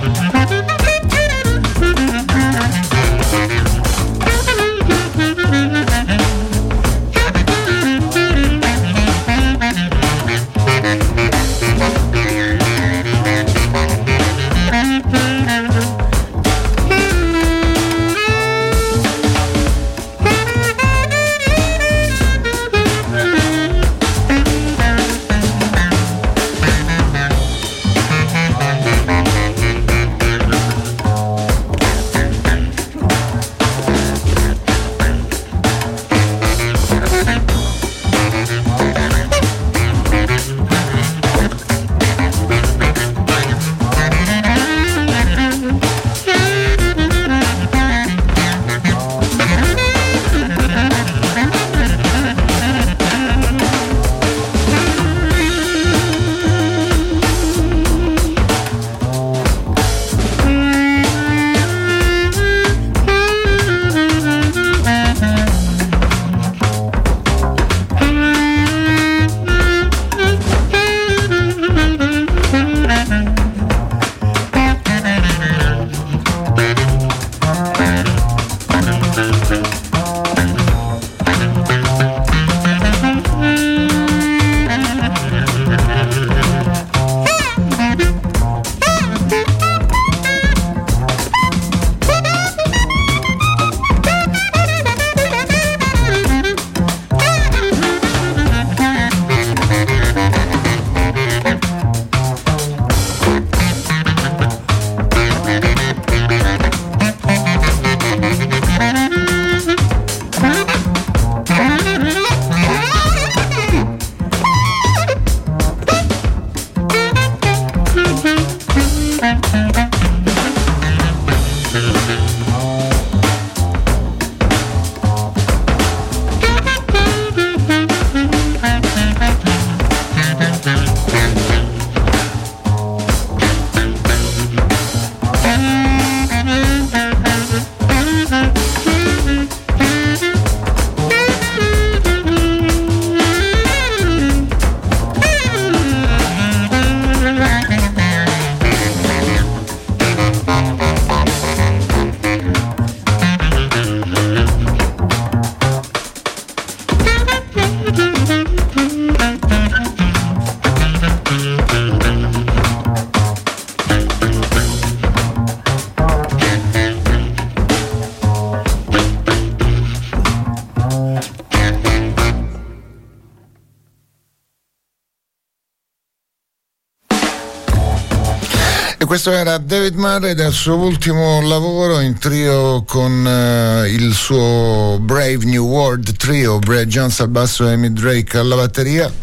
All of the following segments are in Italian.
Questo era David Murray dal suo ultimo lavoro in trio con il suo Brave New World Trio, Brad Jones al basso e Amy Drake alla batteria.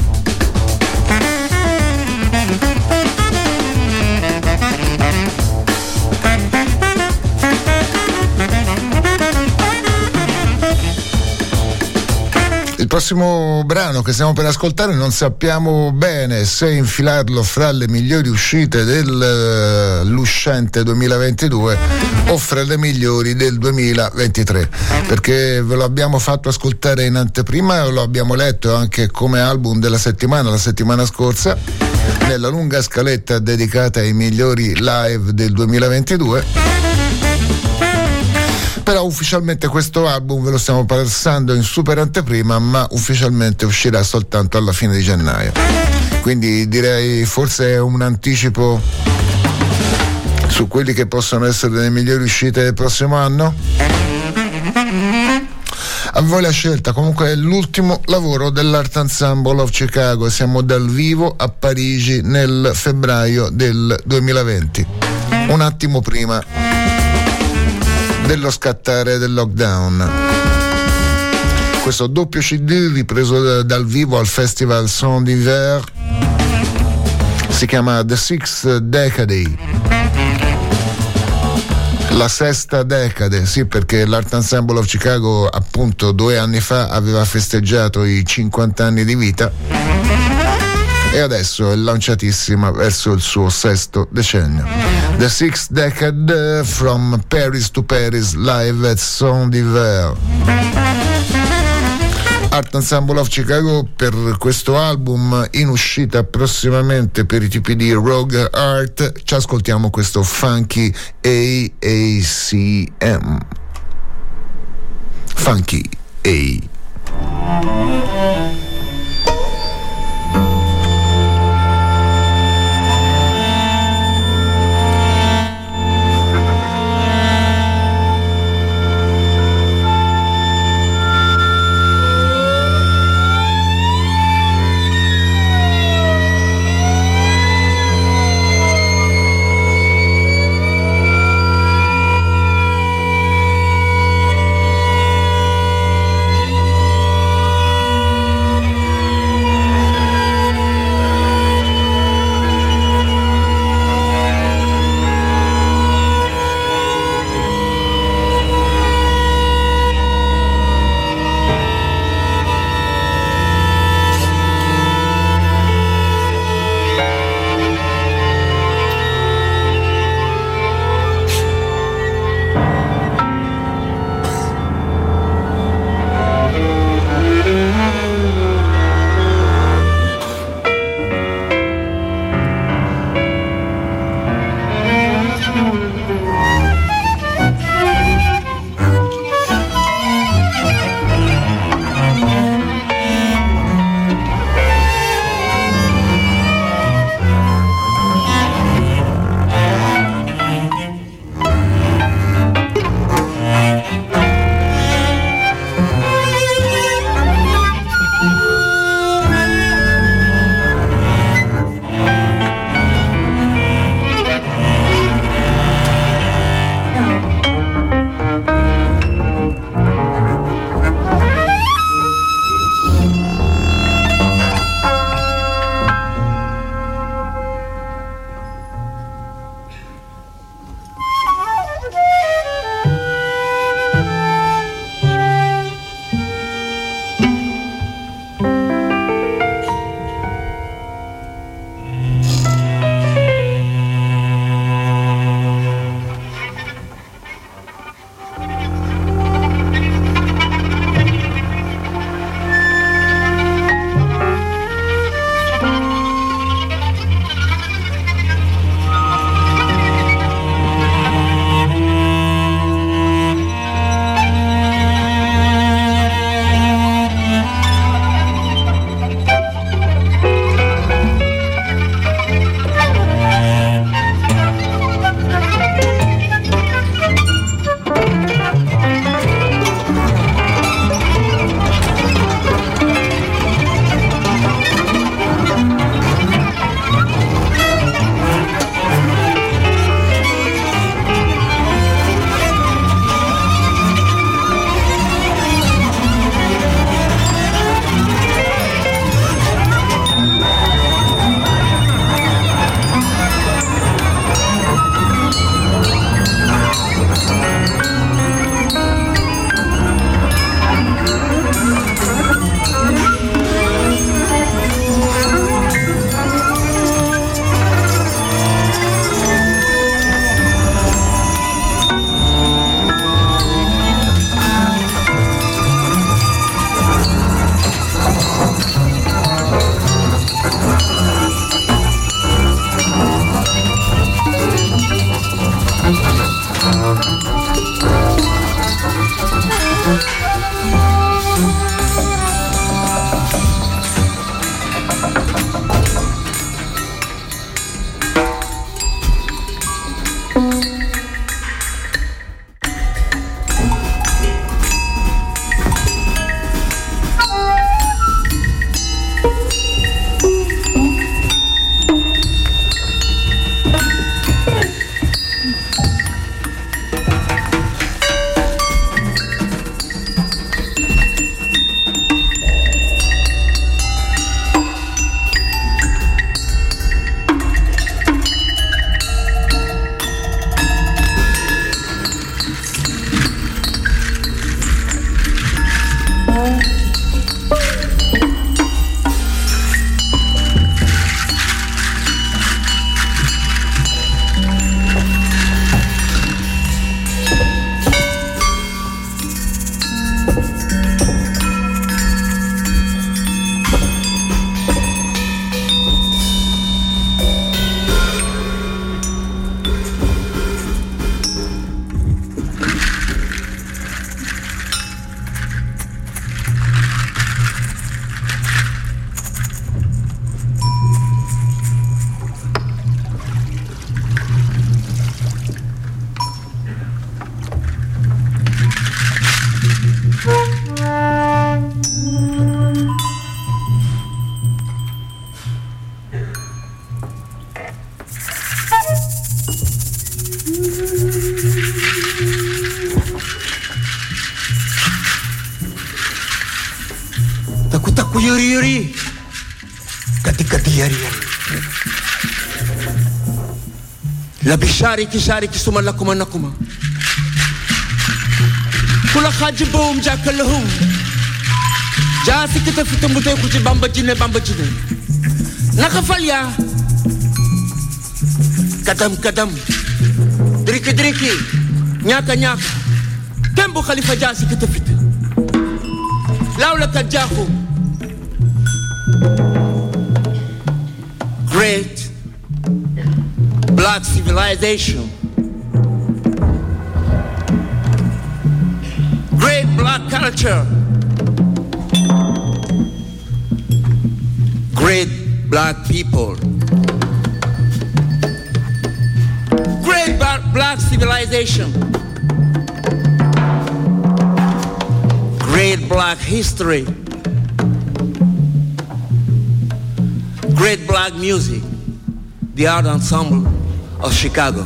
Il prossimo brano che stiamo per ascoltare non sappiamo bene se infilarlo fra le migliori uscite dell'uscente 2022 o fra le migliori del 2023, perché ve lo abbiamo fatto ascoltare in anteprima e lo abbiamo letto anche come album della settimana, la settimana scorsa, nella lunga scaletta dedicata ai migliori live del 2022. Però ufficialmente questo album ve lo stiamo passando in super anteprima, ma ufficialmente uscirà soltanto alla fine di gennaio. Quindi direi forse è un anticipo su quelli che possono essere le migliori uscite del prossimo anno. A voi la scelta, comunque è l'ultimo lavoro dell'Art Ensemble of Chicago. Siamo dal vivo a Parigi nel febbraio del 2020, un attimo prima dello scattare del lockdown. Questo doppio CD ripreso dal vivo al Festival Son d'Hiver si chiama The Sixth Decade, la sesta decade, sì, perché l'Art Ensemble of Chicago appunto 2 anni fa aveva festeggiato i 50 anni di vita e adesso è lanciatissima verso il suo 6° decennio. The Sixth Decade, From Paris to Paris, live at Son d'Hiver. Art Ensemble of Chicago per questo album in uscita prossimamente per i tipi di Rogue Art. Ci ascoltiamo questo Funky AACM. Funky A. Taku yuri kati yari labi shariki sumalakuma nakuma kula khaji boom jakalhum jasi kita fitumbuto kuji bamba jine nakafalya kadam driki nyaka tembo khalifa jasi kita fit laula kajahu great black civilization, great black culture, great black people, great black civilization, great black history, great black music, the Art Ensemble of Chicago.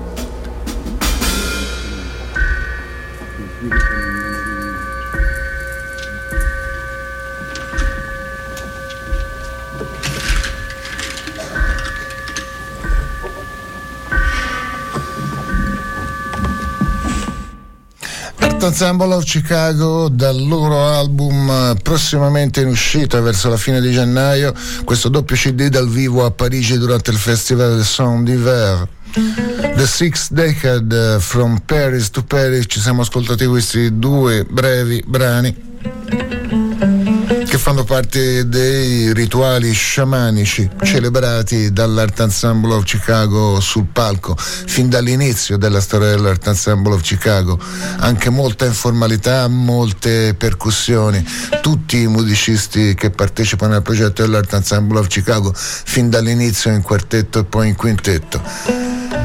Art Ensemble of Chicago, dal loro album prossimamente in uscita verso la fine di gennaio, questo doppio CD dal vivo a Parigi durante il Festival del Son d'Hiver. The Sixth Decade, From Paris to Paris. Ci siamo ascoltati questi due brevi brani che fanno parte dei rituali sciamanici celebrati dall'Art Ensemble of Chicago sul palco fin dall'inizio della storia dell'Art Ensemble of Chicago. Anche molta informalità, molte percussioni, tutti i musicisti che partecipano al progetto dell'Art Ensemble of Chicago fin dall'inizio in quartetto e poi in quintetto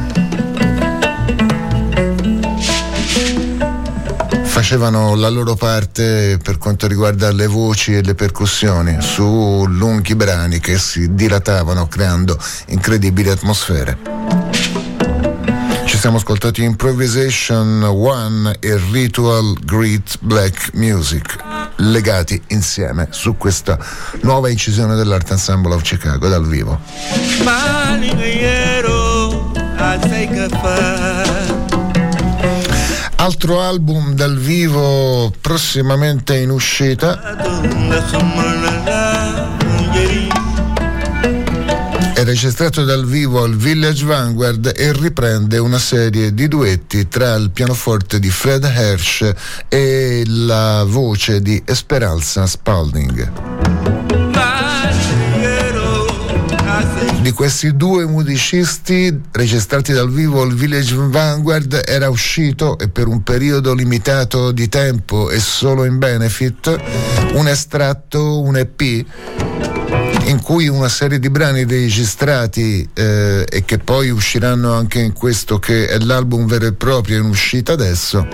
facevano la loro parte per quanto riguarda le voci e le percussioni su lunghi brani che si dilatavano creando incredibili atmosfere. Ci siamo ascoltati Improvisation One e Ritual Great Black Music, legati insieme su questa nuova incisione dell'Art Ensemble of Chicago dal vivo. Altro album dal vivo prossimamente in uscita, è registrato dal vivo al Village Vanguard e riprende una serie di duetti tra il pianoforte di Fred Hersch e la voce di Esperanza Spalding. Di questi due musicisti registrati dal vivo al Village Vanguard era uscito, e per un periodo limitato di tempo e solo in benefit, un estratto, un EP in cui una serie di brani registrati e che poi usciranno anche in questo che è l'album vero e proprio in uscita adesso,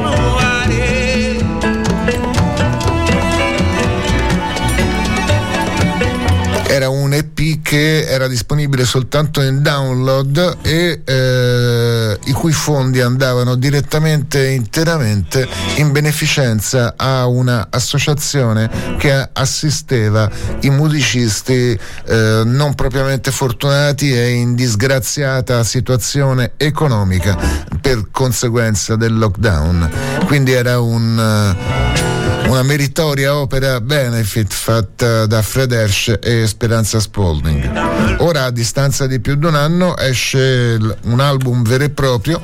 era un EP che era disponibile soltanto in download e i cui fondi andavano direttamente e interamente in beneficenza a una associazione che assisteva i musicisti non propriamente fortunati e in disgraziata situazione economica per conseguenza del lockdown. Quindi era una meritoria opera benefit fatta da Fred Hersch e Esperanza Spalding. Ora, a distanza di più di un anno, esce un album vero e proprio.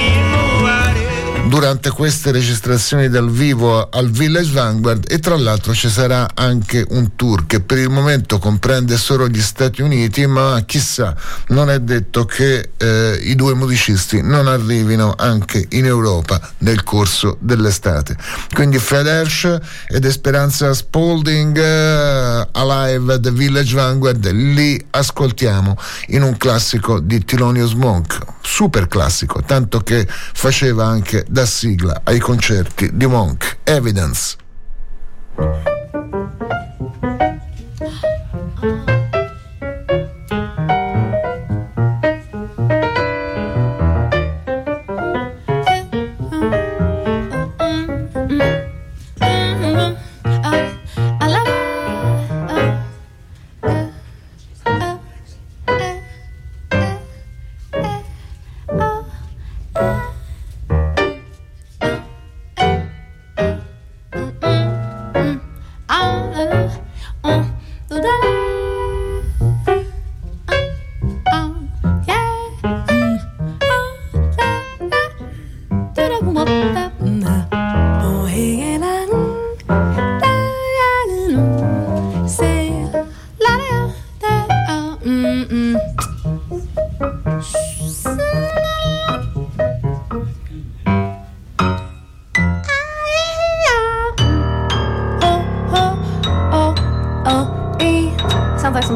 Durante queste registrazioni dal vivo al Village Vanguard, e tra l'altro ci sarà anche un tour che per il momento comprende solo gli Stati Uniti, ma chissà, non è detto che i due musicisti non arrivino anche in Europa nel corso dell'estate. Quindi Fred Hersch ed Esperanza Spalding Alive at the Village Vanguard, li ascoltiamo in un classico di Thelonious Monk, super classico, tanto che faceva anche da sigla ai concerti di Monk, Evidence.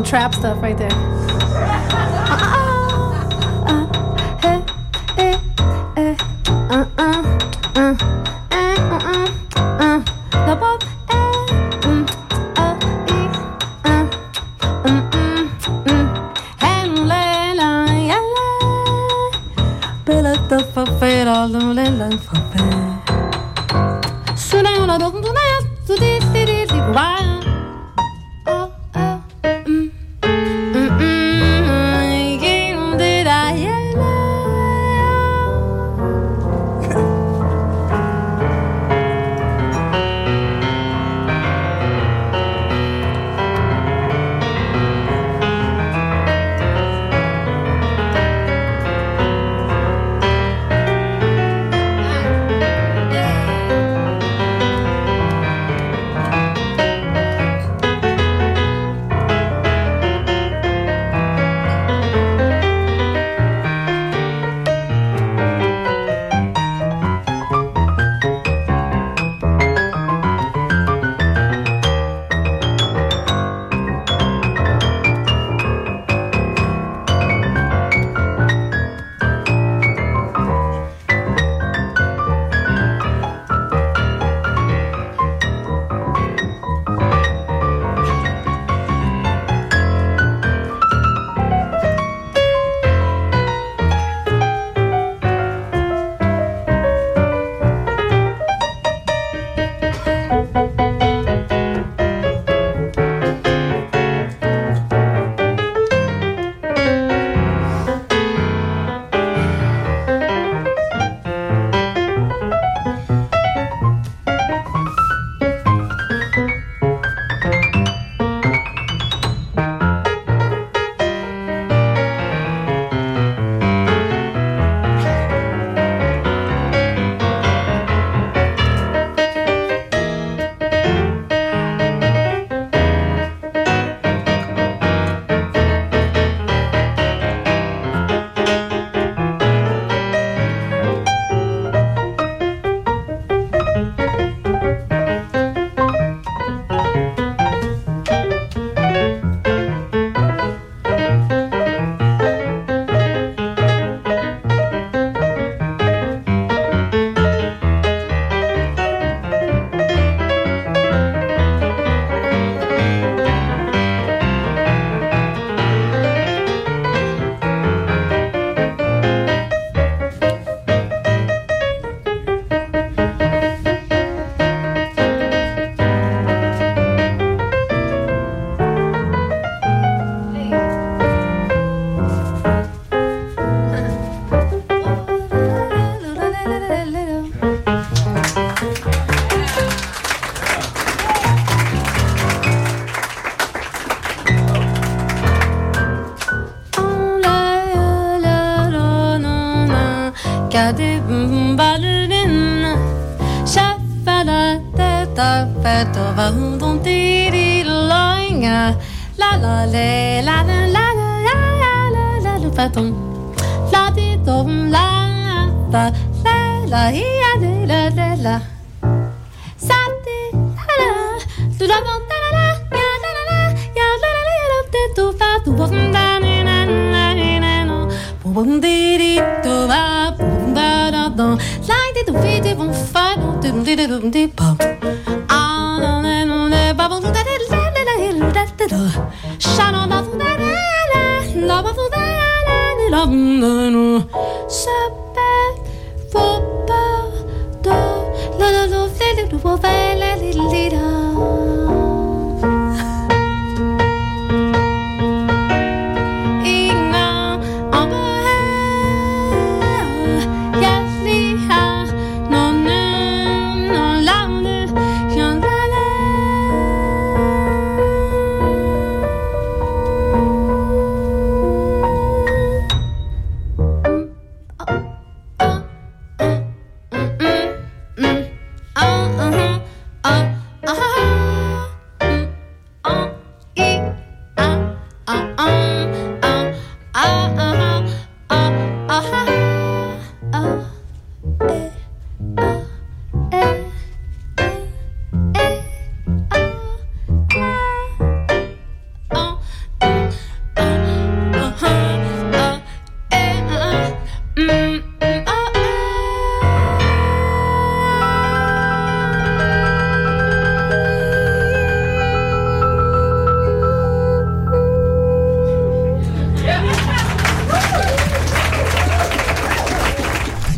trap stuff right there.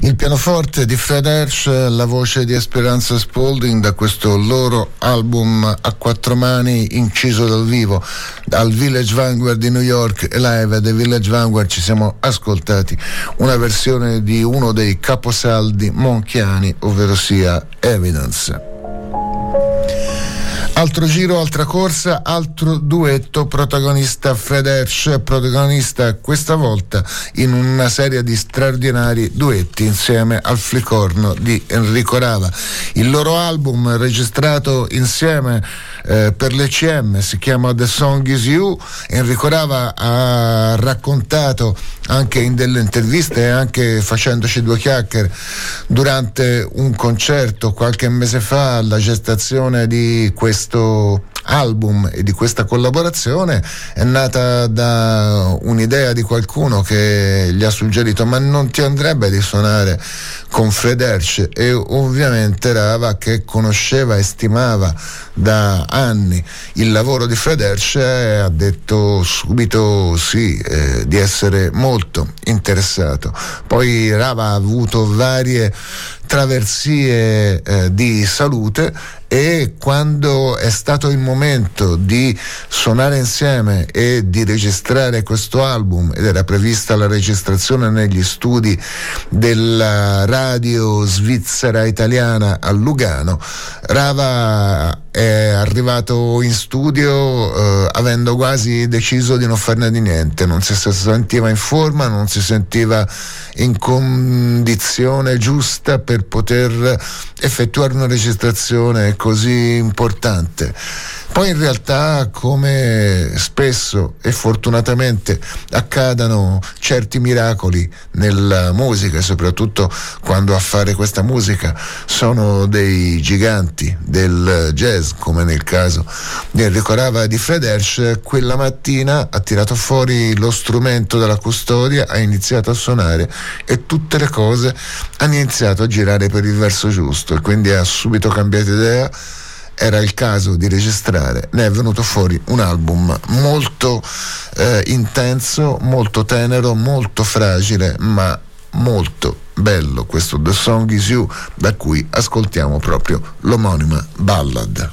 Il pianoforte di Fred Hersch, la voce di Esperanza Spalding da questo loro album a quattro mani inciso dal vivo al Village Vanguard di New York, e live The Village Vanguard ci siamo ascoltati una versione di uno dei caposaldi monchiani, ovvero sia Evidence. Altro giro, altra corsa, altro duetto, protagonista Fred Hersch, protagonista questa volta in una serie di straordinari duetti insieme al flicorno di Enrico Rava. Il loro album registrato insieme per l'ECM si chiama The Song Is You. Enrico Rava ha raccontato anche in delle interviste e anche facendoci due chiacchiere durante un concerto qualche mese fa la gestazione di questo album e di questa collaborazione è nata da un'idea di qualcuno che gli ha suggerito: ma non ti andrebbe di suonare con Fred Hersch? E ovviamente Rava, che conosceva e stimava da anni il lavoro di Fred Hersch, ha detto subito sì, di essere molto interessato. Poi Rava ha avuto varie traversie di salute, e quando è stato il momento di suonare insieme e di registrare questo album, ed era prevista la registrazione negli studi della radio svizzera italiana a Lugano, Rava è arrivato in studio avendo quasi deciso di non farne di niente, non si sentiva in forma, non si sentiva in condizione giusta per poter effettuare una registrazione così importante. Poi in realtà, come spesso e fortunatamente accadono certi miracoli nella musica, e soprattutto quando a fare questa musica sono dei giganti del jazz, come nel caso di Enrico Rava e di Fred Hersch, quella mattina ha tirato fuori lo strumento dalla custodia, ha iniziato a suonare e tutte le cose hanno iniziato a girare per il verso giusto, e quindi ha subito cambiato idea. Era il caso di registrare, ne è venuto fuori un album molto intenso, molto tenero, molto fragile, ma molto bello, questo The Song Is You, da cui ascoltiamo proprio l'omonima ballad.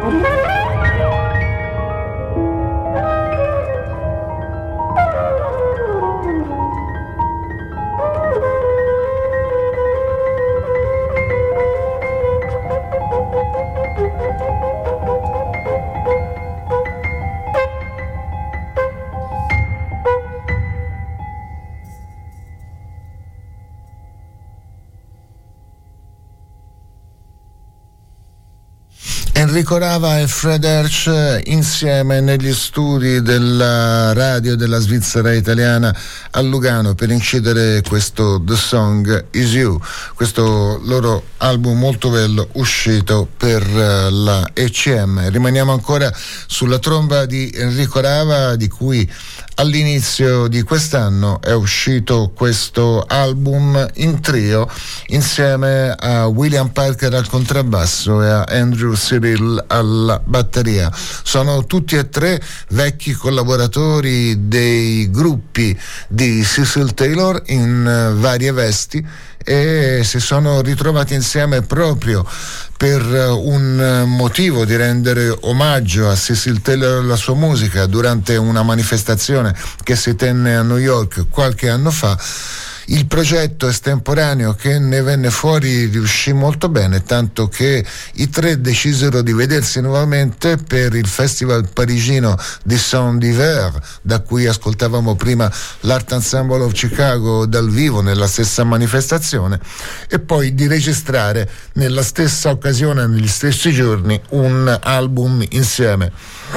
Enrico Rava e Fred Hersch insieme negli studi della radio della Svizzera italiana a Lugano per incidere questo The Song Is You, questo loro album molto bello uscito per la ECM. Rimaniamo ancora sulla tromba di Enrico Rava, di cui all'inizio di quest'anno è uscito questo album in trio insieme a William Parker al contrabbasso e a Andrew Cyril alla batteria. Sono tutti e tre vecchi collaboratori dei gruppi di Cecil Taylor in varie vesti e si sono ritrovati insieme proprio per un motivo di rendere omaggio a Cecil Taylor e alla sua musica durante una manifestazione che si tenne a New York qualche anno fa. Il progetto estemporaneo che ne venne fuori riuscì molto bene, tanto che i tre decisero di vedersi nuovamente per il festival parigino di Son d'Hiver, da cui ascoltavamo prima l'Art Ensemble of Chicago dal vivo nella stessa manifestazione, e poi di registrare nella stessa occasione, negli stessi giorni, un album insieme.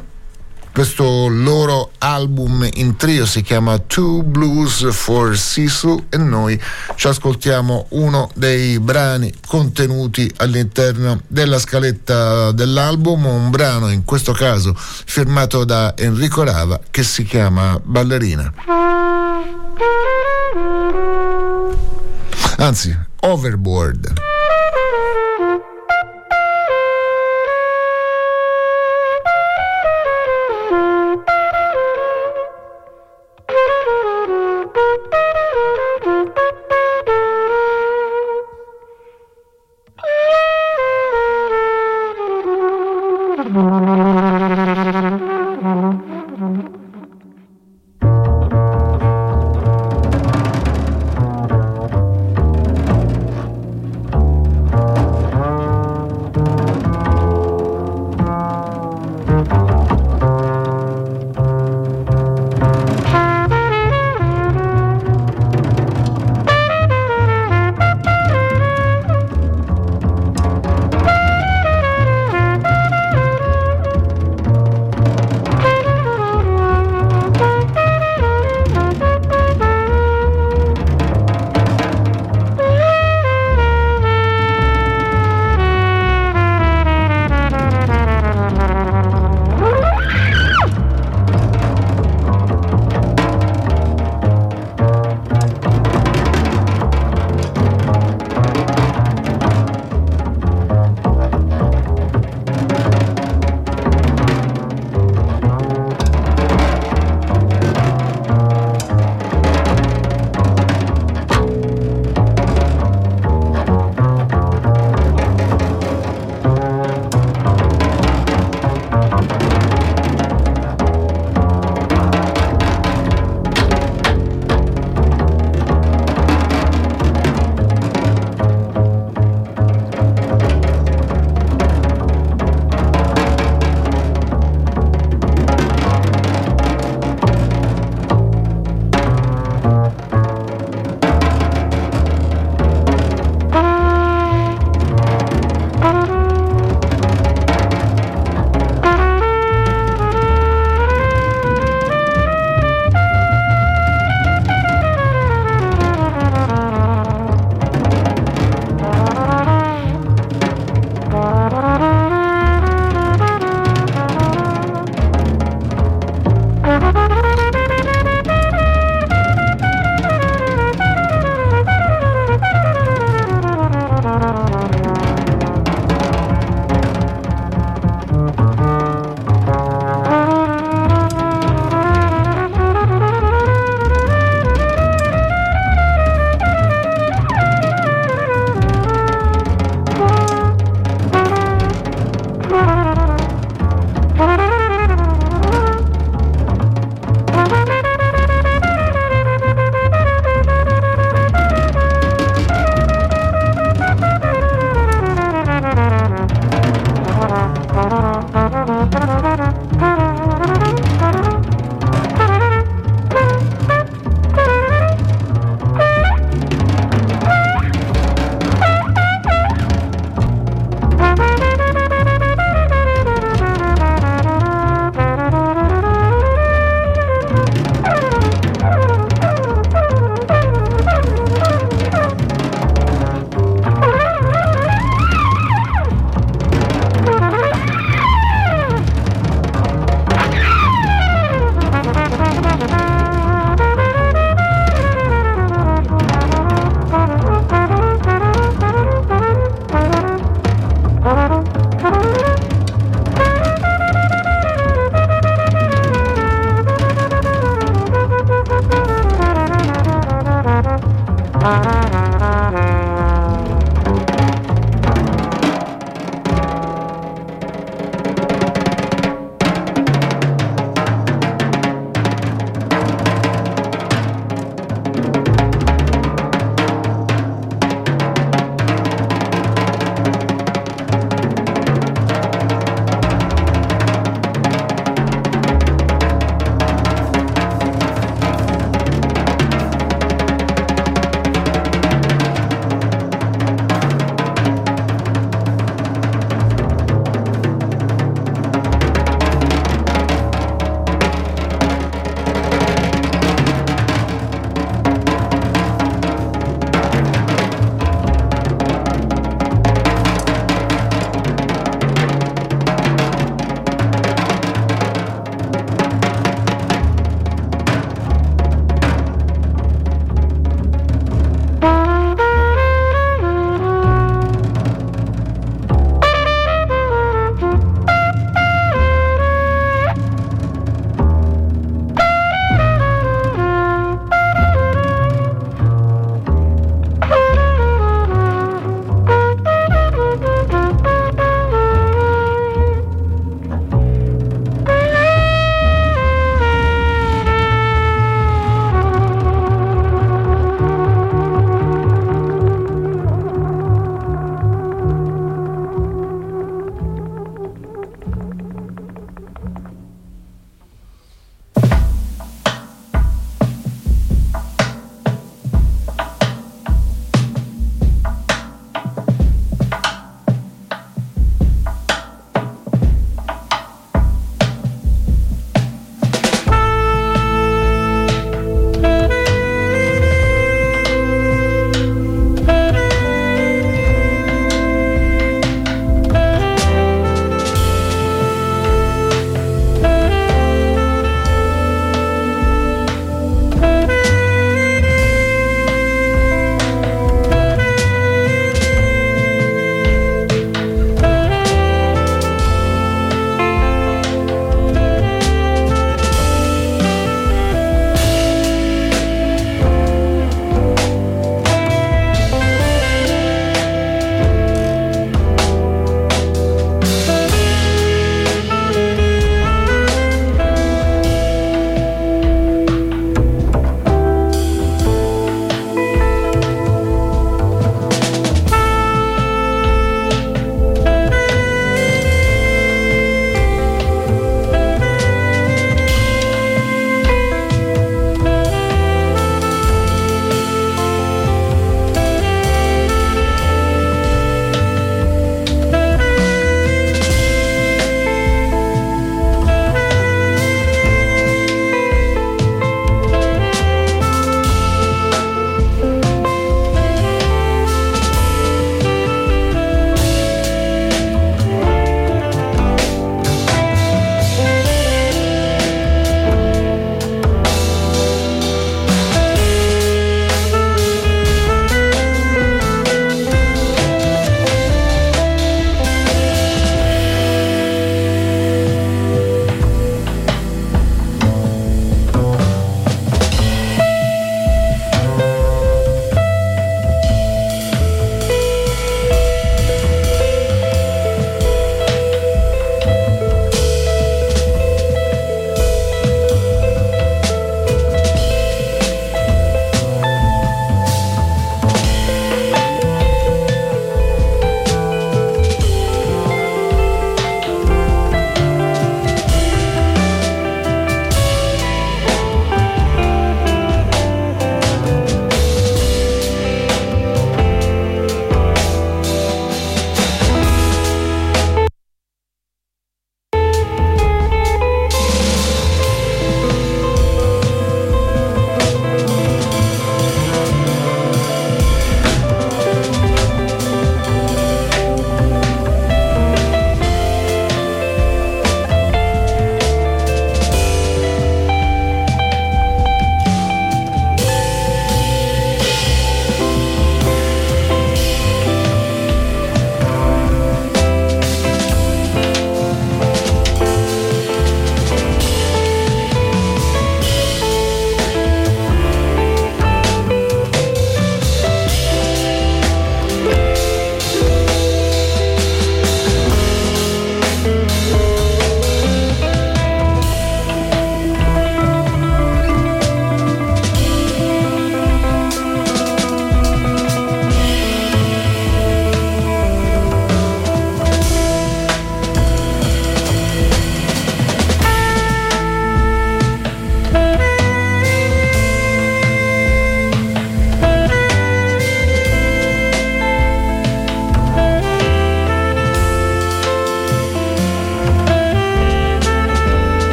Questo loro album in trio si chiama Two Blues for Cecil e noi ci ascoltiamo uno dei brani contenuti all'interno della scaletta dell'album, un brano in questo caso firmato da Enrico Rava che si chiama Ballerina. Anzi, Overboard.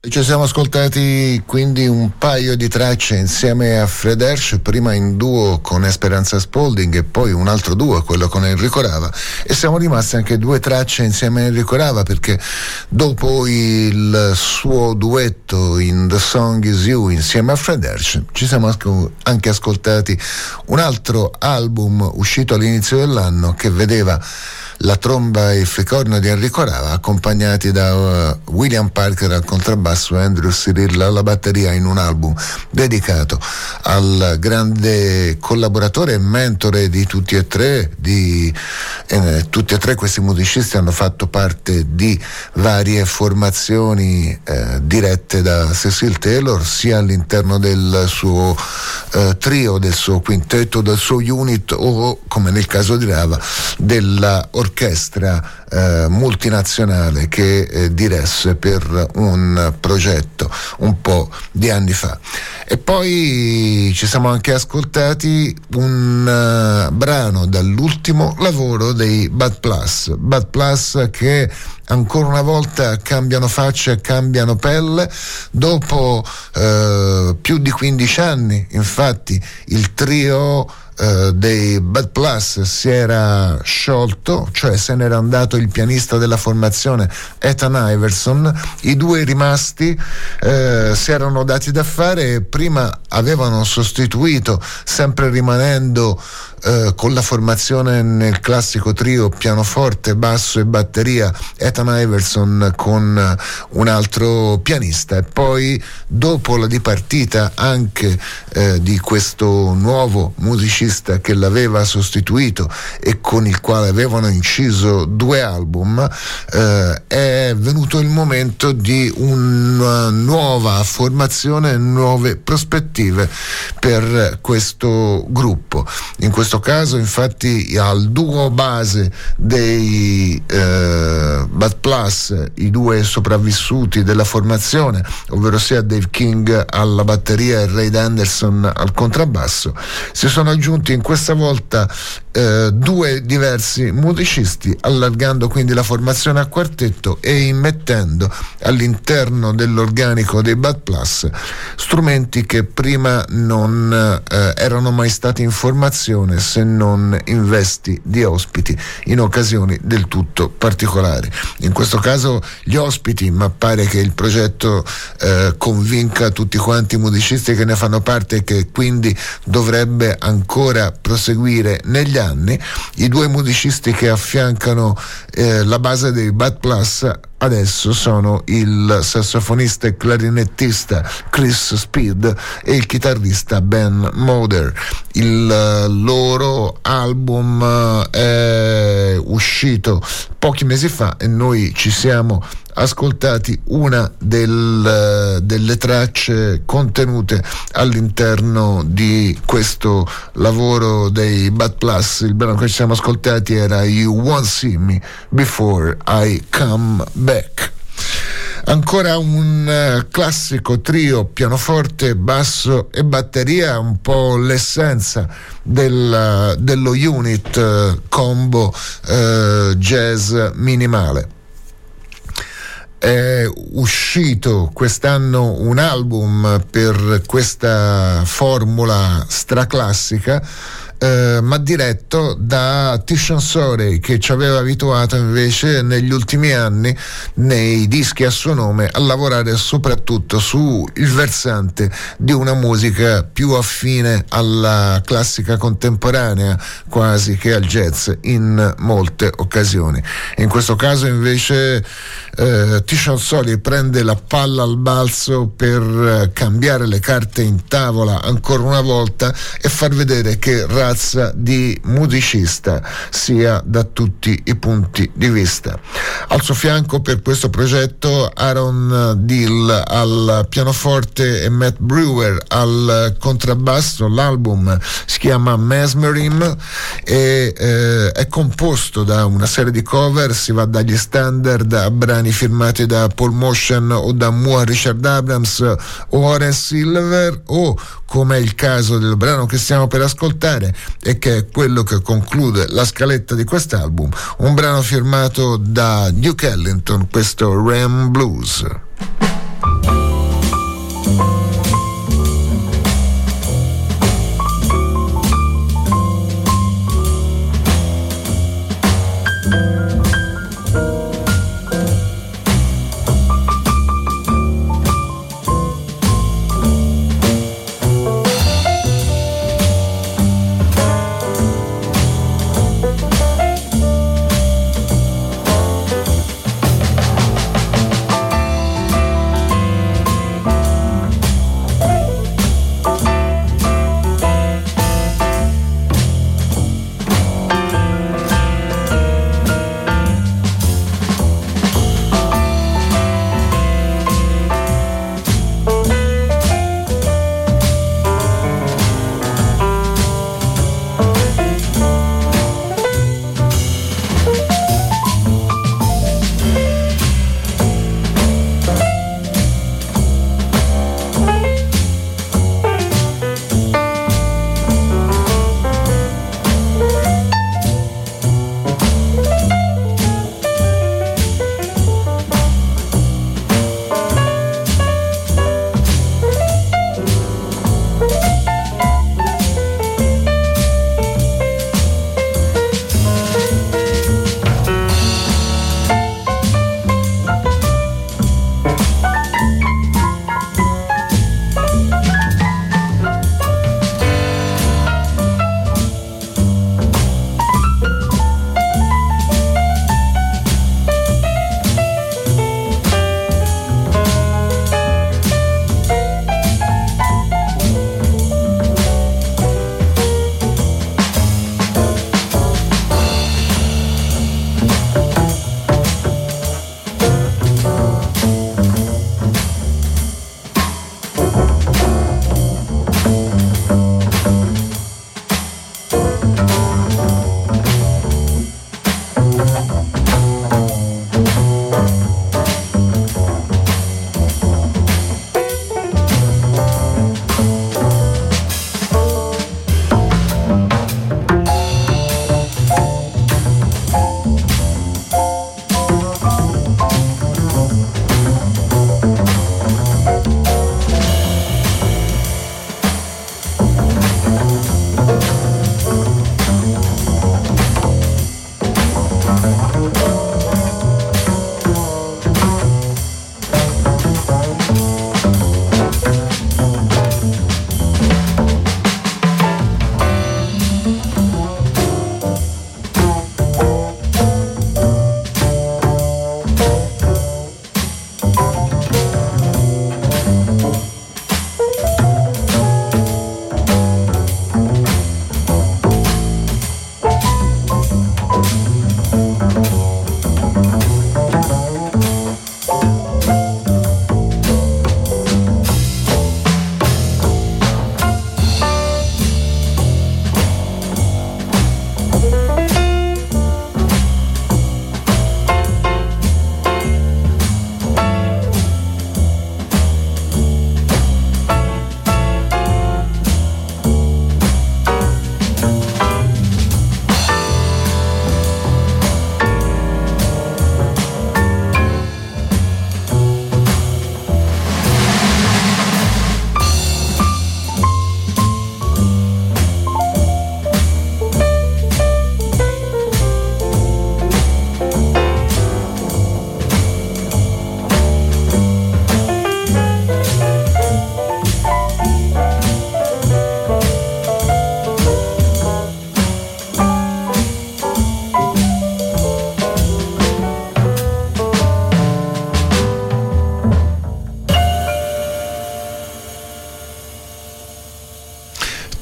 Ci siamo ascoltati quindi un paio di tracce insieme a Fred Hersch, prima in duo con Esperanza Spalding e poi un altro duo, quello con Enrico Rava, e siamo rimasti anche 2 tracce insieme a Enrico Rava, perché dopo il suo duetto in The Song Is You insieme a Fred Hersch ci siamo anche ascoltati un altro album uscito all'inizio dell'anno che vedeva la tromba e il flicorno di Enrico Rava accompagnati da William Parker al contrabbasso e Andrew Cyril alla batteria, in un album dedicato al grande collaboratore e mentore di tutti e tre. Tutti e tre questi musicisti hanno fatto parte di varie formazioni dirette da Cecil Taylor, sia all'interno del suo trio, del suo quintetto, del suo unit, o come nel caso di Rava della orchestra multinazionale che diresse per un progetto un po' di anni fa. E poi ci siamo anche ascoltati un brano dall'ultimo lavoro dei Bad Plus che ancora una volta cambiano faccia e cambiano pelle. Dopo più di 15 anni, infatti, il trio dei Bad Plus si era sciolto, cioè se n'era andato il pianista della formazione Ethan Iverson. I 2 rimasti si erano dati da fare e prima avevano sostituito, sempre rimanendo con la formazione nel classico trio pianoforte, basso e batteria, Ethan Iverson con un altro pianista, e poi dopo la dipartita anche di questo nuovo musicista che l'aveva sostituito e con il quale avevano inciso 2 album, è venuto il momento di una nuova formazione, nuove prospettive per questo gruppo. In questo caso infatti al duo base dei Bad Plus, i 2 sopravvissuti della formazione, ovvero sia Dave King alla batteria e Ray Anderson al contrabbasso, si sono aggiunti in questa volta 2 diversi musicisti, allargando quindi la formazione a quartetto e immettendo all'interno dell'organico dei Bad Plus strumenti che prima non erano mai stati in formazione, se non in vesti di ospiti in occasioni del tutto particolari. In questo caso gli ospiti, ma pare che il progetto convinca tutti quanti i musicisti che ne fanno parte e che quindi dovrebbe ancora proseguire negli anni. I 2 musicisti che affiancano la base dei Bad Plus adesso sono il sassofonista e clarinettista Chris Speed e il chitarrista Ben Moder. Il loro album è uscito pochi mesi fa e noi ci siamo ascoltati una delle tracce contenute all'interno di questo lavoro dei Bad Plus. Il brano che ci siamo ascoltati era You Won't See Me Before I Come Back. Ancora un classico trio pianoforte, basso e batteria, un po' l'essenza dello unit combo jazz minimale. È uscito quest'anno un album per questa formula straclassica, ma diretto da Tishon Sorey, che ci aveva abituato invece negli ultimi anni nei dischi a suo nome a lavorare soprattutto su il versante di una musica più affine alla classica contemporanea quasi che al jazz in molte occasioni. In questo caso invece Tishon Sorey prende la palla al balzo per cambiare le carte in tavola ancora una volta e far vedere che razza di musicista sia da tutti i punti di vista. Al suo fianco per questo progetto Aaron Dill al pianoforte e Matt Brewer al contrabbasso. L'album si chiama Mesmerism e è composto da una serie di cover, si va dagli standard a brani firmati da Paul Motion o da Moore Richard Abrams o Horace Silver, o come è il caso del brano che stiamo per ascoltare e che è quello che conclude la scaletta di quest'album, un brano firmato da Duke Ellington, questo Ram Blues.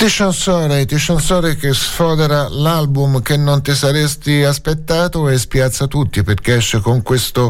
Tishon Sore che sfodera l'album che non ti saresti aspettato e spiazza tutti, perché esce con questo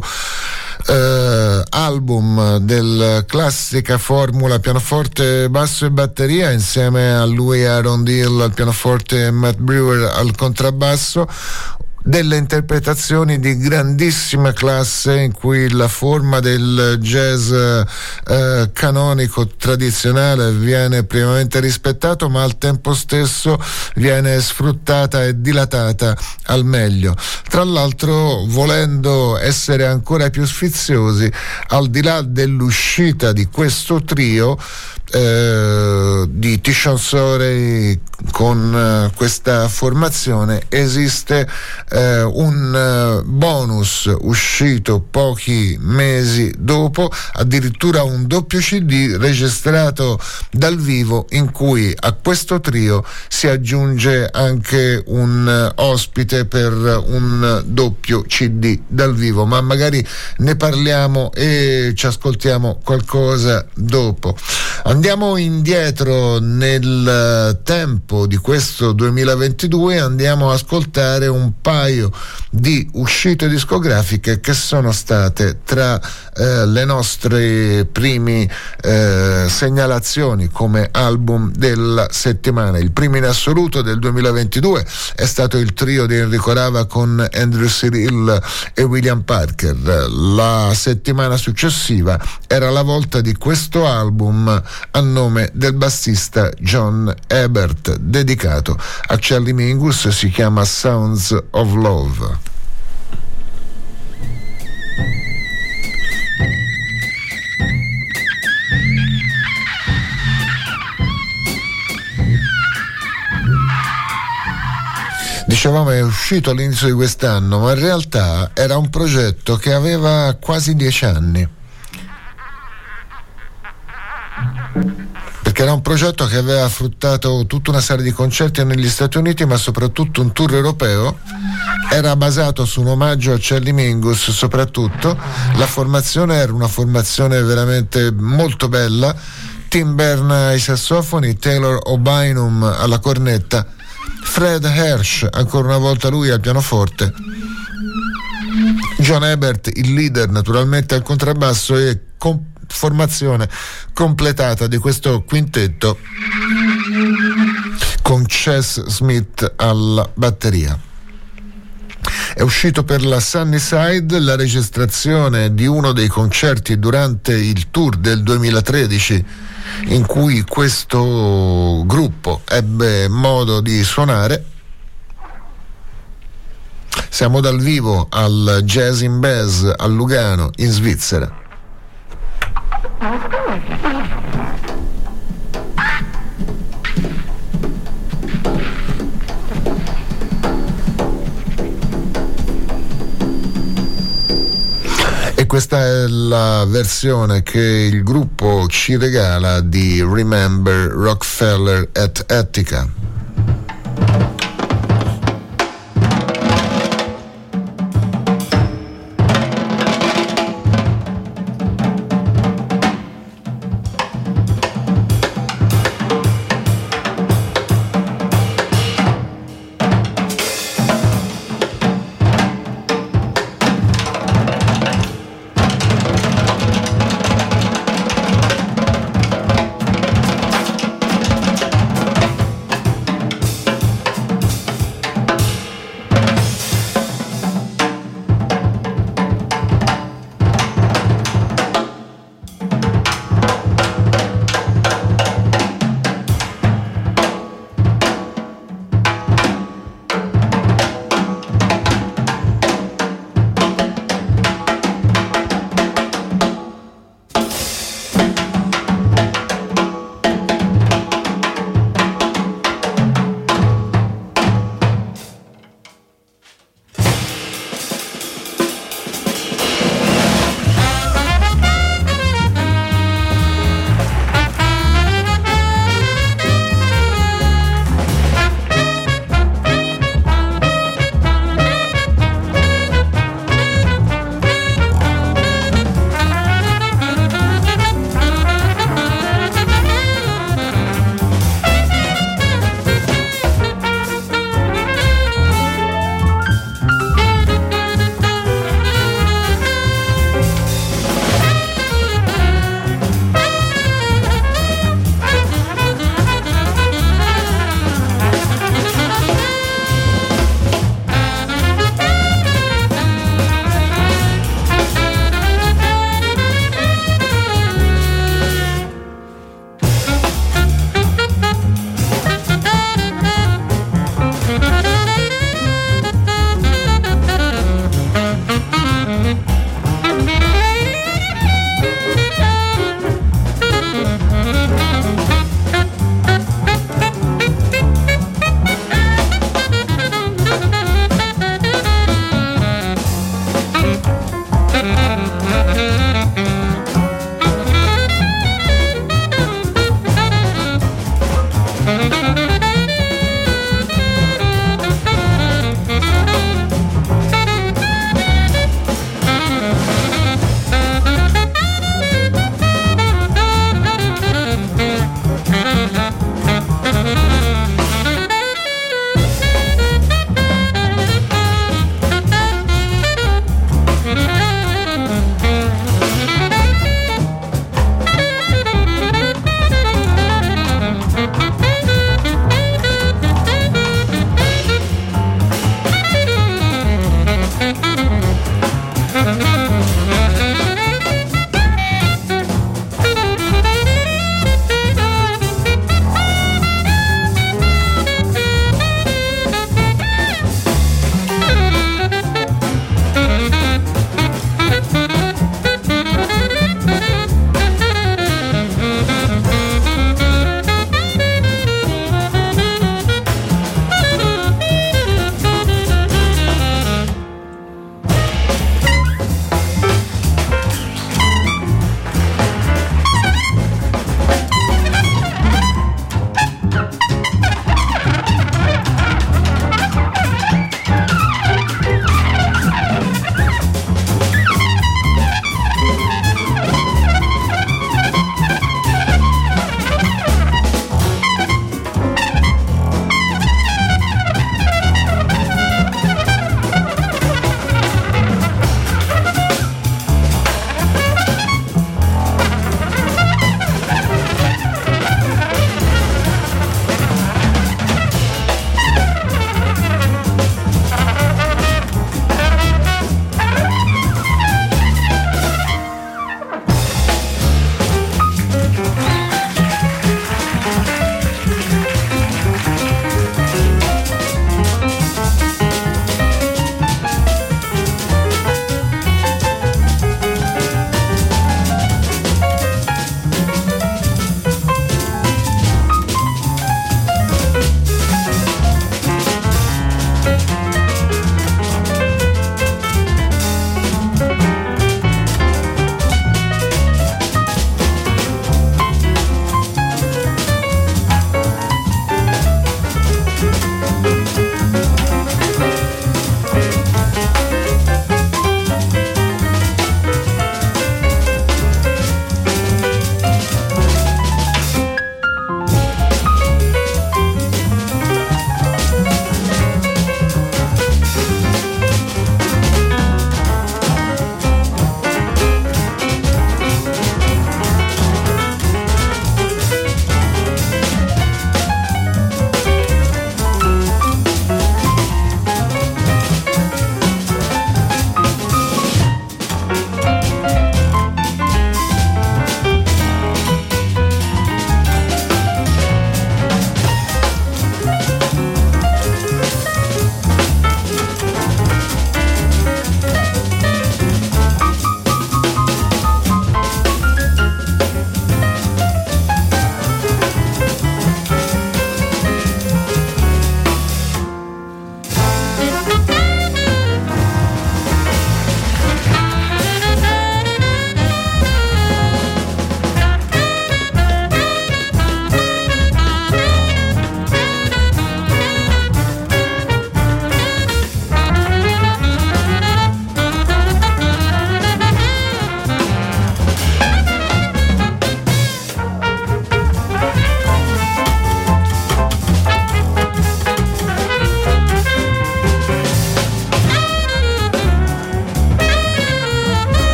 album del classica formula pianoforte, basso e batteria, insieme a lui Aaron Deal al pianoforte e Matt Brewer al contrabbasso, delle interpretazioni di grandissima classe in cui la forma del jazz canonico tradizionale viene primamente rispettato, ma al tempo stesso viene sfruttata e dilatata al meglio. Tra l'altro, volendo essere ancora più sfiziosi, al di là dell'uscita di questo trio di Tishon Sore con questa formazione, esiste un bonus uscito pochi mesi dopo, addirittura un doppio CD registrato dal vivo, in cui a questo trio si aggiunge anche un ospite per un doppio CD dal vivo, ma magari ne parliamo e ci ascoltiamo qualcosa dopo. Andiamo indietro nel tempo di questo 2022, andiamo a ascoltare un paio di uscite discografiche che sono state tra le nostre prime segnalazioni come album della settimana. Il primo in assoluto del 2022 è stato il trio di Enrico Rava con Andrew Cyril e William Parker. La settimana successiva era la volta di questo album a nome del bassista John Ebert, dedicato a Charlie Mingus, si chiama Sounds of Love. Dicevamo è uscito all'inizio di quest'anno, ma in realtà era un progetto che aveva quasi 10 anni. Perché era un progetto che aveva fruttato tutta una serie di concerti negli Stati Uniti, ma soprattutto un tour europeo. Era basato su un omaggio a Charlie Mingus, soprattutto. La formazione era una formazione veramente molto bella: Tim Berne ai sassofoni, Taylor O'Bynum alla cornetta, Fred Hersch, ancora una volta lui al pianoforte, John Ebert, il leader, naturalmente al contrabbasso, e formazione completata di questo quintetto con Chess Smith alla batteria. È uscito per la Sunnyside la registrazione di uno dei concerti durante il tour del 2013 in cui questo gruppo ebbe modo di suonare. Siamo dal vivo al Jazz in Bass a Lugano, in Svizzera. E questa è la versione che il gruppo ci regala di Remember Rockefeller at Attica.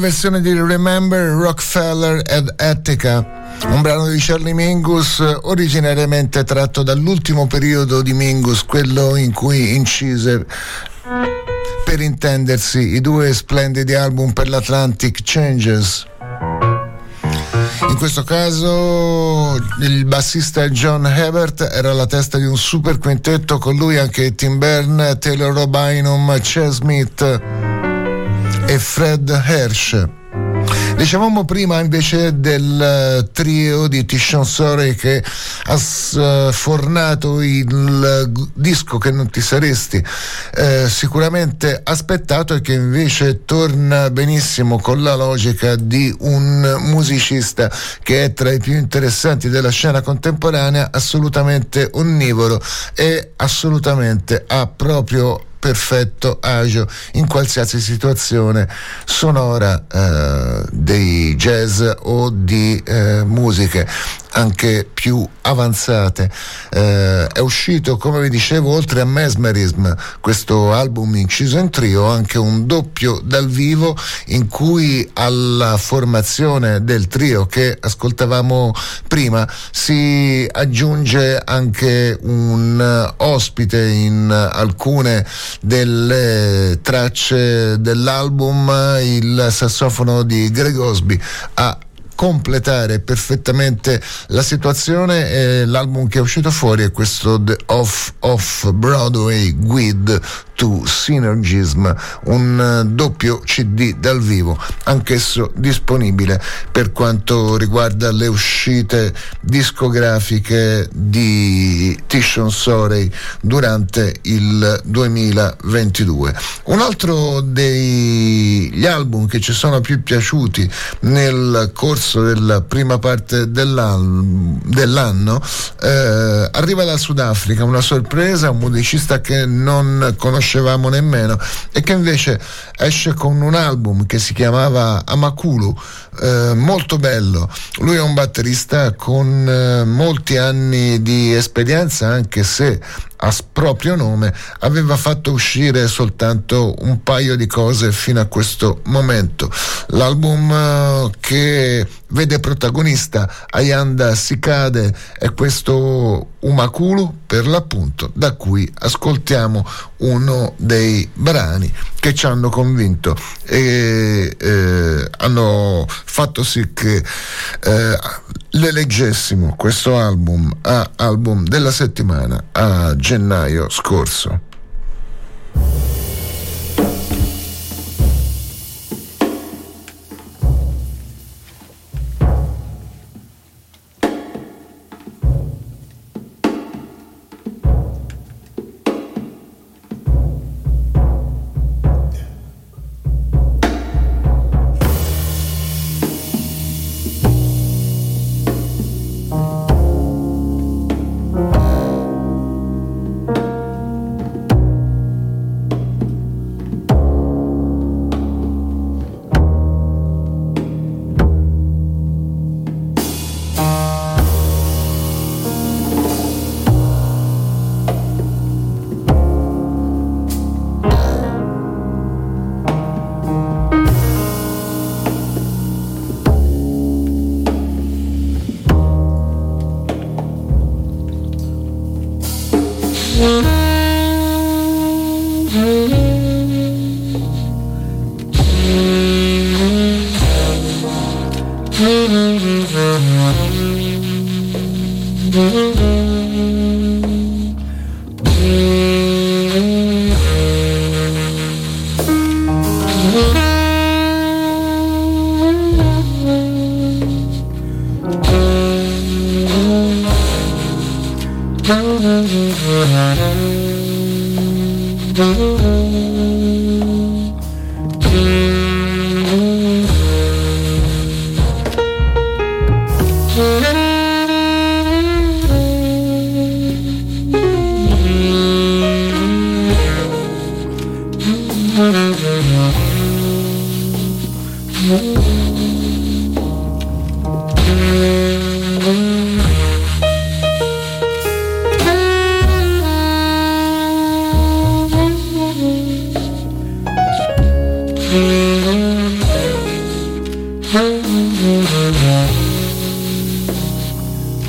versione di Remember Rockefeller ed Attica, un brano di Charlie Mingus originariamente tratto dall'ultimo periodo di Mingus, quello in cui incise, per intendersi, i due splendidi album per l'Atlantic Changes. In questo caso il bassista John Hebert era alla testa di un super quintetto, con lui anche Tim Berne, Taylor Robinum, Chas Smith e Fred Hersch. Dicevamo prima invece del trio di Tishon Sorey che ha sfornato il disco che non ti saresti sicuramente aspettato, e che invece torna benissimo con la logica di un musicista che è tra i più interessanti della scena contemporanea, assolutamente onnivoro e assolutamente a proprio perfetto agio in qualsiasi situazione sonora dei jazz o di musiche anche più avanzate. È uscito, come vi dicevo, oltre a Mesmerism, questo album inciso in trio, anche un doppio dal vivo in cui alla formazione del trio che ascoltavamo prima si aggiunge anche un ospite in alcune delle tracce dell'album, il sassofono di Greg Osby, a completare perfettamente la situazione. L'album che è uscito fuori è questo The Off Broadway Guide to Synergism, un doppio CD dal vivo, anch'esso disponibile per quanto riguarda le uscite discografiche di Tishon Sorey durante il 2022. Un altro degli album che ci sono più piaciuti nel corso della prima parte dell'anno arriva dal Sudafrica, una sorpresa, un musicista che non conoscevamo nemmeno e che invece esce con un album che si chiamava Amakulu, molto bello. Lui è un batterista con molti anni di esperienza, anche se a proprio nome aveva fatto uscire soltanto un paio di cose fino a questo momento. L'album che vede protagonista Ayanda Sikade è questo Umakulu, per l'appunto, da cui ascoltiamo uno dei brani che ci hanno convinto e hanno fatto sì che le leggessimo questo album a album della settimana a gennaio scorso.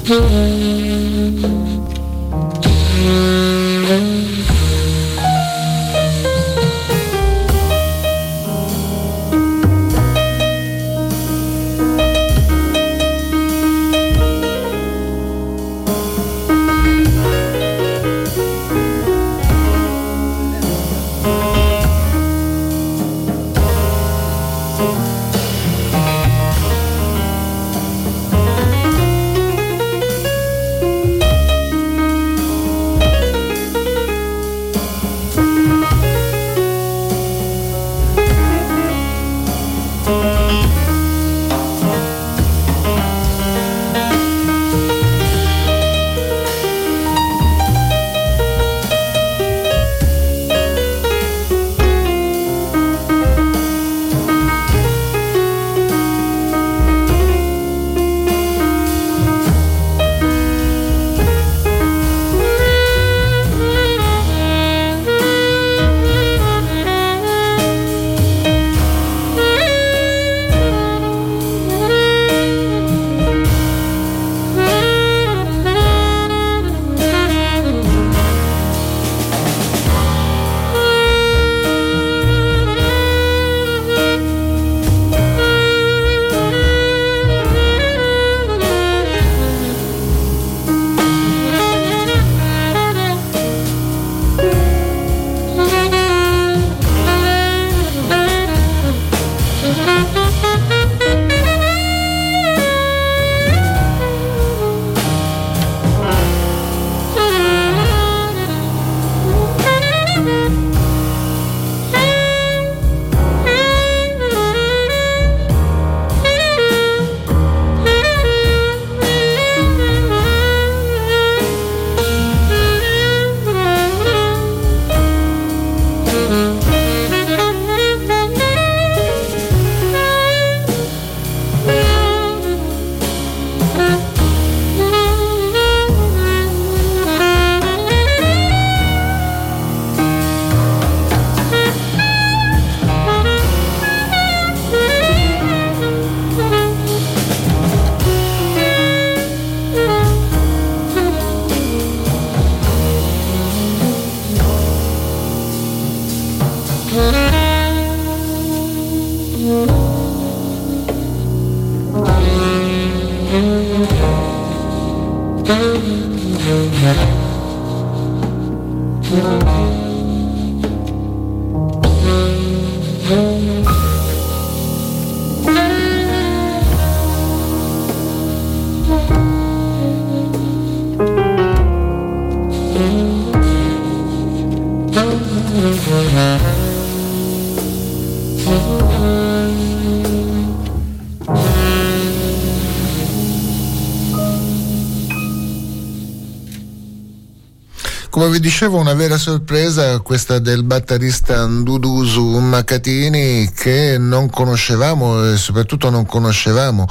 Come vi dicevo, una vera sorpresa questa del batterista Nduduzu Makatini, che non conoscevamo e soprattutto non conoscevamo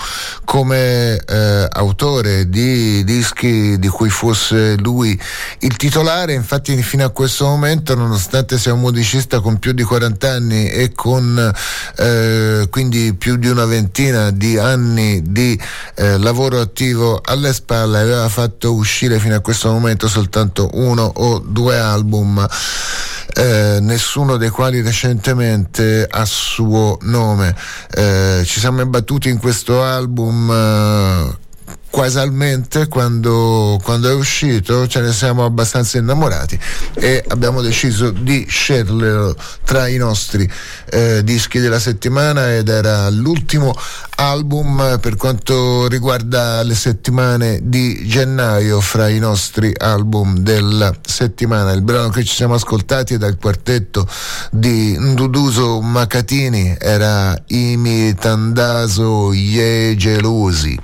come autore di dischi di cui fosse lui il titolare. Infatti fino a questo momento, nonostante sia un musicista con più di 40 anni e con quindi più di una ventina di anni di lavoro attivo alle spalle, aveva fatto uscire fino a questo momento soltanto uno o due album, nessuno dei quali recentemente ha suo nome. Ci siamo imbattuti in questo album casualmente quando è uscito, ce ne siamo abbastanza innamorati e abbiamo deciso di sceglierlo tra i nostri dischi della settimana, ed era l'ultimo album per quanto riguarda le settimane di gennaio fra i nostri album della settimana. Il brano che ci siamo ascoltati è dal quartetto di Nduduzu Makatini, era I Mitandazo Ye Gelosi.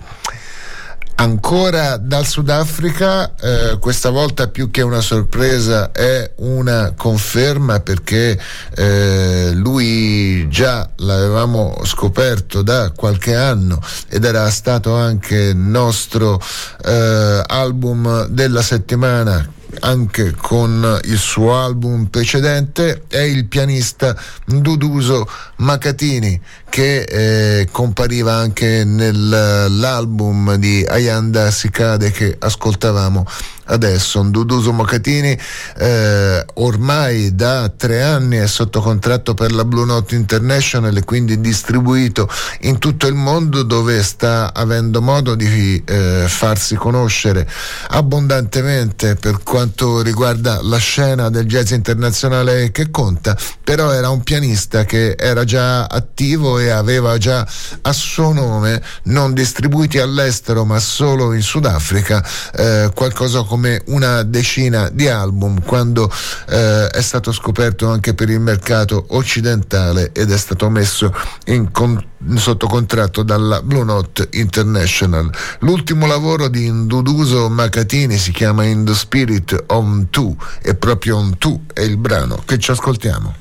Ancora dal Sudafrica, questa volta più che una sorpresa è una conferma, perché lui già l'avevamo scoperto da qualche anno ed era stato anche il nostro album della settimana anche con il suo album precedente, è il pianista Duduso Macatini, che compariva anche nell'album di Ayanda Sicade che ascoltavamo adesso. Duduso Macatini ormai da 3 anni è sotto contratto per la Blue Note International e quindi distribuito in tutto il mondo, dove sta avendo modo di farsi conoscere abbondantemente per quanto riguarda la scena del jazz internazionale che conta. Però era un pianista che era già attivo e aveva già a suo nome, non distribuiti all'estero ma solo in Sudafrica, qualcosa come una decina di album, quando è stato scoperto anche per il mercato occidentale ed è stato messo sotto contratto dalla Blue Note International. L'ultimo lavoro di Duduso Macatini si chiama In the Spirit of Two, e proprio On Two è il brano che ci ascoltiamo.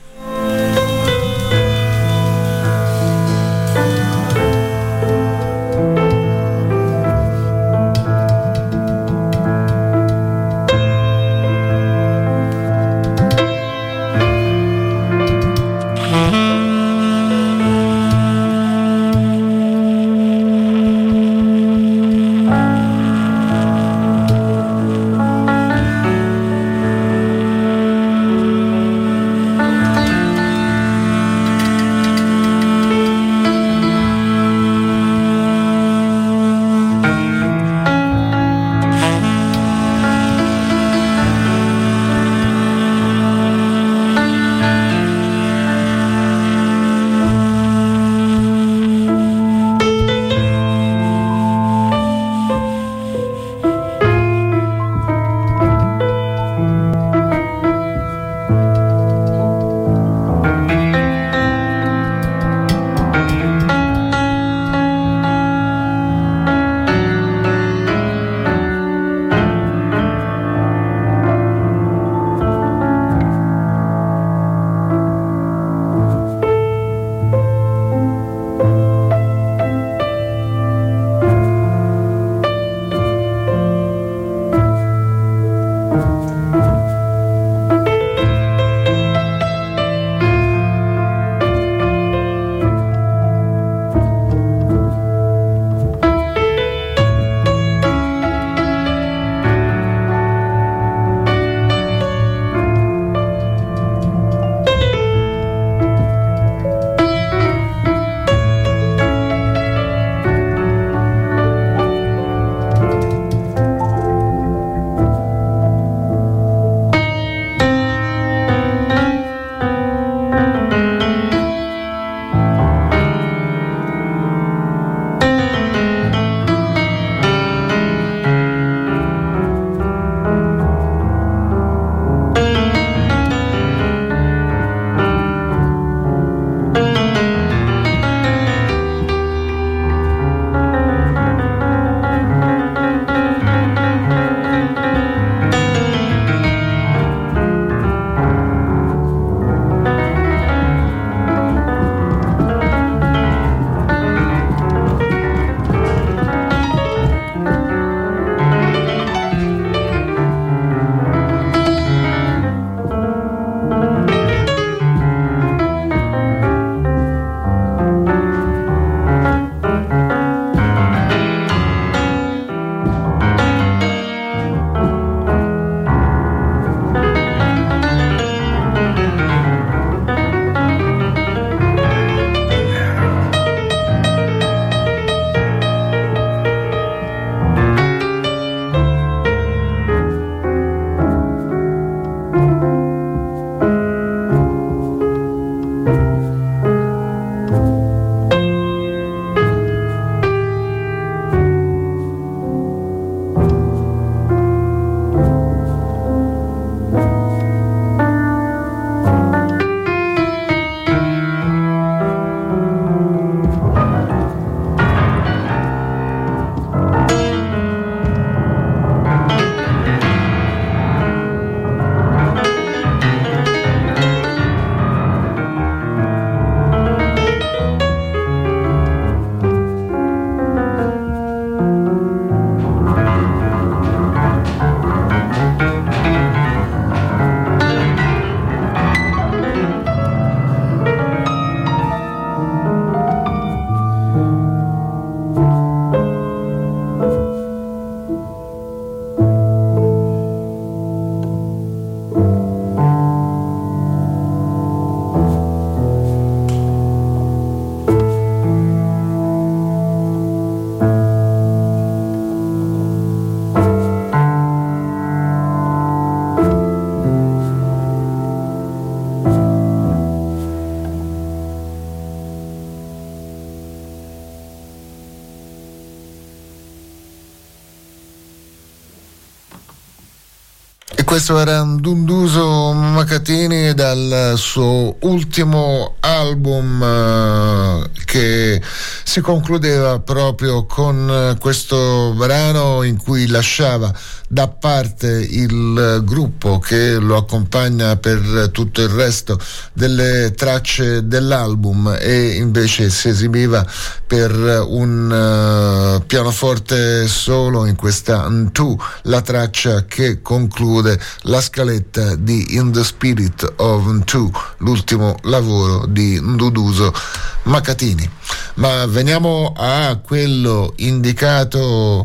Questo era Dunduso Macatini dal suo ultimo album che si concludeva proprio con questo brano in cui lasciava da parte il gruppo che lo accompagna per tutto il resto delle tracce dell'album e invece si esibiva per un pianoforte solo in questa Unto, la traccia che conclude la scaletta di In the Spirit of Unto, l'ultimo lavoro di Dunduso Macatini. Ma veniamo a quello indicato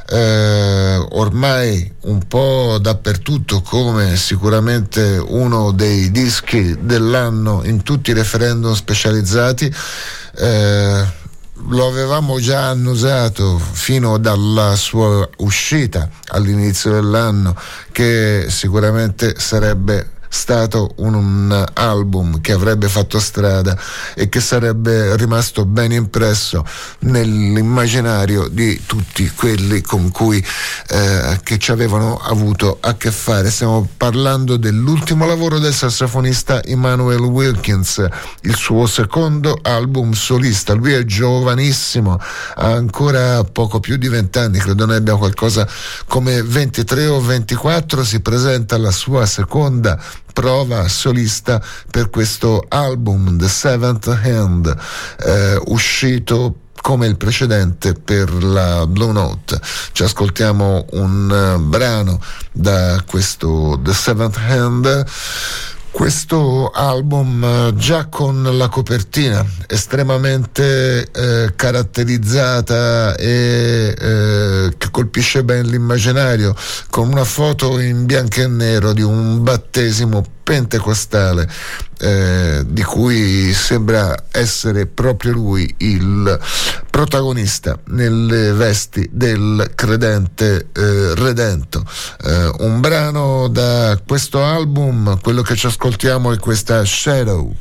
ormai un po' dappertutto come sicuramente uno dei dischi dell'anno in tutti i referendum specializzati. Lo avevamo già annusato fino dalla sua uscita all'inizio dell'anno che sicuramente sarebbe stato un album che avrebbe fatto strada e che sarebbe rimasto ben impresso nell'immaginario di tutti quelli con cui che ci avevano avuto a che fare. Stiamo parlando dell'ultimo lavoro del sassofonista Immanuel Wilkins, il suo secondo album solista. Lui è giovanissimo, ha ancora poco più di 20 anni, credo ne abbia qualcosa come 23 o 24. Si presenta alla sua seconda prova solista per questo album, The Seventh Hand, uscito come il precedente per la Blue Note. Ci ascoltiamo un brano da questo The Seventh Hand. Questo album già con la copertina estremamente caratterizzata e che colpisce ben l'immaginario, con una foto in bianco e nero di un battesimo pentecostale di cui sembra essere proprio lui il protagonista nelle vesti del credente redento. Un brano da questo album, quello che ci ascoltiamo è questa Shadow.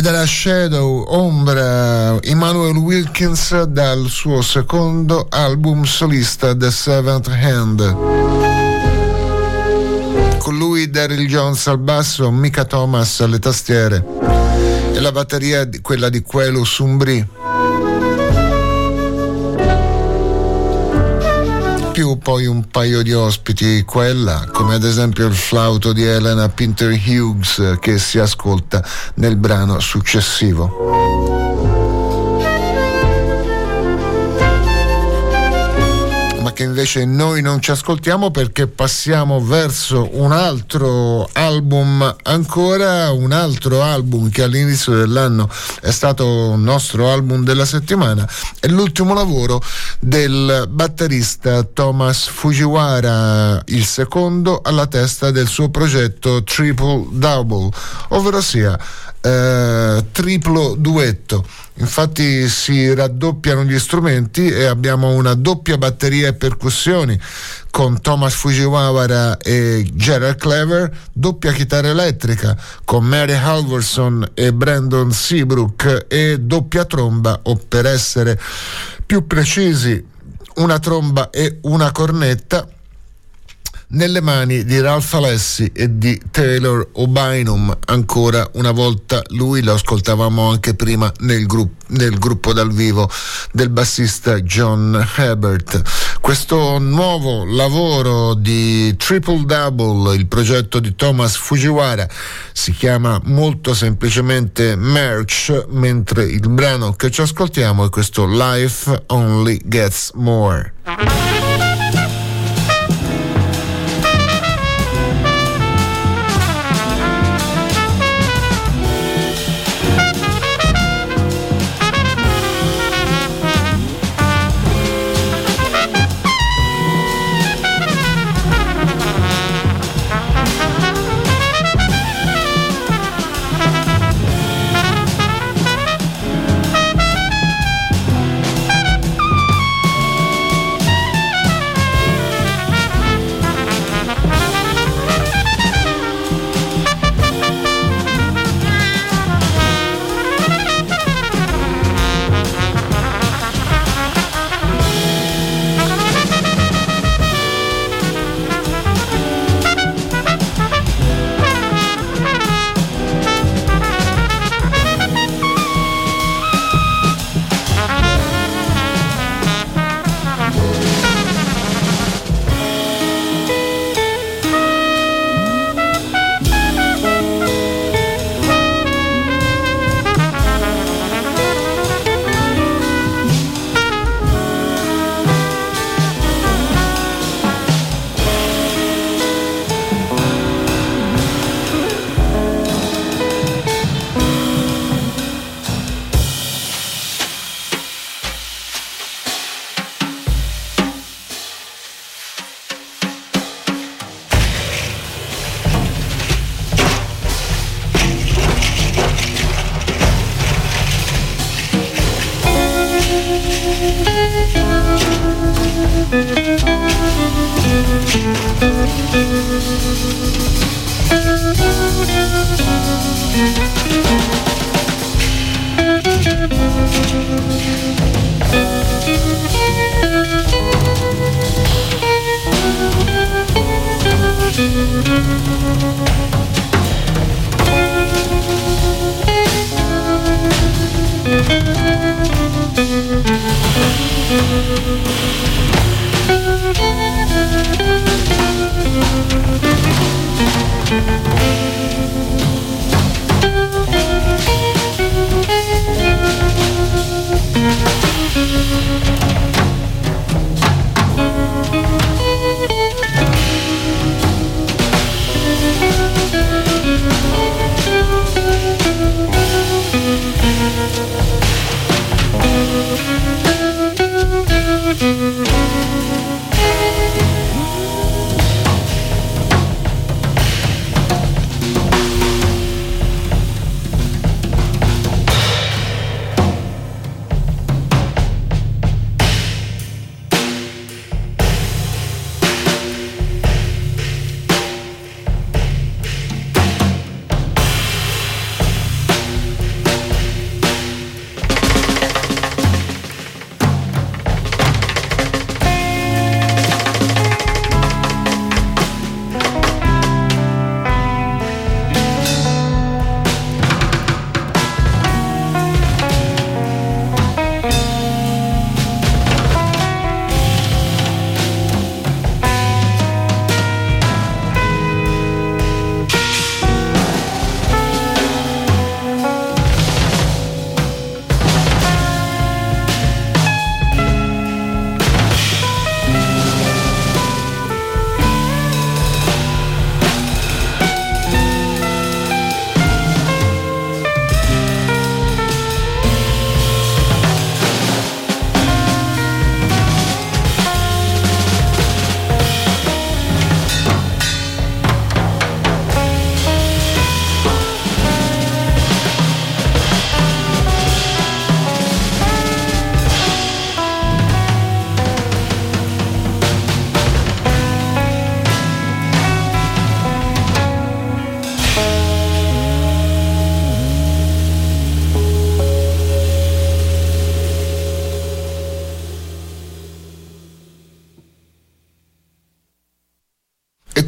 dalla Shadow, Ombra, Emmanuel Wilkins dal suo secondo album solista The Seventh Hand. Con lui Daryl Jones al basso, Mika Thomas alle tastiere e la batteria quella di Quello Sumbri, più poi un paio di ospiti qua e là, come ad esempio il flauto di Helena Pinter Hughes che si ascolta nel brano successivo. Ma che invece noi non ci ascoltiamo, perché passiamo verso un altro album, ancora un altro album che all'inizio dell'anno è stato un nostro album della settimana. È l'ultimo lavoro del batterista Thomas Fujiwara, il secondo alla testa del suo progetto Triple Double, ovvero sia triplo duetto. Infatti si raddoppiano gli strumenti e abbiamo una doppia batteria e percussioni con Thomas Fujiwara e Gerald Clever, doppia chitarra elettrica con Mary Halvorson e Brandon Seabrook e doppia tromba, o per essere più precisi una tromba e una cornetta, nelle mani di Ralph Alessi e di Taylor O'Bynum. Ancora una volta lui, lo ascoltavamo anche prima nel gruppo dal vivo del bassista John Hebert. Questo nuovo lavoro di Triple Double, il progetto di Thomas Fujiwara, si chiama molto semplicemente Merch, mentre il brano che ci ascoltiamo è questo Life Only Gets More.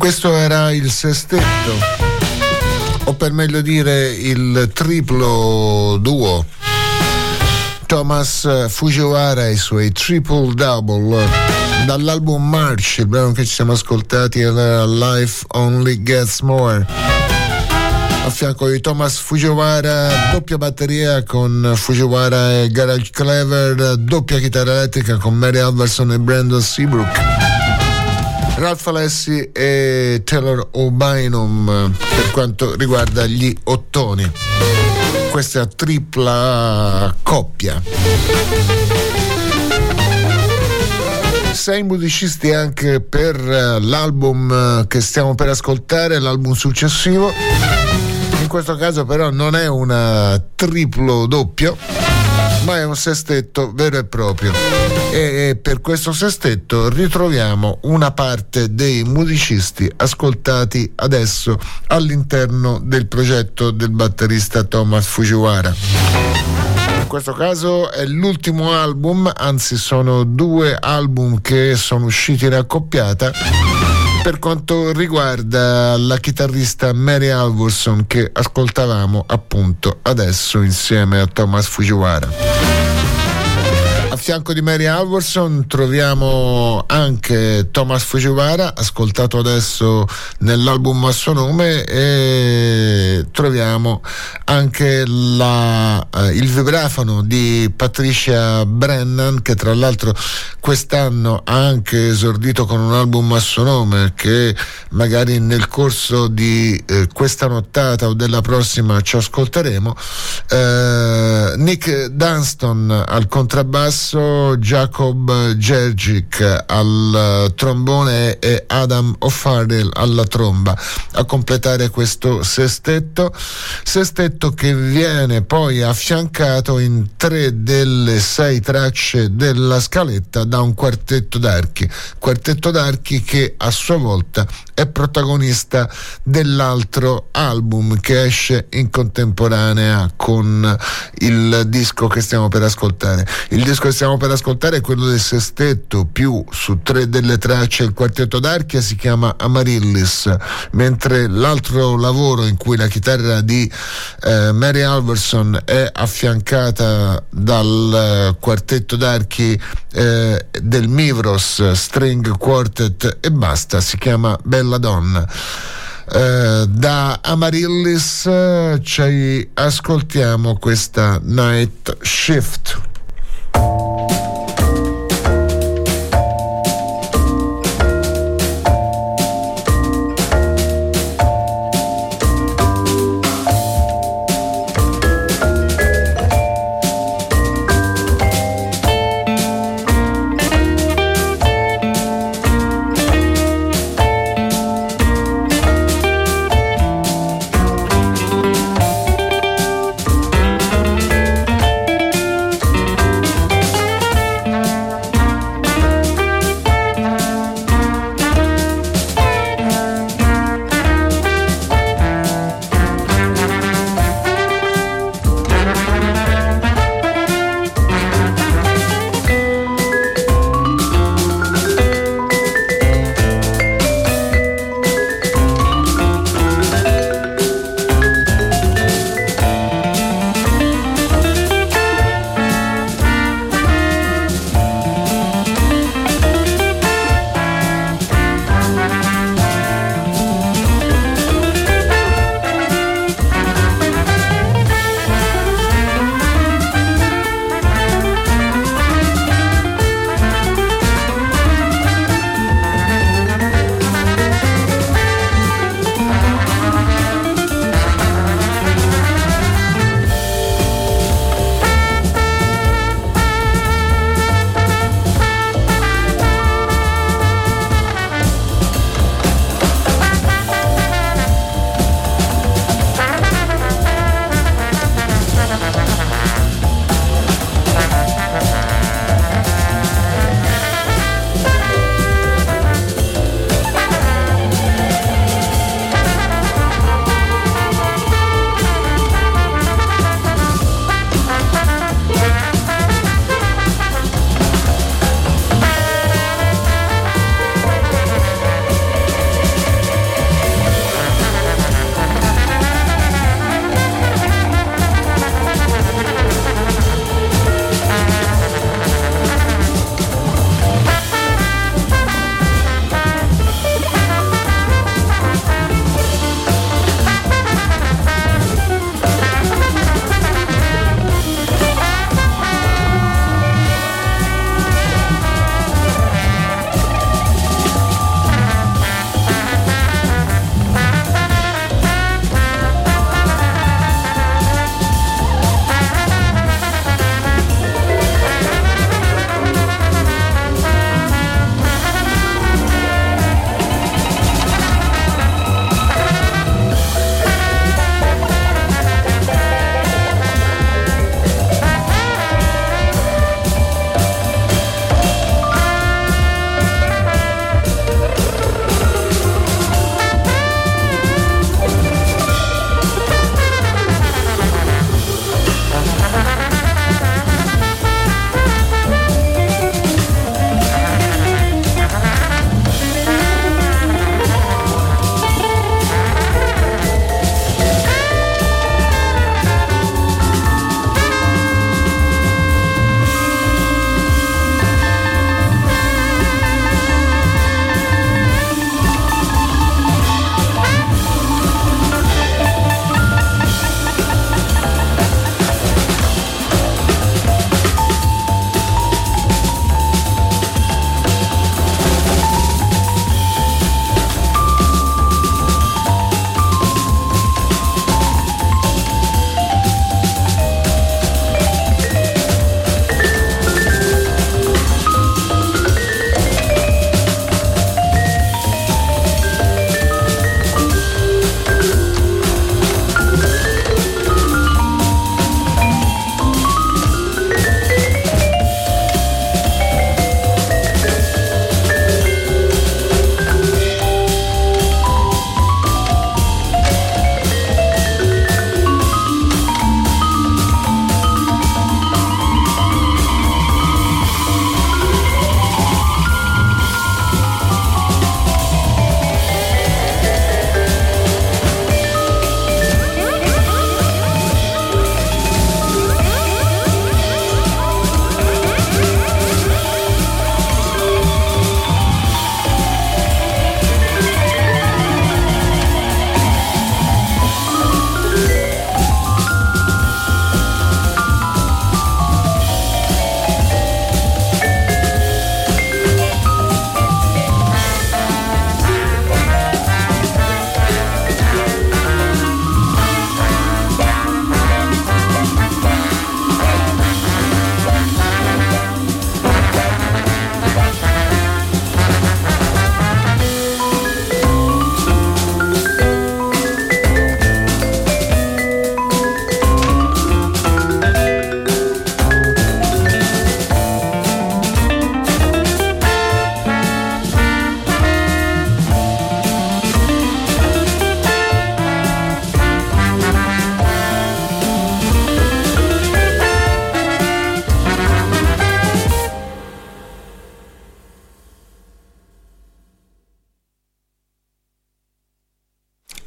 Questo era il sestetto, o per meglio dire il triplo duo. Thomas Fujiwara e i suoi Triple Double dall'album March. Il brano che ci siamo ascoltati era Life Only Gets More. A fianco di Thomas Fujiwara, doppia batteria con Fujiwara e Garage Clever, doppia chitarra elettrica con Mary Alverson e Brandon Seabrook, Ralph Alessi e Taylor O'Bynum per quanto riguarda gli ottoni. Questa tripla coppia. 6 musicisti anche per l'album che stiamo per ascoltare, l'album successivo. In questo caso però non è una triplo doppio, ma è un sestetto vero e proprio, e per questo sestetto ritroviamo una parte dei musicisti ascoltati adesso all'interno del progetto del batterista Thomas Fujiwara. In questo caso è l'ultimo album, anzi sono 2 album che sono usciti in accoppiata. Per quanto riguarda la chitarrista Mary Alverson, che ascoltavamo appunto adesso insieme a Thomas Fujiwara. A fianco di Mary Alverson troviamo anche Thomas Fujiwara, ascoltato adesso nell'album a suo nome, e troviamo anche il vibrafono di Patricia Brennan, che tra l'altro quest'anno ha anche esordito con un album a suo nome, che magari nel corso di questa nottata o della prossima ci ascolteremo. Nick Dunston al contrabbasso, Jacob Jergic al trombone e Adam O'Farrell alla tromba a completare questo sestetto che viene poi affiancato in 3 delle 6 tracce della scaletta da un quartetto d'archi che a sua volta è protagonista dell'altro album che esce in contemporanea con il disco che stiamo per ascoltare. Il disco che stiamo per ascoltare è quello del sestetto, più su 3 delle tracce il quartetto d'archi, si chiama Amaryllis, mentre l'altro lavoro in cui la chitarra di Mary Alverson è affiancata dal quartetto d'archi del Mivros String Quartet e basta, si chiama Bella Donna. Da Amaryllis ci ascoltiamo questa Night Shift.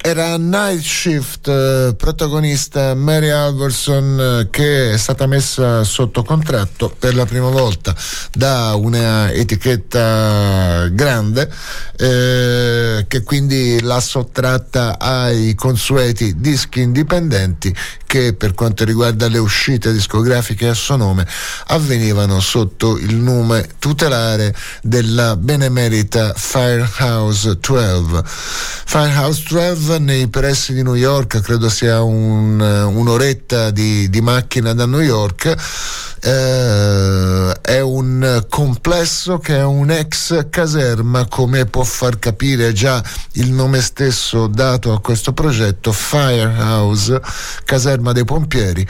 Era Night Shift, protagonista Mary Alverson, che è stata messa sotto contratto per la prima volta da una etichetta grande, che quindi l'ha sottratta ai consueti dischi indipendenti che, per quanto riguarda le uscite discografiche a suo nome, avvenivano sotto il nome tutelare della benemerita Firehouse 12. Firehouse 12 nei pressi di New York, credo sia un'oretta di macchina da New York. È un complesso che è un ex caserma, come può far capire già il nome stesso dato a questo progetto, Firehouse, caserma dei pompieri.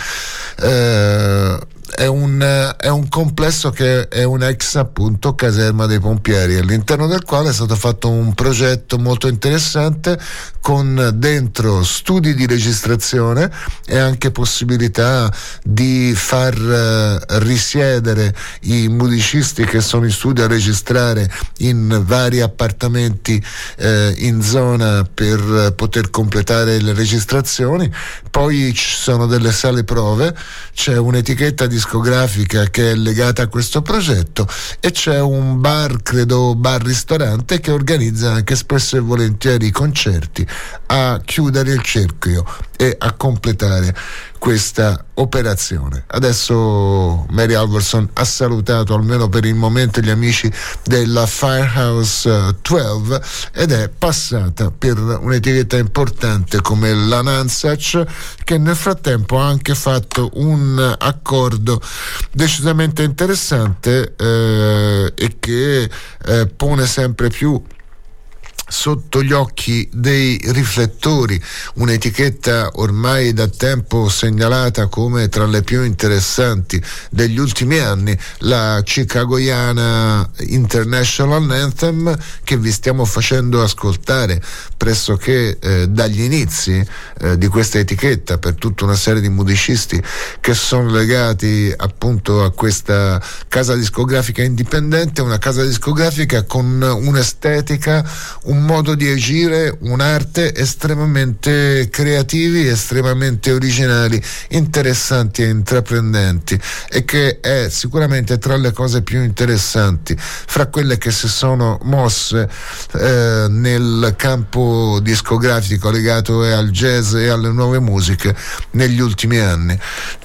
È un complesso che è un ex, appunto, caserma dei pompieri, all'interno del quale è stato fatto un progetto molto interessante, con dentro studi di registrazione e anche possibilità di far risiedere i musicisti che sono in studio a registrare in vari appartamenti in zona per poter completare le registrazioni. Poi ci sono delle sale prove, c'è un'etichetta discografica che è legata a questo progetto e c'è un bar, credo bar-ristorante, che organizza anche spesso e volentieri concerti a chiudere il cerchio e a completare questa operazione. Adesso Mary Alverson ha salutato, almeno per il momento, gli amici della Firehouse 12 ed è passata per un'etichetta importante come la Nonesuch, che nel frattempo ha anche fatto un accordo decisamente interessante e che pone sempre più sotto gli occhi dei riflettori un'etichetta ormai da tempo segnalata come tra le più interessanti degli ultimi anni, la chicagoiana International Anthem, che vi stiamo facendo ascoltare pressoché dagli inizi di questa etichetta, per tutta una serie di musicisti che sono legati appunto a questa casa discografica indipendente, una casa discografica con un'estetica, un modo di agire, un'arte estremamente creativi, estremamente originali, interessanti e intraprendenti, e che è sicuramente tra le cose più interessanti fra quelle che si sono mosse nel campo discografico legato al jazz e alle nuove musiche negli ultimi anni.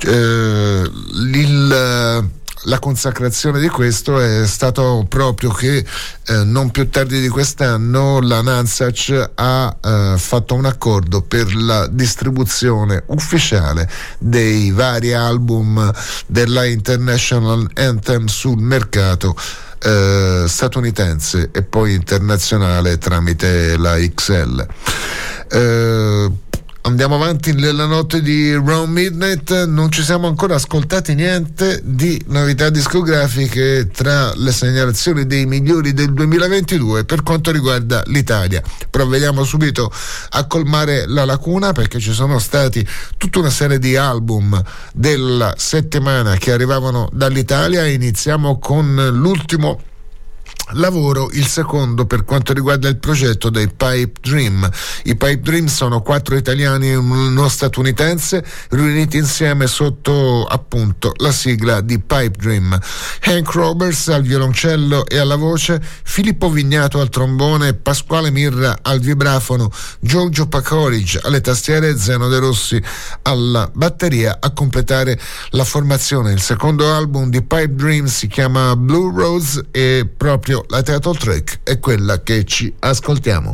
La consacrazione di questo è stato proprio che non più tardi di quest'anno la Nonesuch ha fatto un accordo per la distribuzione ufficiale dei vari album della International Anthem sul mercato statunitense e poi internazionale tramite la XL. Andiamo avanti nella notte di Round Midnight. Non ci siamo ancora ascoltati niente di novità discografiche tra le segnalazioni dei migliori del 2022 per quanto riguarda l'Italia. Provvediamo subito a colmare la lacuna, perché ci sono stati tutta una serie di album della settimana che arrivavano dall'Italia. Iniziamo con l'ultimo lavoro, il secondo per quanto riguarda il progetto dei Pipe Dream. I Pipe Dream sono 4 italiani e uno statunitense riuniti insieme sotto appunto la sigla di Pipe Dream. Hank Roberts al violoncello e alla voce, Filippo Vignato al trombone, Pasquale Mirra al vibrafono, Giorgio Pacoric alle tastiere, Zeno De Rossi alla batteria a completare la formazione. Il secondo album di Pipe Dream si chiama Blue Rose e proprio la title track è quella che ci ascoltiamo.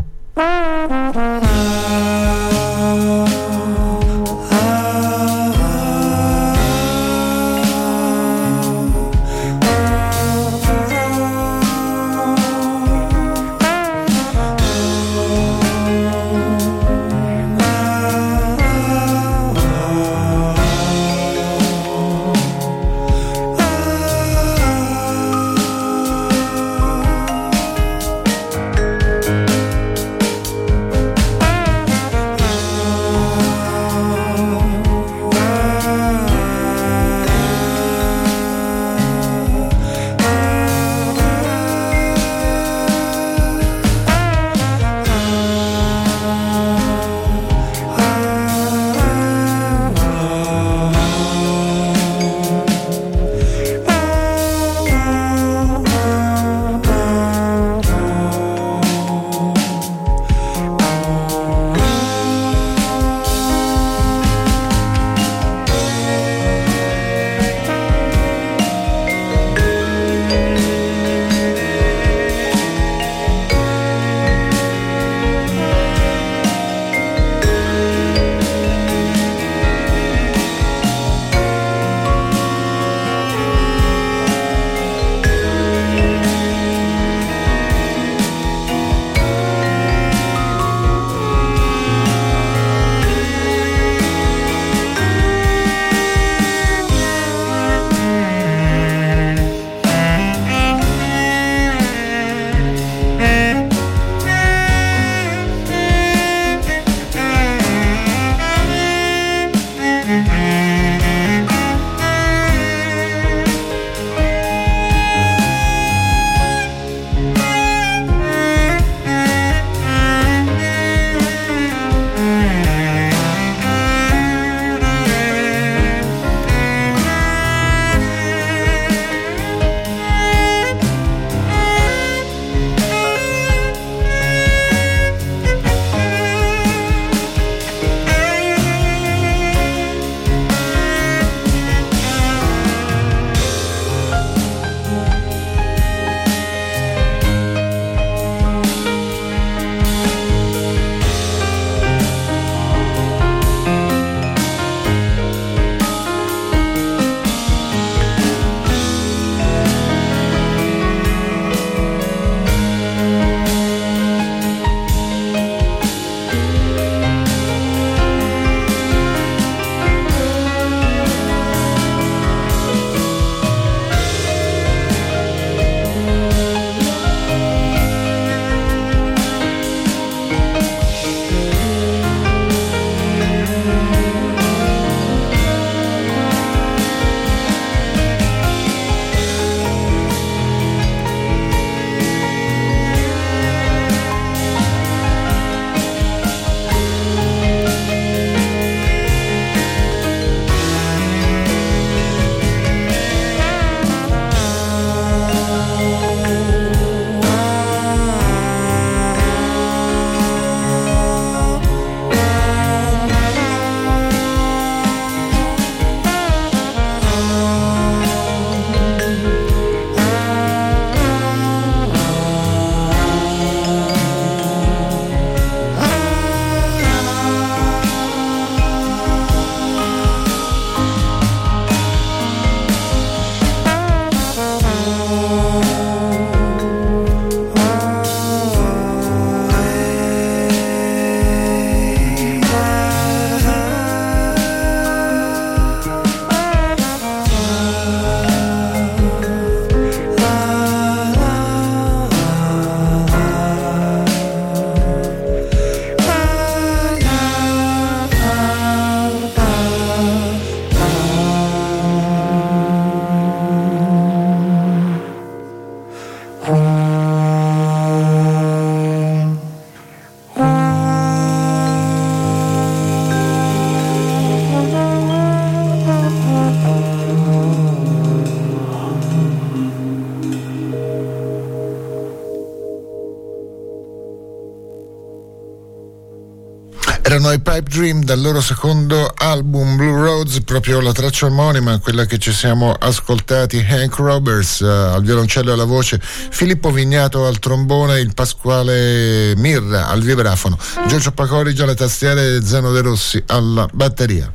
Erano i Pipe Dream dal loro secondo album Blue Roads, proprio la traccia omonima, quella che ci siamo ascoltati. Hank Roberts al violoncello e alla voce, Filippo Vignato al trombone, il Pasquale Mirra al vibrafono, Giorgio Pacorigia alle tastiere e Zeno De Rossi alla batteria.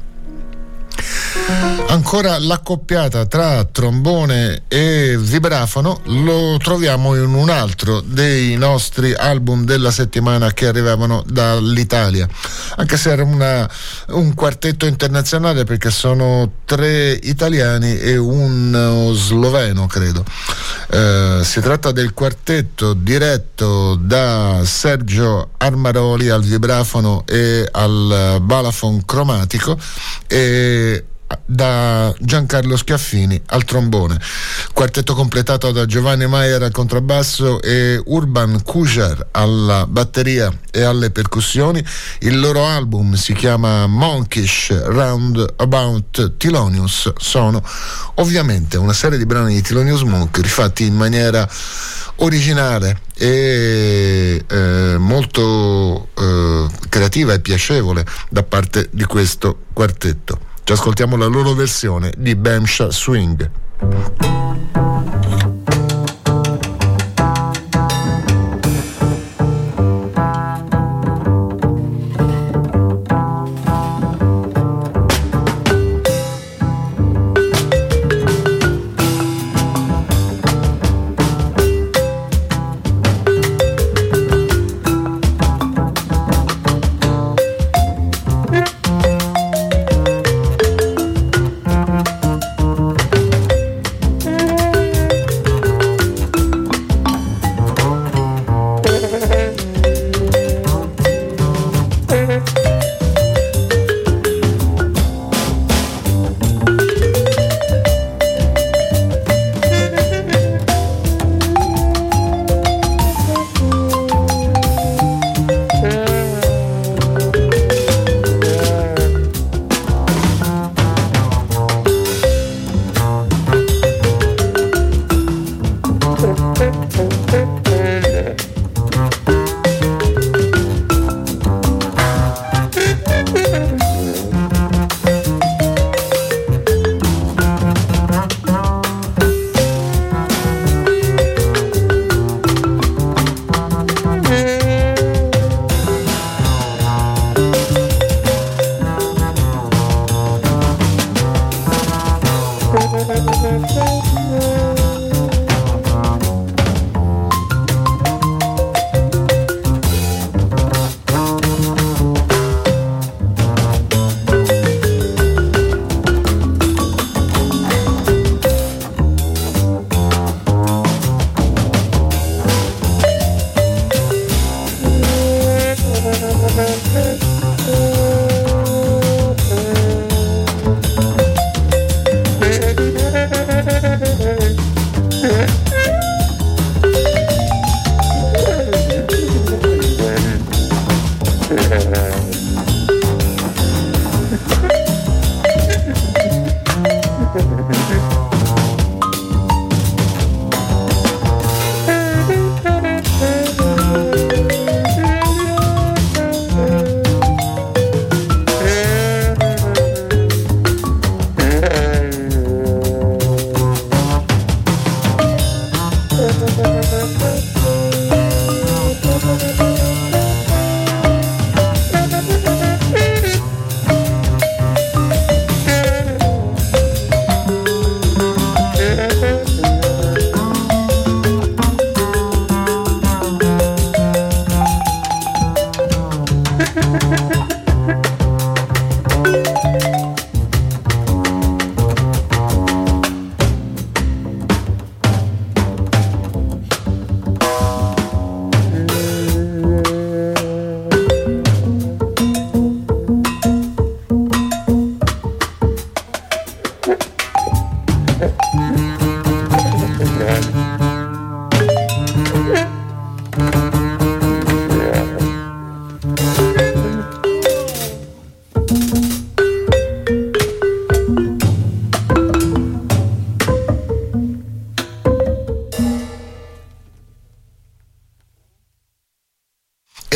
Ancora l'accoppiata tra trombone e vibrafono lo troviamo in un altro dei nostri album della settimana che arrivavano dall'Italia, anche se era un quartetto internazionale, perché sono 3 italiani e uno sloveno, credo. Si tratta del quartetto diretto da Sergio Armaroli al vibrafono e al balafon cromatico e da Giancarlo Schiaffini al trombone, quartetto completato da Giovanni Maier al contrabbasso e Urban Kujar alla batteria e alle percussioni. Il loro album si chiama Monkish Roundabout Thelonious. Sono ovviamente una serie di brani di Thelonious Monk rifatti in maniera originale e molto creativa e piacevole da parte di questo quartetto. Ci ascoltiamo la loro versione di Bamsha Swing.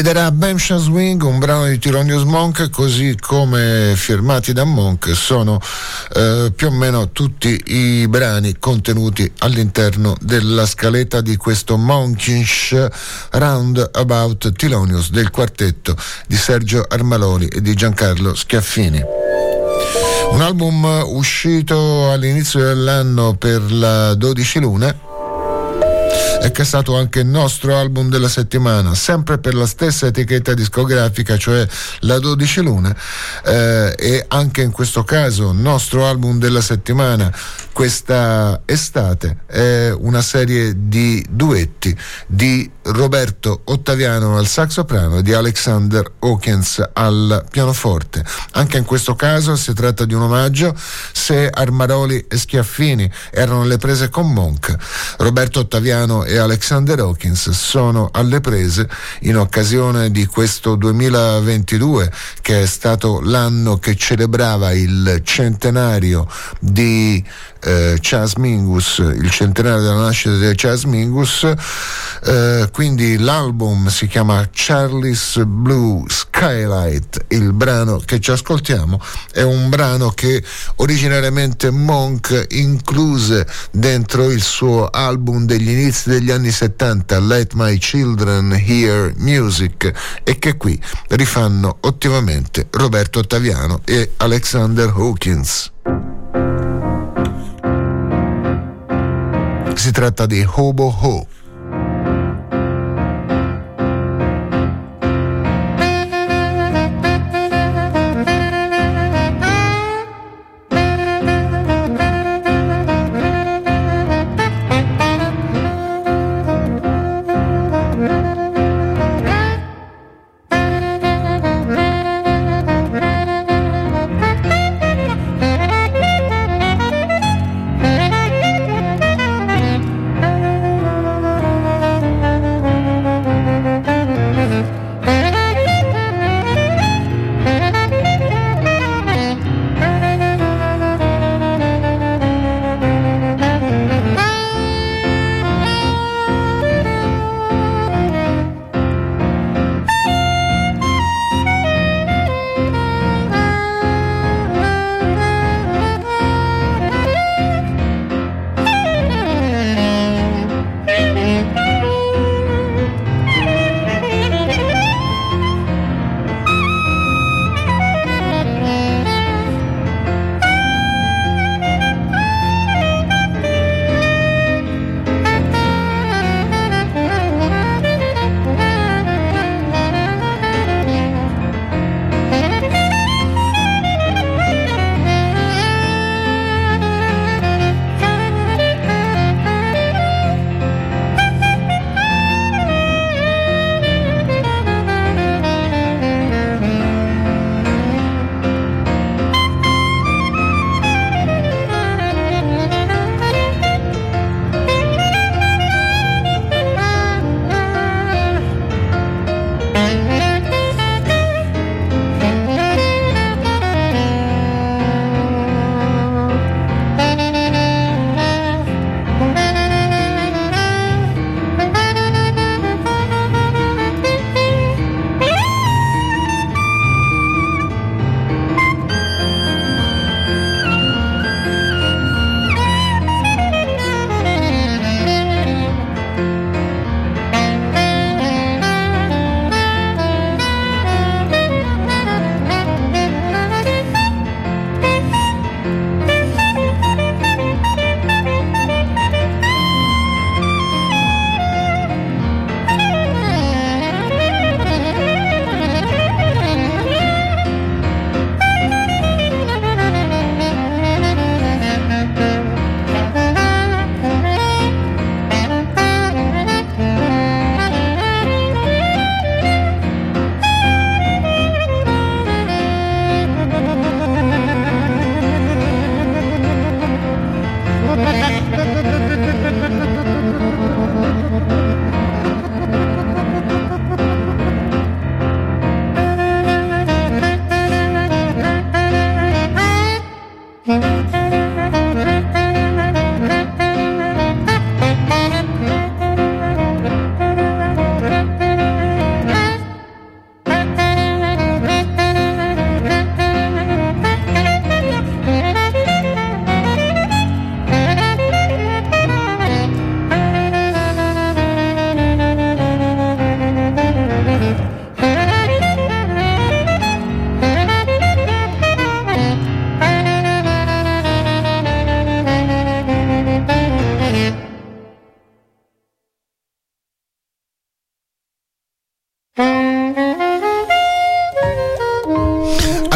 ed era Bencha Swing, un brano di Thelonious Monk, così come firmati da Monk sono più o meno tutti i brani contenuti all'interno della scaletta di questo Monkish Roundabout Thelonious del quartetto di Sergio Armaloli e di Giancarlo Schiaffini. Un album uscito all'inizio dell'anno per la 12 Lune e che è stato anche il nostro album della settimana, sempre per la stessa etichetta discografica, cioè la 12 Lune, e anche in questo caso nostro album della settimana questa estate è una serie di duetti di Roberto Ottaviano al sax soprano e di Alexander Hawkins al pianoforte. Anche in questo caso si tratta di un omaggio. Se Armaroli e Schiaffini erano alle prese con Monk, Roberto Ottaviano e Alexander Hawkins sono alle prese in occasione di questo 2022, che è stato l'anno che celebrava il centenario di Chas Mingus, il centenario della nascita di Chas Mingus. Quindi l'album si chiama Charlie's Blue Skylight. Il brano che ci ascoltiamo è un brano che originariamente Monk incluse dentro il suo album degli inizi degli anni 70, Let My Children Hear Music, e che qui rifanno ottimamente Roberto Ottaviano e Alexander Hawkins. Si tratta di Hobo Ho.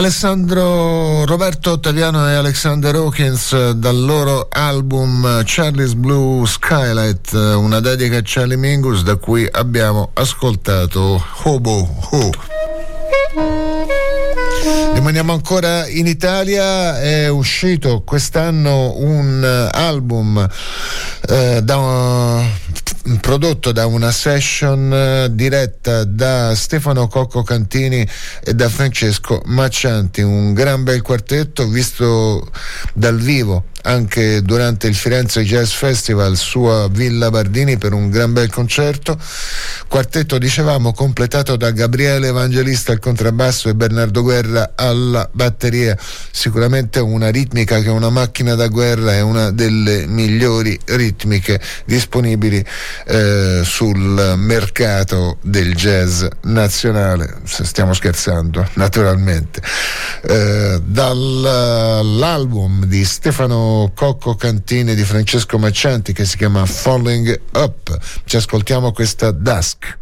Roberto Ottaviano e Alexander Hawkins dal loro album Charlie's Blue Skylight, una dedica a Charlie Mingus, da cui abbiamo ascoltato Hobo Ho. Rimaniamo ancora in Italia. È uscito quest'anno un album prodotto da una session diretta da Stefano Cocco Cantini e da Francesco Maccianti, un gran bel quartetto visto dal vivo anche durante il Firenze Jazz Festival su a Villa Bardini per un gran bel concerto. Quartetto, dicevamo, completato da Gabriele Evangelista al contrabbasso e Bernardo Guerra alla batteria. Sicuramente una ritmica che è una macchina da guerra, è una delle migliori ritmiche disponibili sul mercato del jazz nazionale, se stiamo scherzando naturalmente. Dall'album di Stefano Cocco Cantini e di Francesco Maccianti, che si chiama Falling Up, ci ascoltiamo questa Dusk.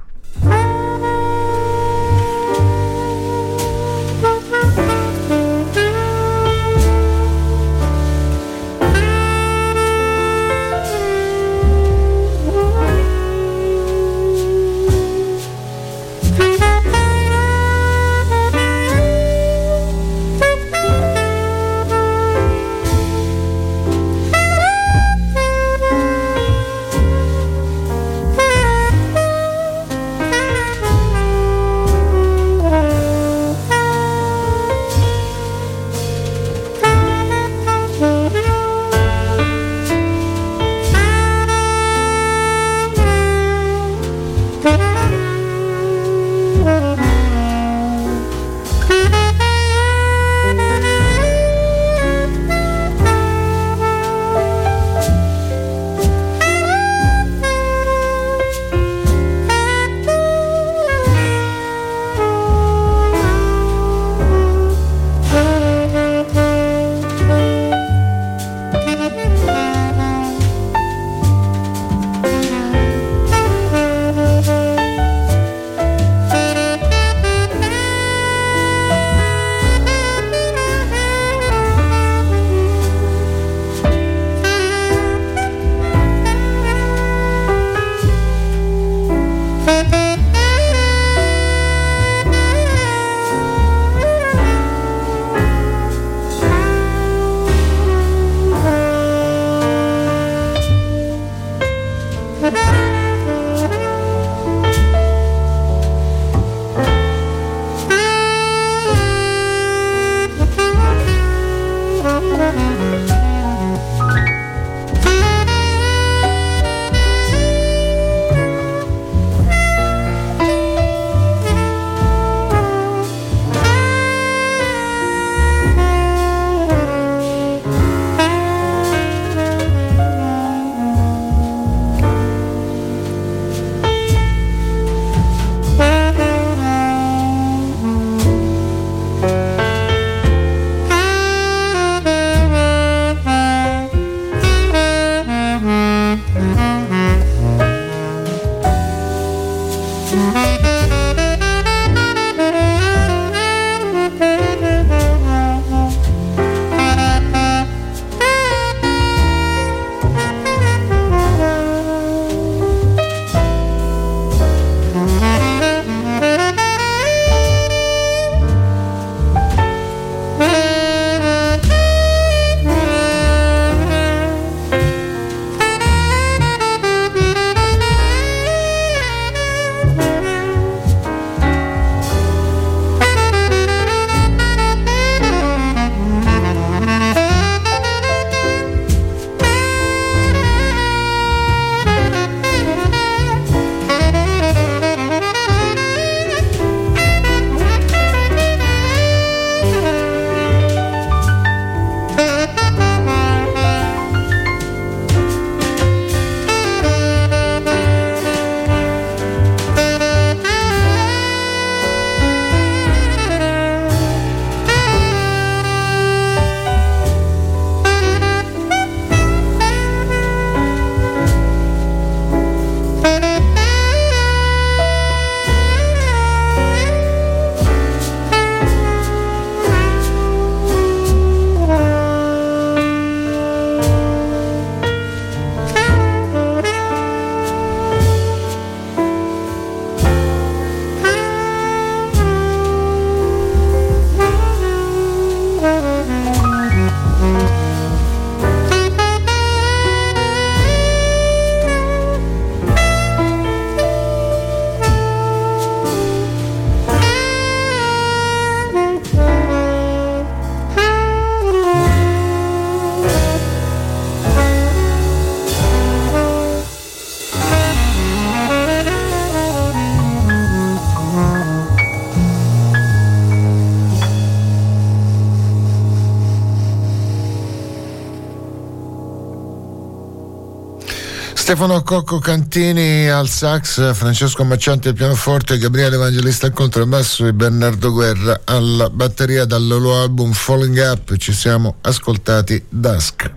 Stefano Cocco Cantini al sax, Francesco Maccianti al pianoforte, Gabriele Evangelista al contrabbasso e Bernardo Guerra alla batteria. Dal loro album Falling Up ci siamo ascoltati Dusk.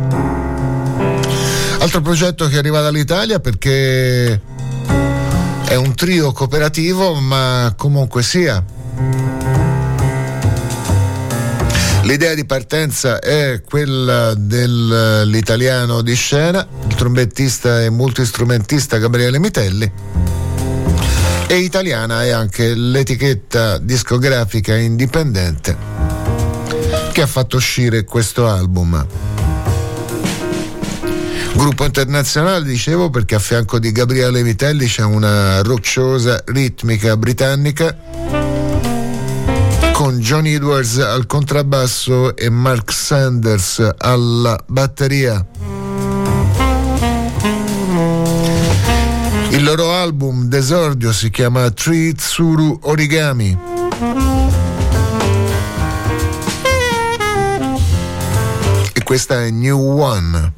Altro progetto che arriva dall'Italia perché è un trio cooperativo, ma comunque sia l'idea di partenza è quella dell'italiano di scena, il trombettista e multistrumentista Gabriele Mitelli, e italiana è anche l'etichetta discografica indipendente che ha fatto uscire questo album. Gruppo internazionale, dicevo, perché a fianco di Gabriele Mitelli c'è una rocciosa ritmica britannica con John Edwards al contrabbasso e Mark Sanders alla batteria. Il loro album d'esordio si chiama Three Tsuru Origami. E questa è New One.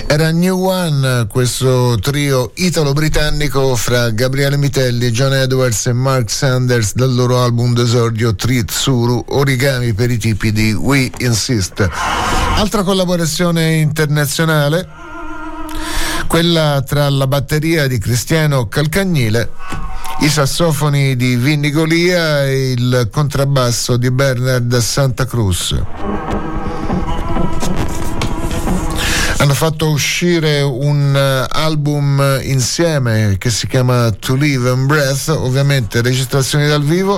Era New One, questo trio italo-britannico fra Gabriele Mitelli, John Edwards e Mark Sanders dal loro album d'esordio Tritsuru, origami per i tipi di We Insist. Altra collaborazione internazionale, quella tra la batteria di Cristiano Calcagnile, i sassofoni di Vinny Golia e il contrabbasso di Bernard Santa Cruz. Hanno fatto uscire un album insieme che si chiama To Live and Breath, ovviamente registrazioni dal vivo.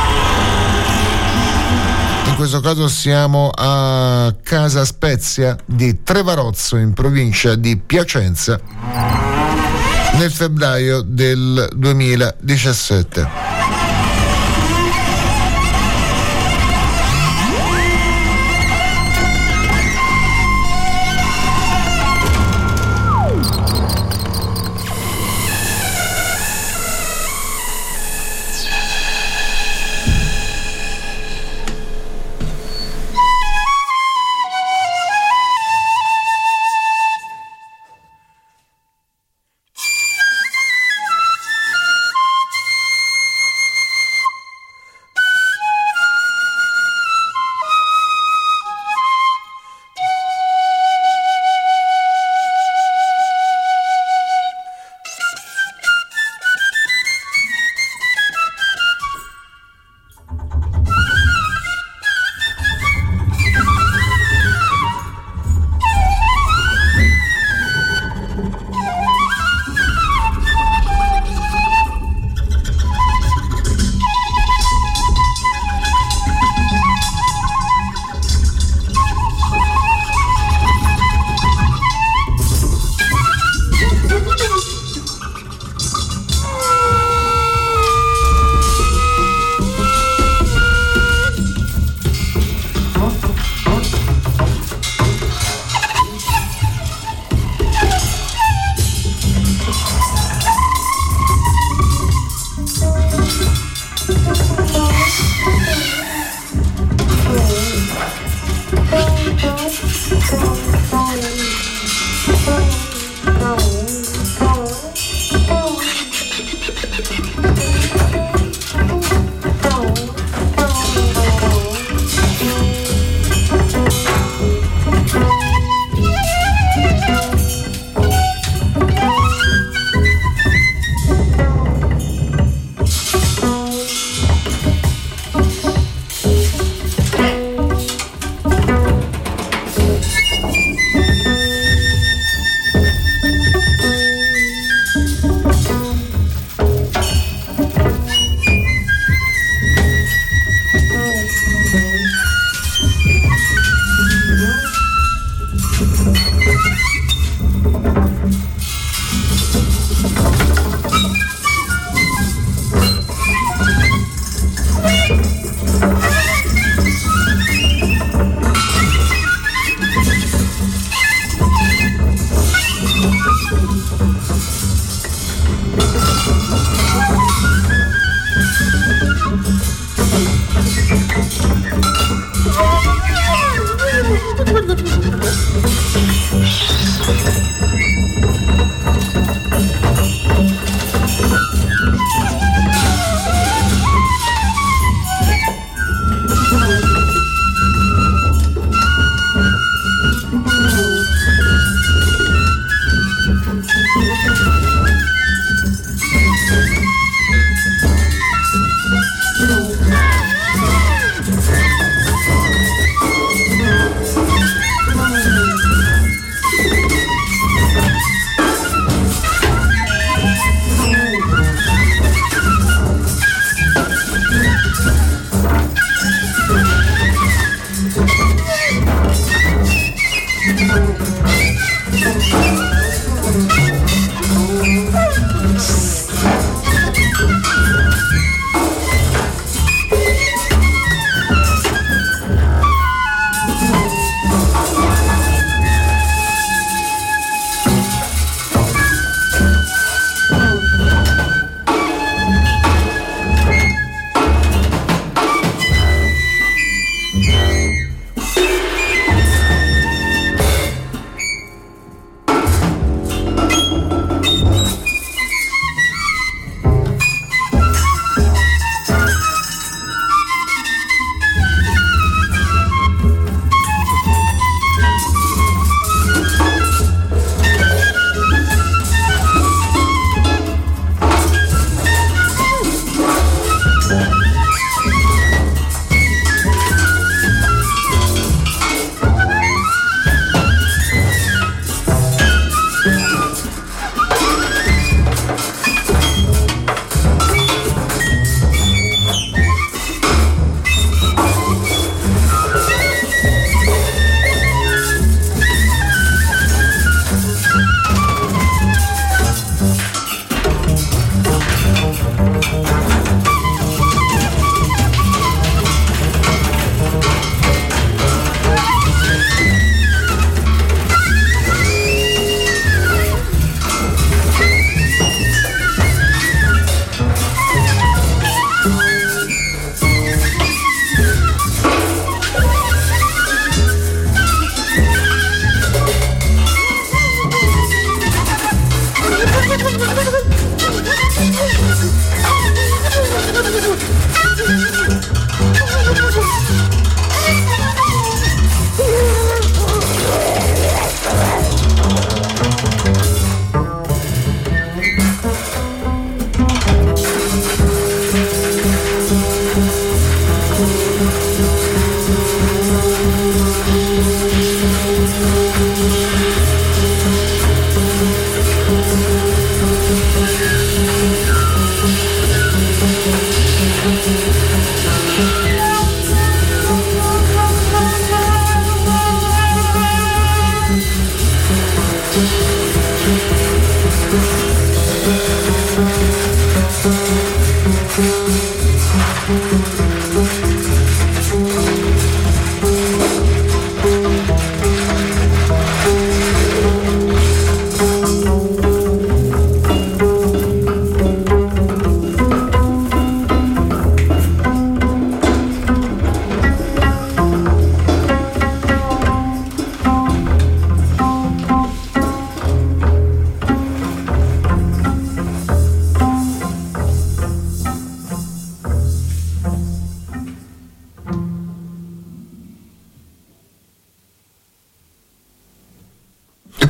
In questo caso siamo a Casa Spezia di Trevarozzo, in provincia di Piacenza, nel febbraio del 2017.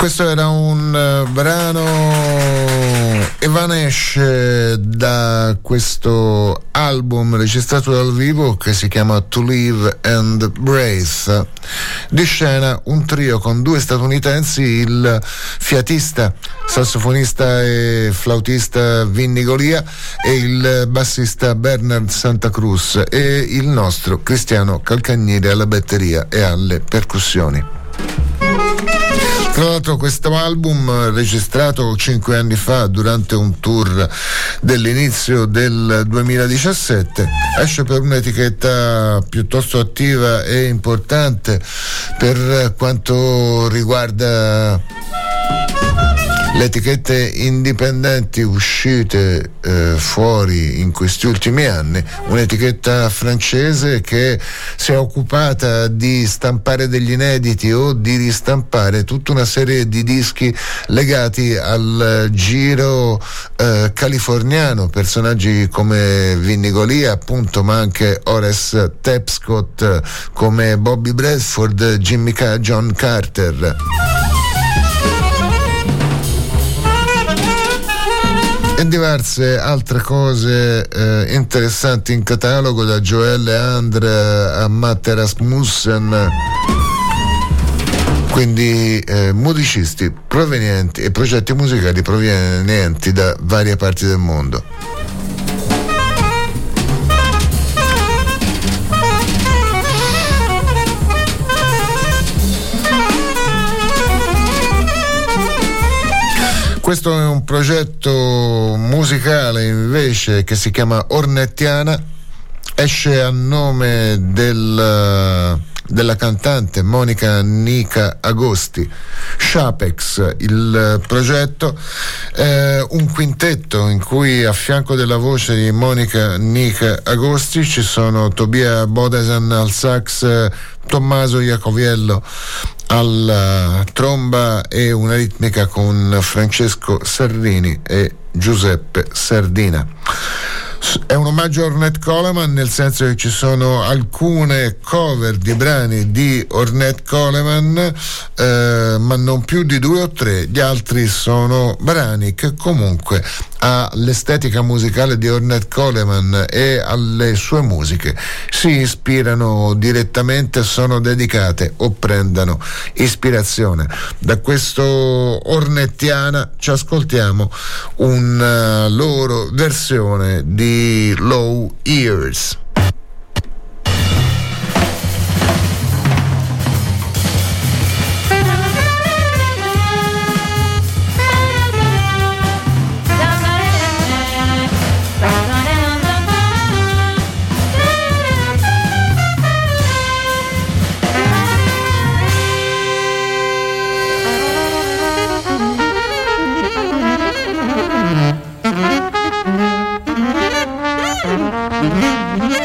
Questo era un brano evanesce da questo album registrato dal vivo che si chiama To Live and Breathe. Di scena un trio con due statunitensi, il fiatista, sassofonista e flautista Vinny Golia e il bassista Bernard Santa Cruz e il nostro Cristiano Calcagnini alla batteria e alle percussioni. Tra l'altro questo album, registrato 5 anni fa durante un tour dell'inizio del 2017, esce per un'etichetta piuttosto attiva e importante per quanto riguarda le etichette indipendenti uscite fuori in questi ultimi anni. Un'etichetta francese che si è occupata di stampare degli inediti o di ristampare tutta una serie di dischi legati al giro californiano, personaggi come Vinny Golia appunto, ma anche Horace Tapscott, come Bobby Bradford, John Carter. E diverse altre cose interessanti in catalogo, da Joelle Andre a Matte Rasmussen, quindi musicisti provenienti e progetti musicali provenienti da varie parti del mondo. Questo è un progetto musicale invece che si chiama Ornettiana, esce a nome della cantante Monica Nica Agosti. Shapex il progetto, un quintetto in cui a fianco della voce di Monica Nica Agosti ci sono Tobia Bodasan al sax, Tommaso Iacoviello alla tromba e una ritmica con Francesco Sarrini e Giuseppe Sardina. È un omaggio a Ornette Coleman, nel senso che ci sono alcune cover di brani di Ornette Coleman, ma non più di 2 o 3. Gli altri sono brani che comunque all'estetica musicale di Ornette Coleman e alle sue musiche si ispirano direttamente, sono dedicate o prendono ispirazione. Da questo Ornettiana ci ascoltiamo una loro versione di Low Years. Mm-hmm.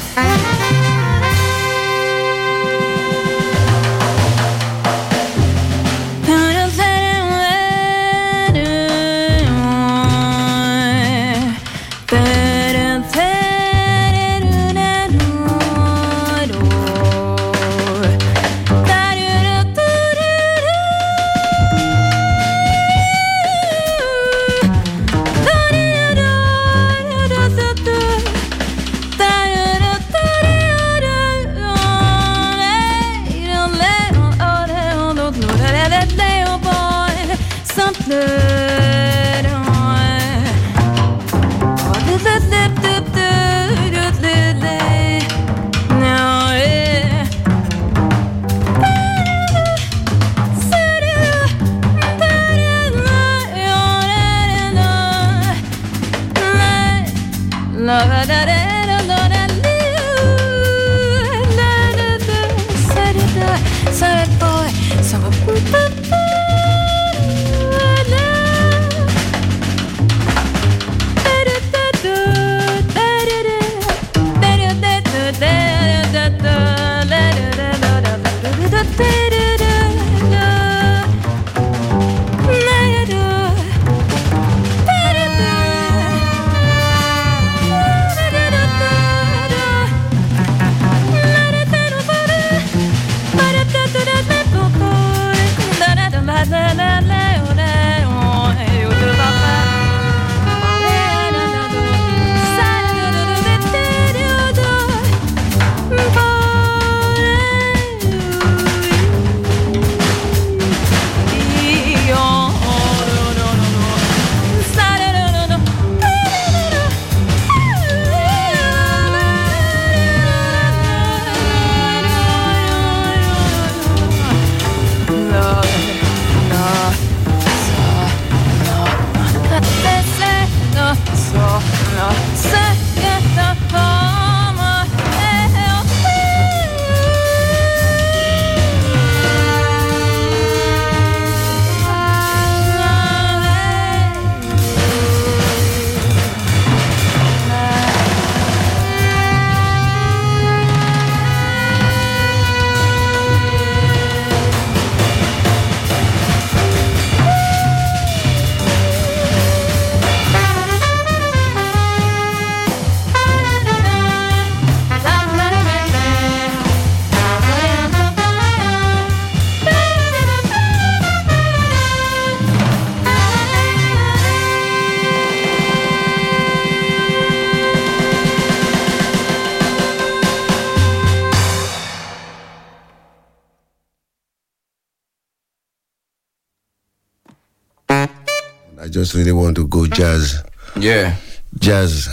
I just really want to go jazz. Yeah. Jazz,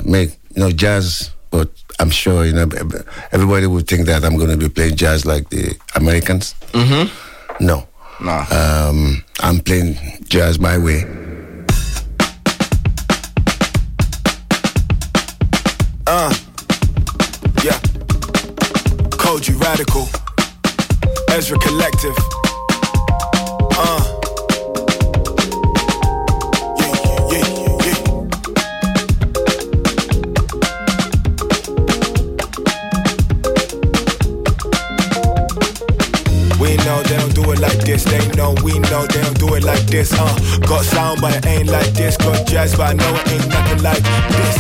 jazz, but I'm sure, everybody would think that I'm going to be playing jazz like the Americans. Mm-hmm. No. Nah. I'm playing jazz my way. Yeah. Koji Radical. Ezra Collective. Like this, they know we know they don't do it like this. Got sound but it ain't like this. Got jazz but I know it ain't nothing like this.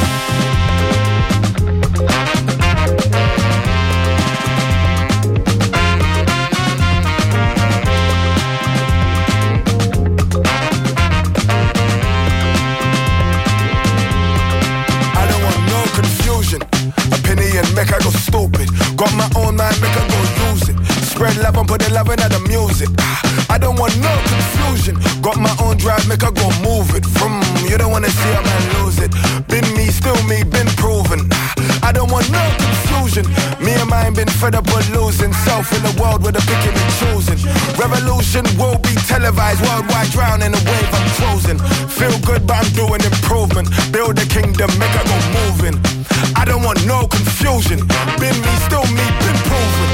I don't want no confusion. Opinion make I go stupid. Got my own mind, make I go use it. Spread love and put the love into the music. I don't want no confusion. Got my own drive, make I go move it. You don't wanna see a man lose it. Been me, still me, been proven. I don't want no confusion. Me and mine been fed up with losing. Self in the world with a picking and choosing. Revolution will be televised. Worldwide drown in the wave I'm closing. Feel good but I'm doing improvement. Build a kingdom, make I go moving. I don't want no confusion. Been me, still me, been proven.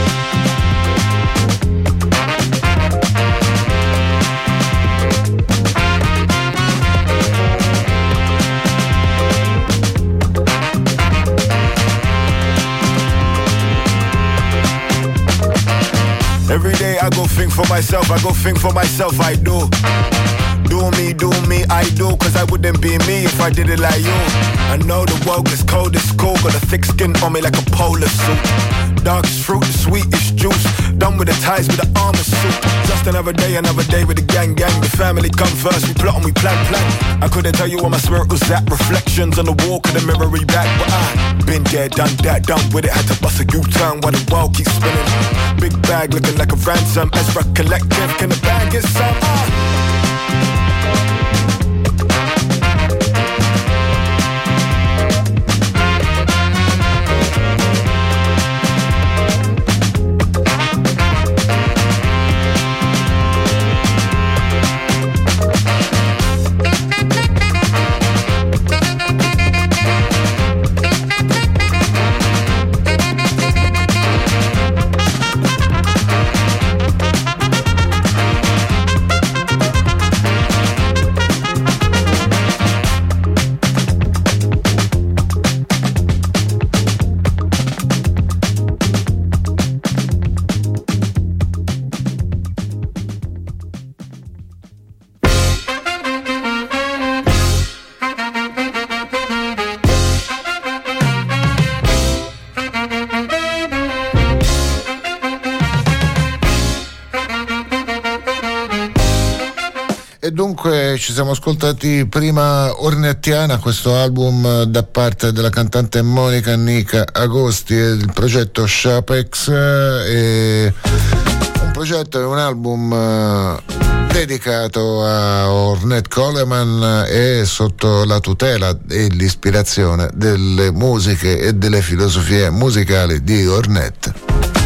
Every day I go think for myself, I do. Do me, I do, cause I wouldn't be me if I did it like you. I know the world is cold, it's cool, got a thick skin on me like a polar suit. Darkest fruit, the sweetest juice, done with the ties with the armor suit. Just another day with the gang. The family come first, we plot and we plan. I couldn't tell you where my spirit was at. Reflections on the wall, could the mirror back. But I been there, done that, done with it. Had to bust a U-turn while the world keeps spinning. Big bag looking like a ransom. Ezra Collective, can the bag get some? Dunque ci siamo ascoltati prima Ornettiana, questo album da parte della cantante Monica Nica Agosti e il progetto Shapex, un progetto e un album dedicato a Ornette Coleman e sotto la tutela e l'ispirazione delle musiche e delle filosofie musicali di Ornette.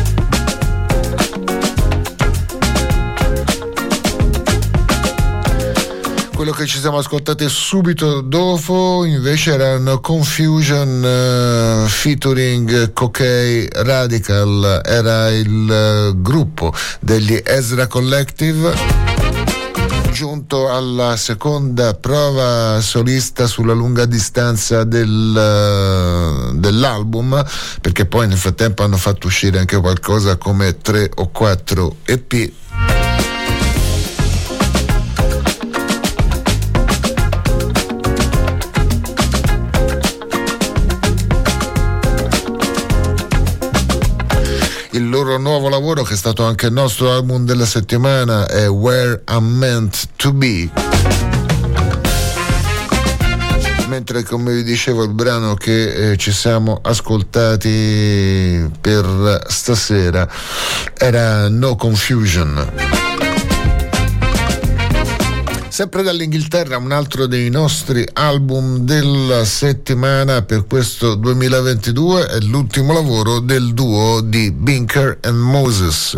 Quello che ci siamo ascoltati subito dopo invece erano Confusion featuring Cockey Radical, era il gruppo degli Ezra Collective, giunto alla seconda prova solista sulla lunga distanza dell'album, perché poi nel frattempo hanno fatto uscire anche qualcosa come 3 o 4 EP. Il loro nuovo lavoro, che è stato anche il nostro album della settimana, è Where I'm Meant to Be. Mentre, come vi dicevo, il brano che ci siamo ascoltati per stasera era No Confusion. Sempre dall'Inghilterra, un altro dei nostri album della settimana per questo 2022 è l'ultimo lavoro del duo di Binker and Moses.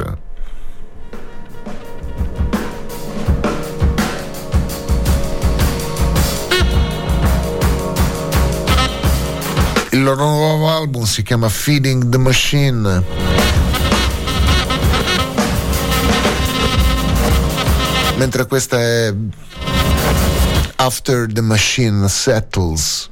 Il loro nuovo album si chiama Feeding the Machine. Mentre questa è After the Machine Settles.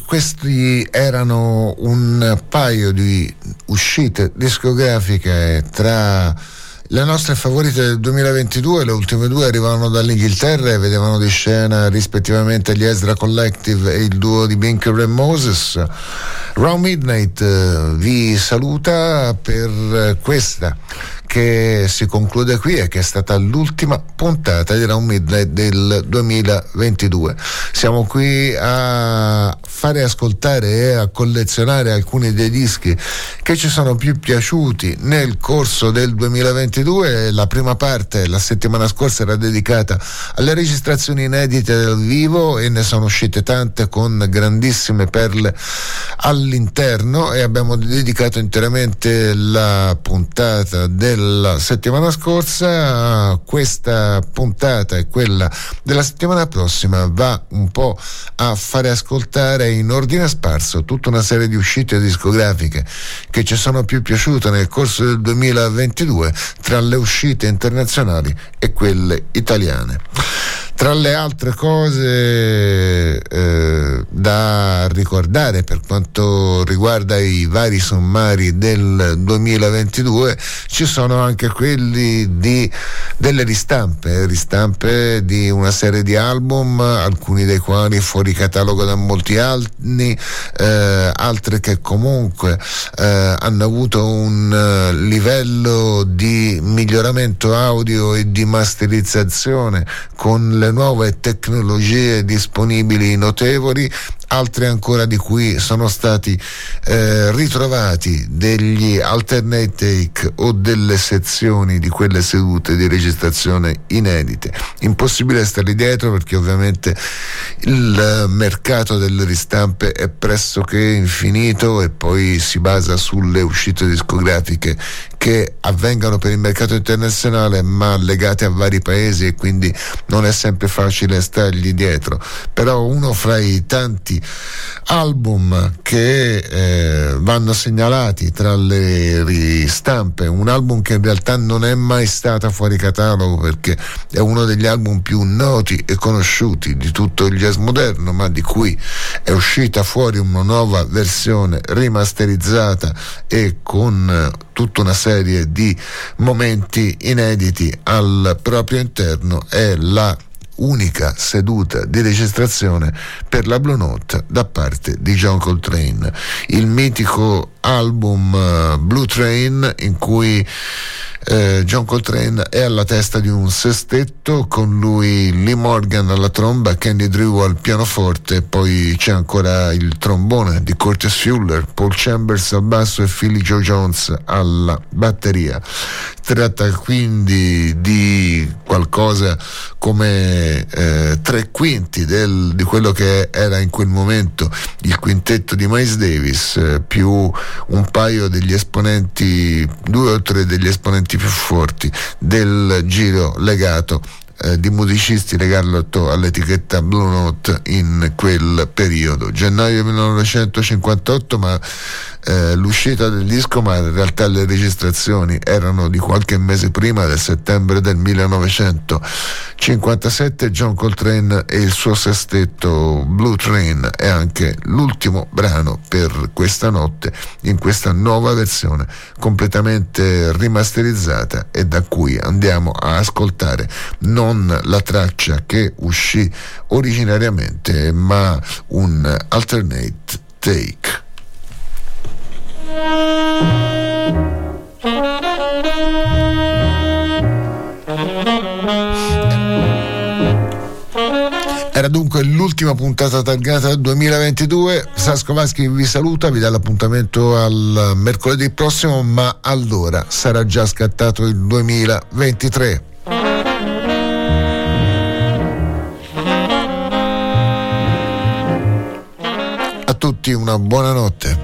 questi erano un paio di uscite discografiche tra le nostre favorite del 2022. Le ultime due arrivavano dall'Inghilterra e vedevano di scena rispettivamente gli Ezra Collective e il duo di Binker e Moses. Round Midnight vi saluta per questa che si conclude qui e che è stata l'ultima puntata di Round Midnight del 2022. Siamo qui a fare ascoltare e a collezionare alcuni dei dischi che ci sono più piaciuti nel corso del 2022. La prima parte, la settimana scorsa, era dedicata alle registrazioni inedite dal vivo e ne sono uscite tante con grandissime perle all'interno, e abbiamo dedicato interamente la puntata della settimana scorsa. Questa puntata e quella della settimana prossima va un po' a fare ascoltare in ordine sparso tutta una serie di uscite discografiche che ci sono più piaciute nel corso del 2022 tra le uscite internazionali e quelle italiane. Tra le altre cose da ricordare per quanto riguarda i vari sommari del 2022 ci sono anche quelli delle ristampe di una serie di album, alcuni dei quali fuori catalogo da molti anni, altre che comunque hanno avuto un livello di miglioramento audio e di masterizzazione con le nuove tecnologie disponibili notevoli, altre ancora di cui sono stati ritrovati degli alternate take o delle sezioni di quelle sedute di registrazione inedite. Impossibile starli dietro perché ovviamente il mercato delle ristampe è pressoché infinito e poi si basa sulle uscite discografiche che avvengano per il mercato internazionale ma legate a vari paesi, e quindi non è sempre facile stargli dietro. Però uno fra i tanti album che vanno segnalati tra le ristampe, un album che in realtà non è mai stato fuori catalogo perché è uno degli album più noti e conosciuti di tutto il jazz moderno, ma di cui è uscita fuori una nuova versione rimasterizzata e con tutta una serie di momenti inediti al proprio interno, è la unica seduta di registrazione per la Blue Note da parte di John Coltrane, il mitico album Blue Train in cui John Coltrane è alla testa di un sestetto, con lui Lee Morgan alla tromba, Kenny Drew al pianoforte, poi c'è ancora il trombone di Curtis Fuller, Paul Chambers al basso e Philly Joe Jones alla batteria. Tratta quindi di qualcosa come 3/5 di quello che era in quel momento il quintetto di Miles Davis, più un paio degli esponenti, 2 o 3 degli esponenti più forti del giro legato di musicisti legato all'etichetta Blue Note in quel periodo. Gennaio 1958, ma l'uscita del disco, ma in realtà le registrazioni erano di qualche mese prima, del settembre del 1957. John Coltrane e il suo sestetto Blue Train è anche l'ultimo brano per questa notte in questa nuova versione completamente rimasterizzata, e da cui andiamo a ascoltare non la traccia che uscì originariamente ma un alternate take. Era dunque l'ultima puntata targata 2022. Sasco Vaschi vi saluta, vi dà l'appuntamento al mercoledì prossimo, ma allora sarà già scattato il 2023. A tutti una buona notte.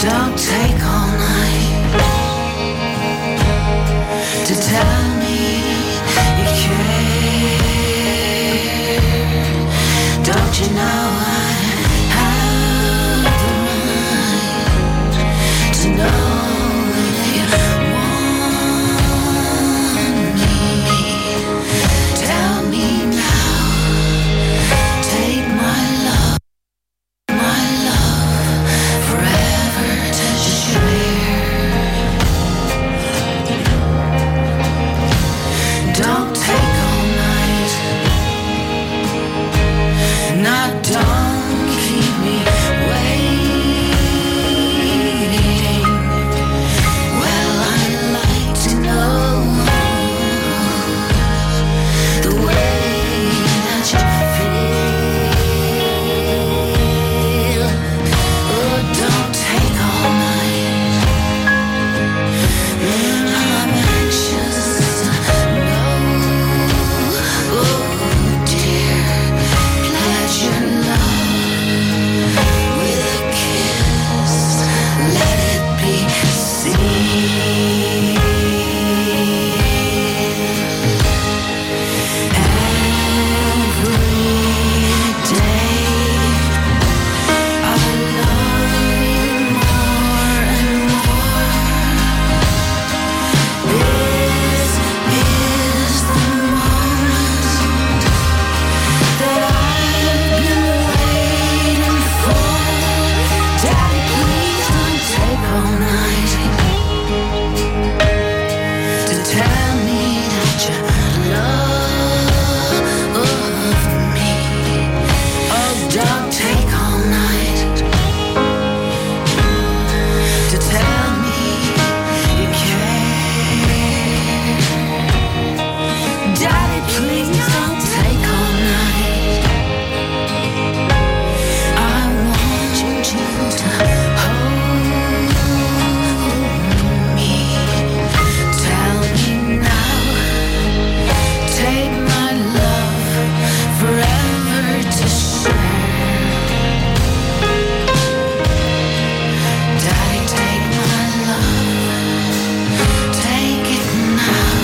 don't take all night to tell me you care. Don't you know I have the right to know if you want me? Tell me now. Take my love forever to share. Don't take all night. Now don't keep me waiting. Well, I'd like to know the way that you feel. Oh, don't take all night. I'm anxious to know. Oh dear, pledge your love with a kiss. Let it be seen. Every day I love you more and more. This is the moment that I've been waiting for. Daddy, please don't take all night to tell me that you love me. Oh, don't take all night to tell me you care. Daddy, please don't take all night. I want you to hold me. Tell me now. Take my love forever to share. Daddy, take my love. Take it now.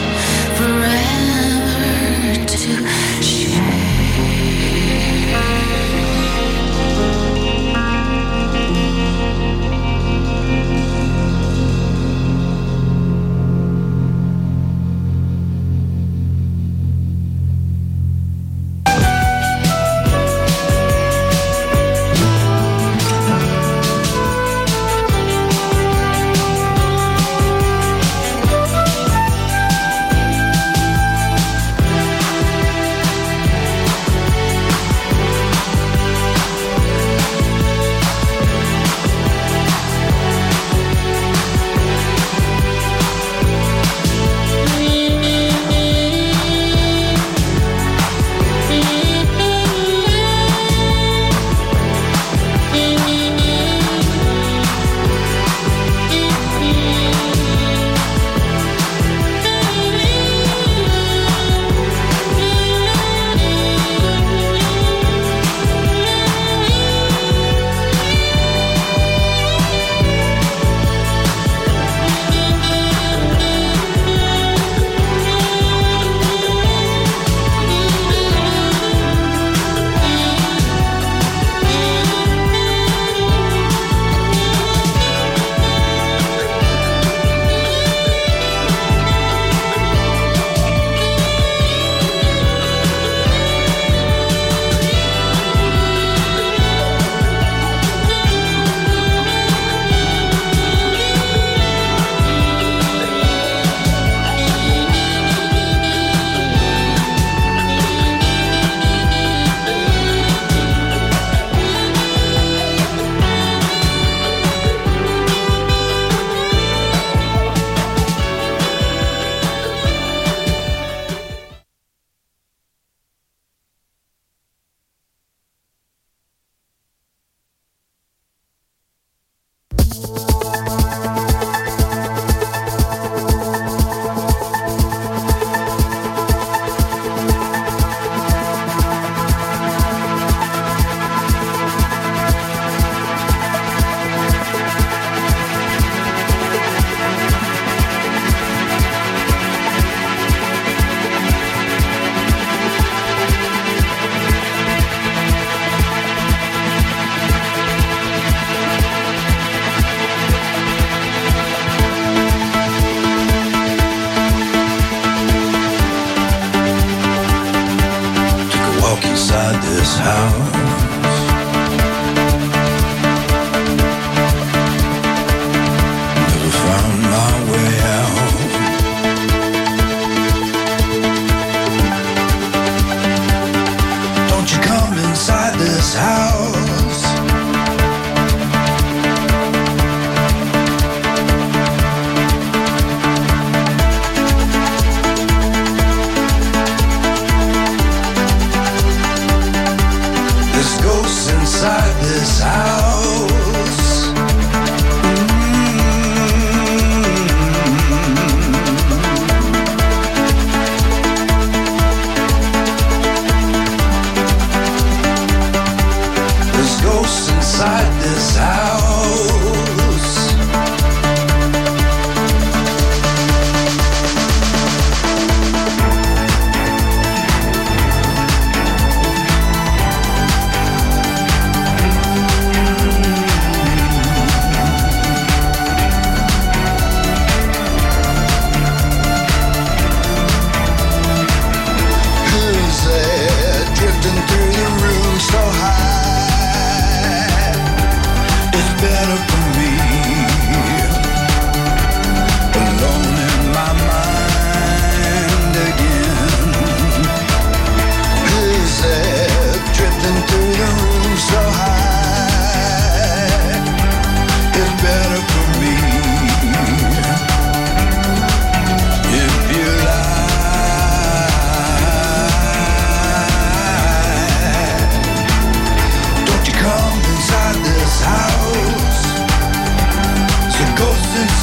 Forever to share.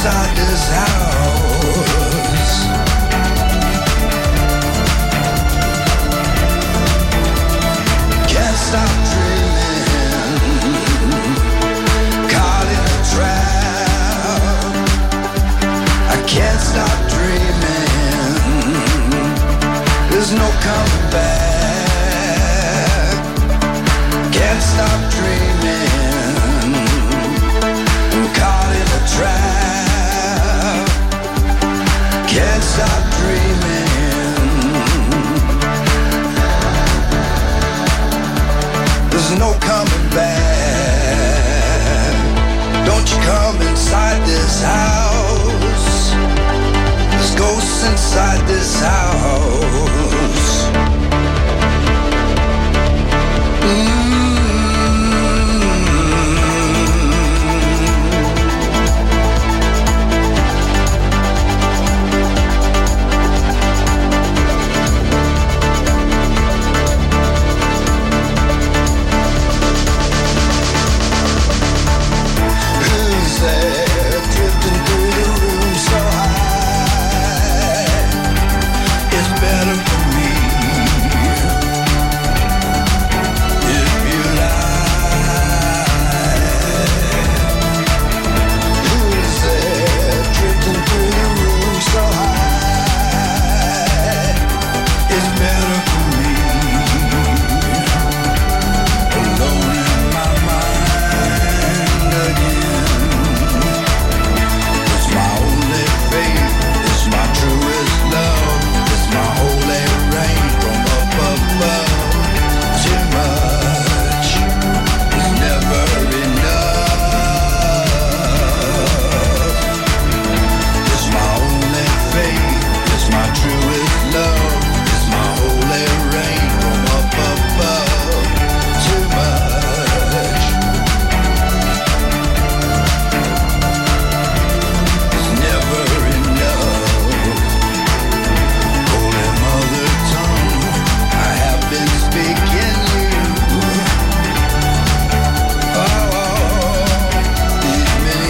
inside this house. Can't stop dreaming, caught in a trap. I can't stop dreaming, there's no coming back. Can't stop dreaming, caught in a trap. Can't stop dreaming, there's no coming back. Don't you come inside this house, there's ghosts inside this house. Drifting through the room so high, it's better for me if you lie. Who's there drifting through the room so high, it's better for me alone in my mind again. It's my only faith, it's my truest love, it's my holy rain from up above. Too much is never enough. It's my only faith, it's my truest love, it's my holy rain from up above. Too much. It's never enough. Holy mother tongue, I have been speaking you. These many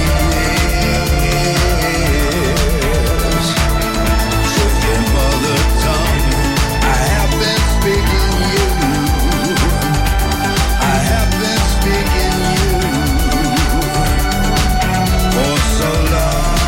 years. Holy mother tongue, I have been speaking you. I have been speaking you for so long.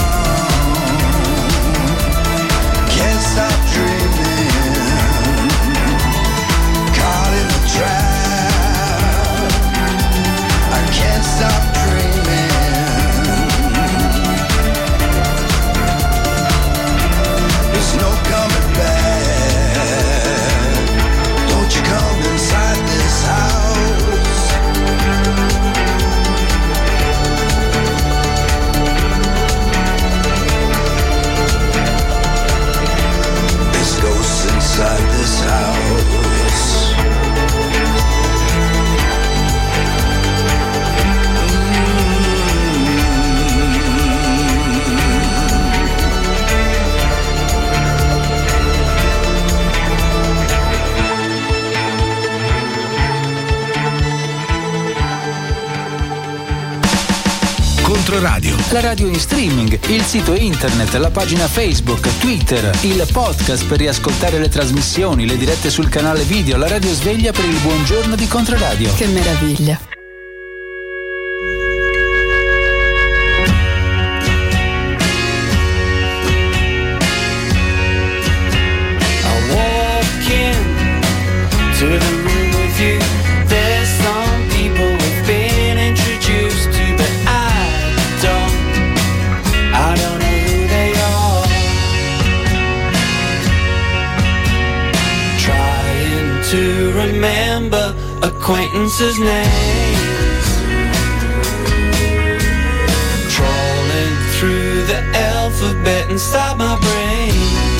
Can't stop dreaming, caught in a trap. I can't stop dreaming, there's no coming back. Don't you come inside this house. There's ghosts inside this house. Controradio, la radio in streaming, il sito internet, la pagina Facebook, Twitter, il podcast per riascoltare le trasmissioni, le dirette sul canale video, la radio sveglia per il buongiorno di Controradio. Che meraviglia. I walk in to the room with you. There's some people we've been introduced to, but I don't know who they are. Trying to remember acquaintances' names, trawling through the alphabet inside my brain.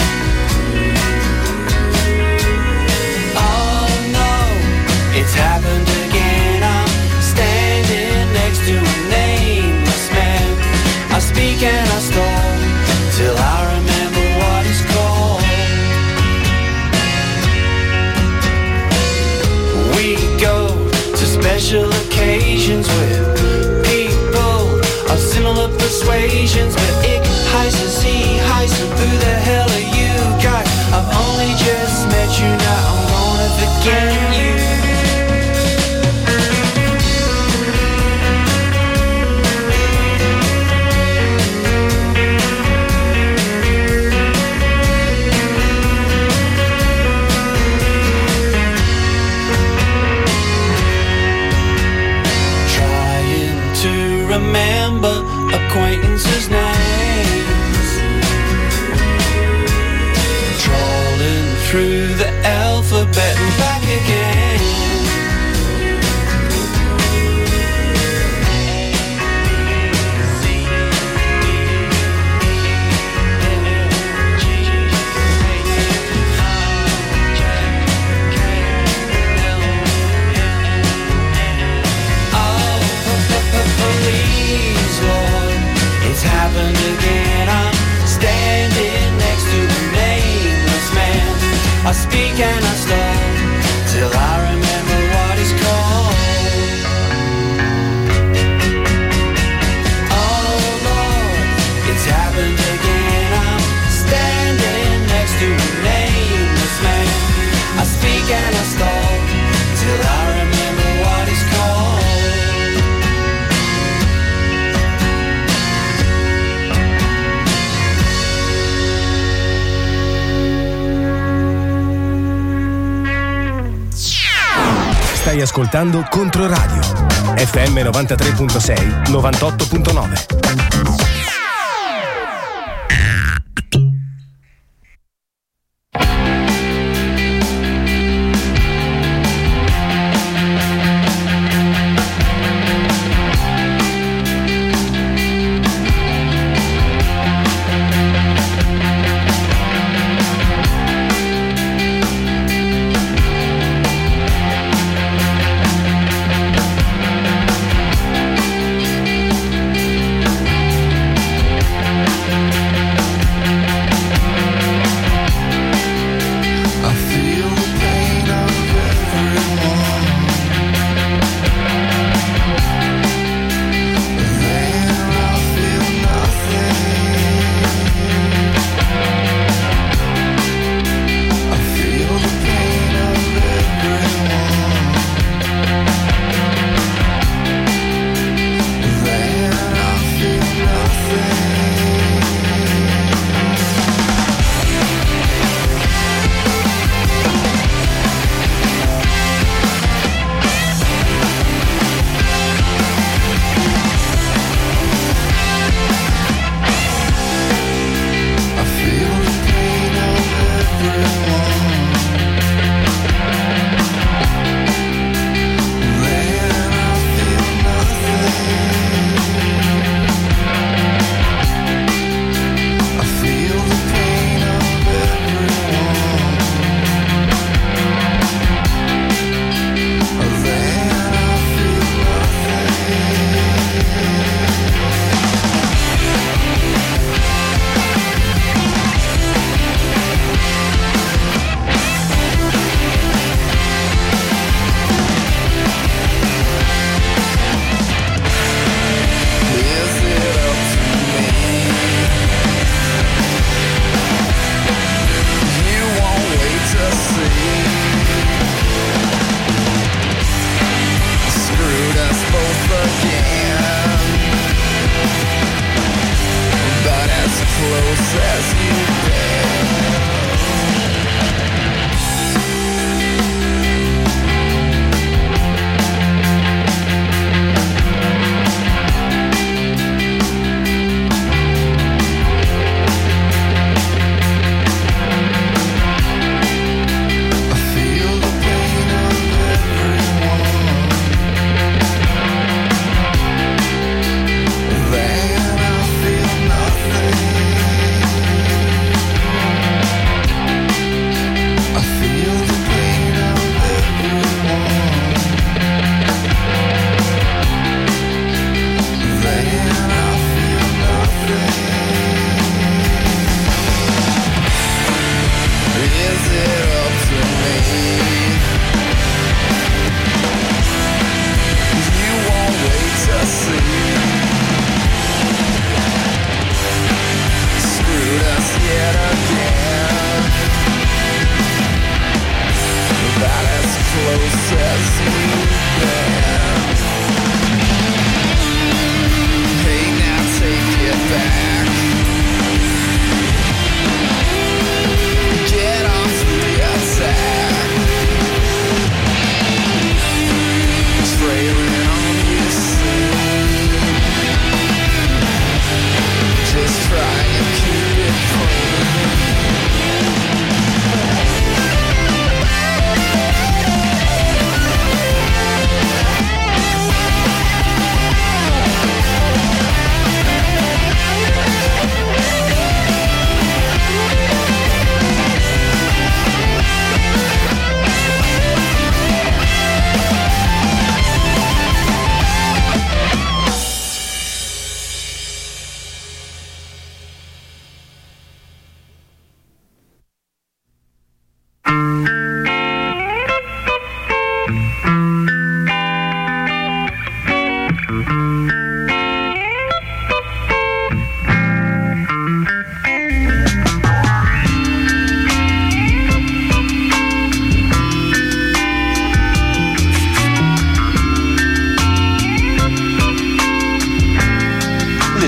It's happened again, I'm standing next to a nameless man. I speak and I stall till I remember what he's called. We go to special occasions with people of similar the persuasions, but ich heiße sie heißen. Who the hell are you guys? I've only just met you, now I'm gonna forget you. Remember acquaintances' names, trolling through the alphabet and back again. It's happened again, I'm standing next to the nameless man. I speak and I stall till I remember what he's called. Oh Lord, it's happened again, I'm standing next to a nameless man. I speak and I stall till I remember what he's called. Stai ascoltando Controradio FM 93.6 98.9.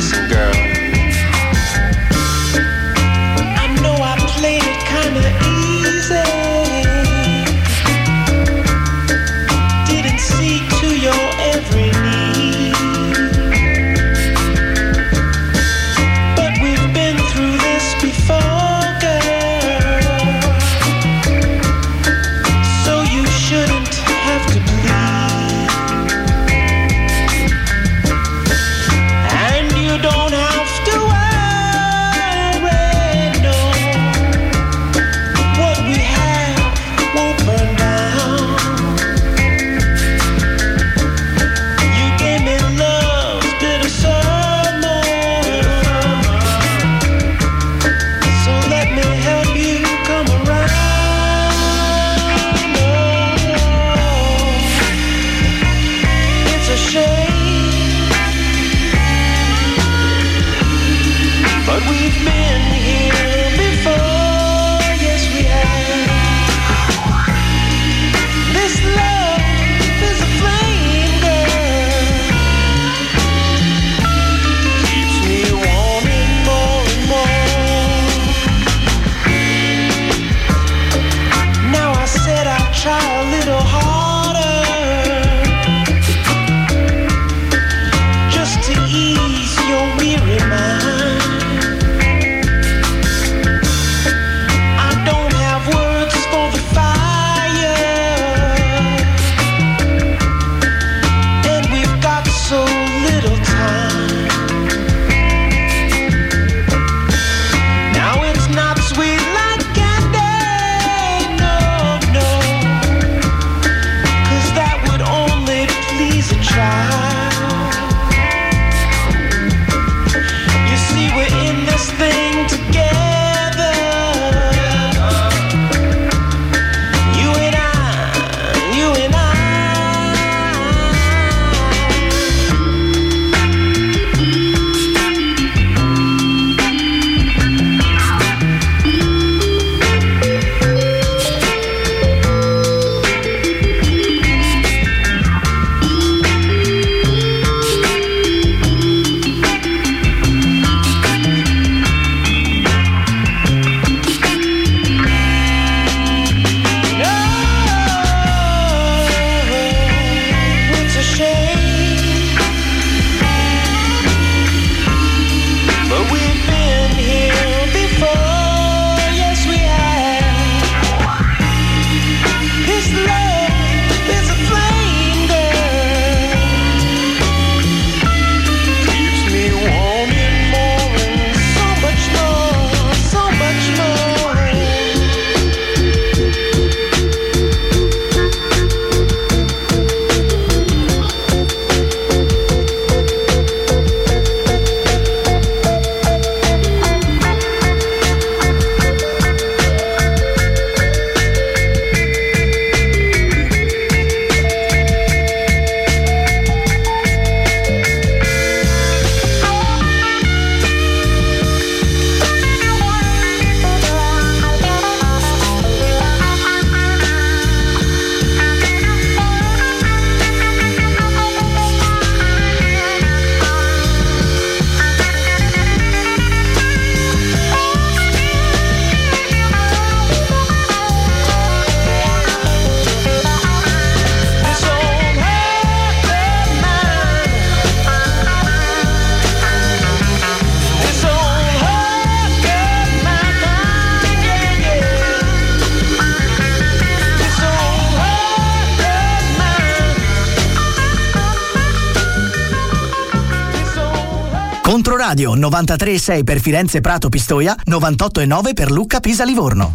Listen, girl, I know I played it kinda easy. Didn't see to your every need. But we've been through this before, girl. So you shouldn't have to bleed. And you don't have to worry, no. What we have won't burn down. You gave me love's bitter summer. So let me help you come around. It's a shame, but we've been here before. Yes, we have. This love is a flame, girl. Keeps me wanting more and more. Now I said I'd try a little harder, just to ease your weary mind. I don't have words for the fire, and we've got so little time. Now it's not sweet like candy, no, no, 'cause that would only please a child. You see, we're in this thing together, you and I, you and I. It's a shame, but we've been here before. Yes, we have. This love is a flame, girl. Keeps me wanting more and so much more, so much more. This old heart of mine, this old heart of mine, yeah, yeah. This old heart of mine, this old heart. Controradio 93,6 per Firenze, Prato, Pistoia, 98,9 per Lucca, Pisa, Livorno.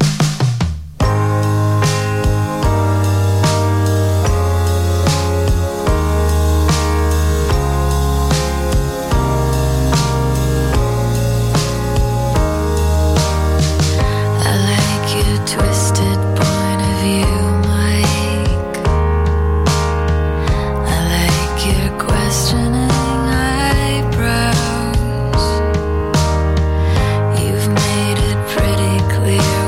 I like your twisted point of view, Mike. I like your questioning eyebrows. You've made it pretty clear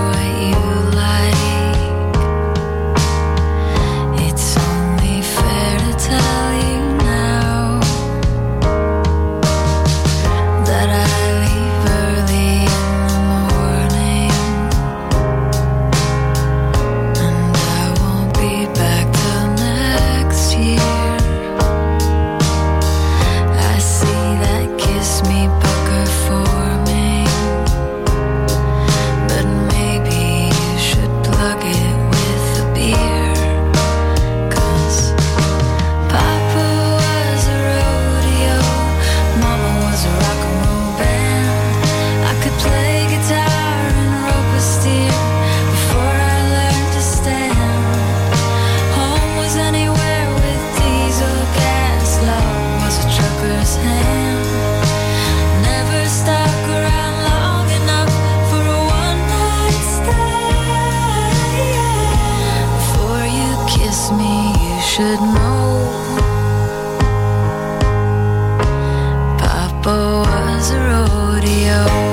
was a rodeo.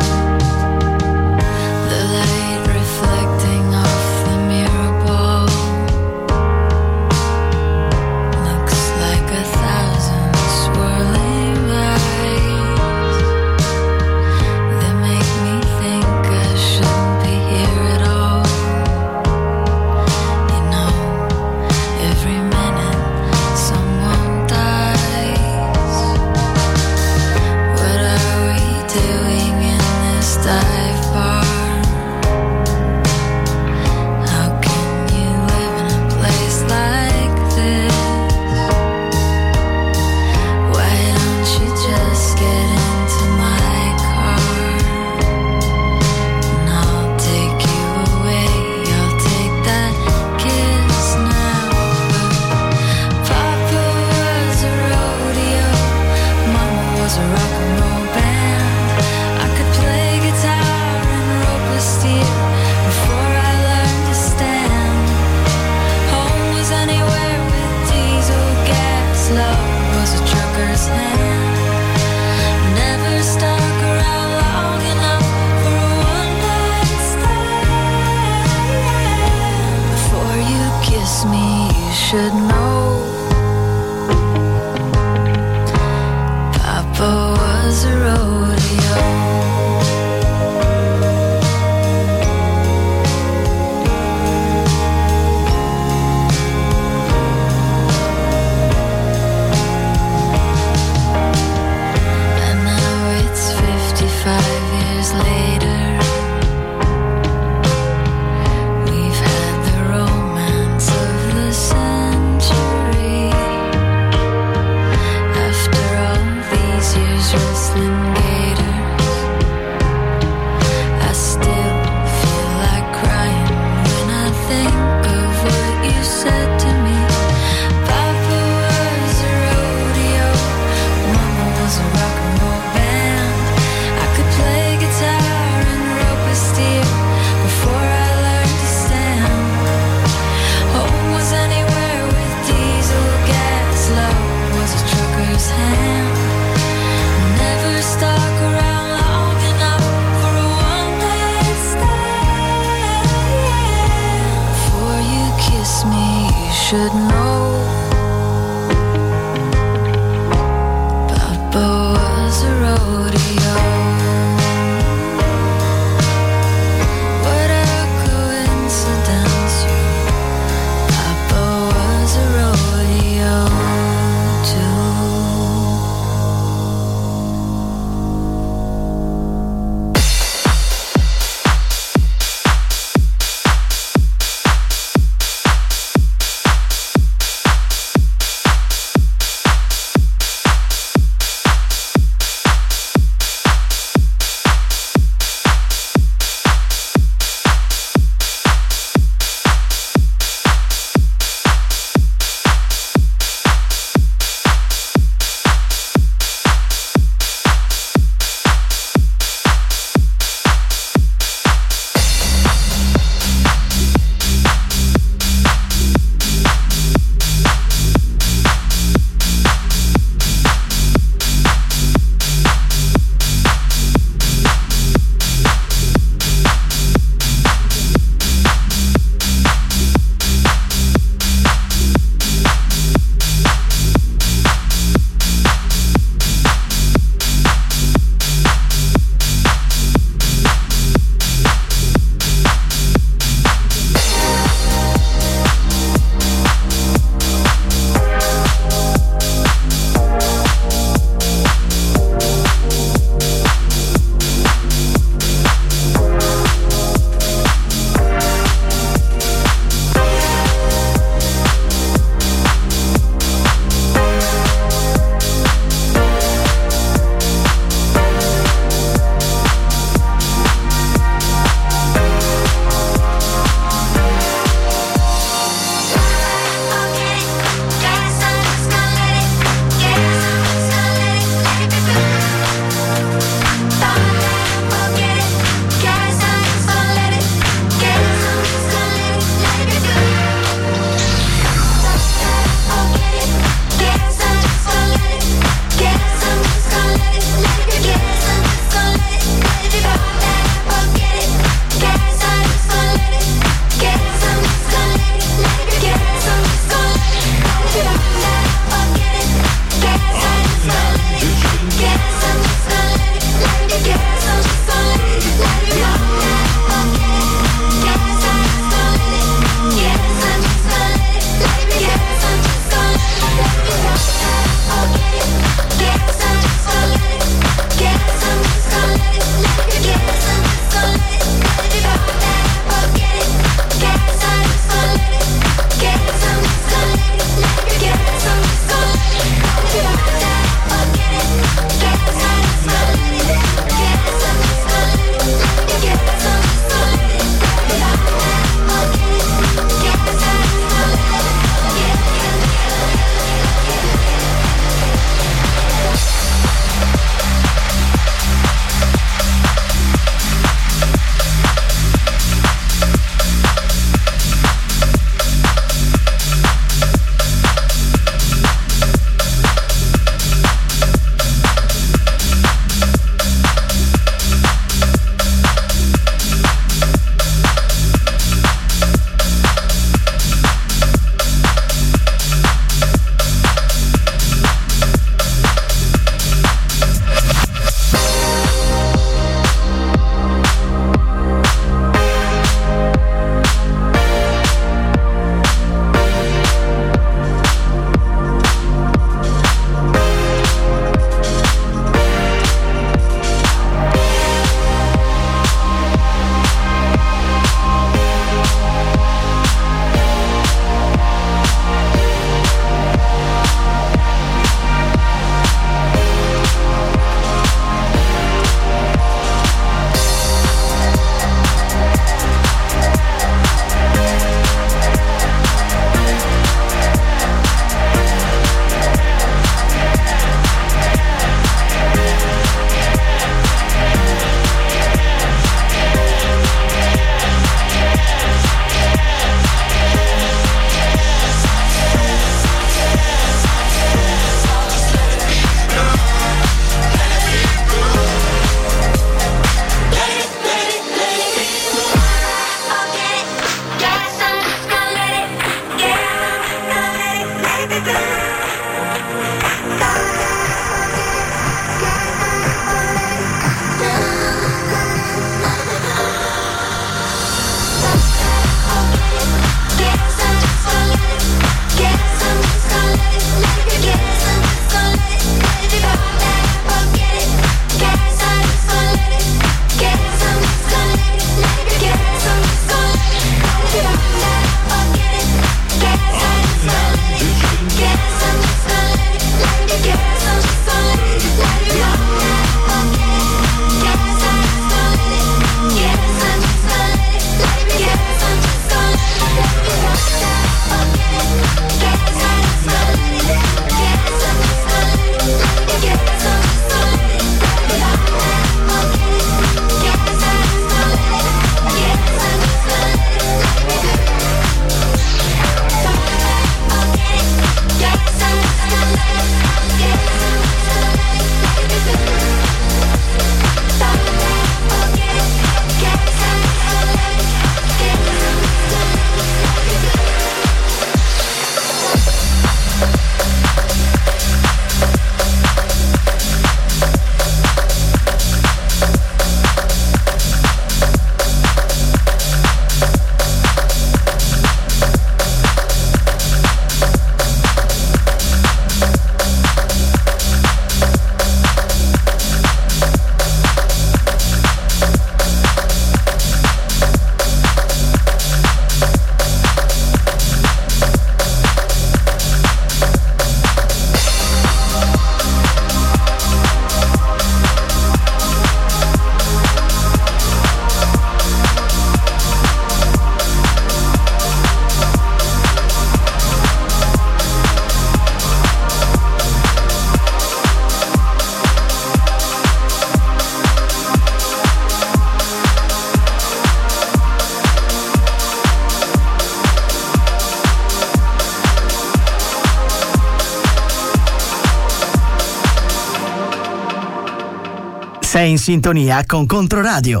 Sei in sintonia con Controradio.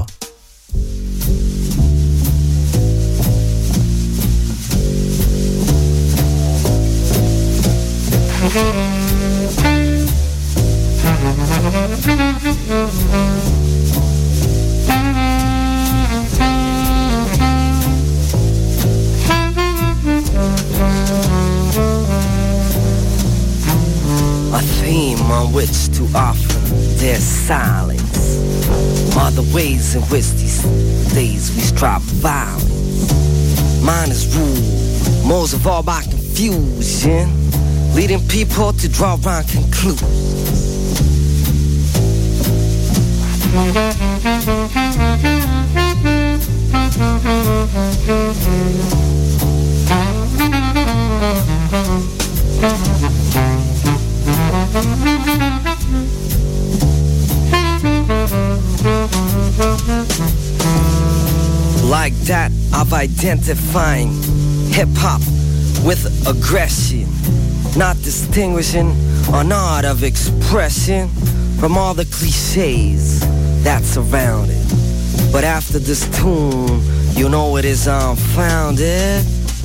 A theme on which to offer their silence are the ways in which these days we strive violence. Mine is ruled most of all by confusion, leading people to draw wrong conclusions. Like that of identifying hip-hop with aggression, not distinguishing an art of expression from all the cliches that surround it. But after this tune, you know it is unfounded.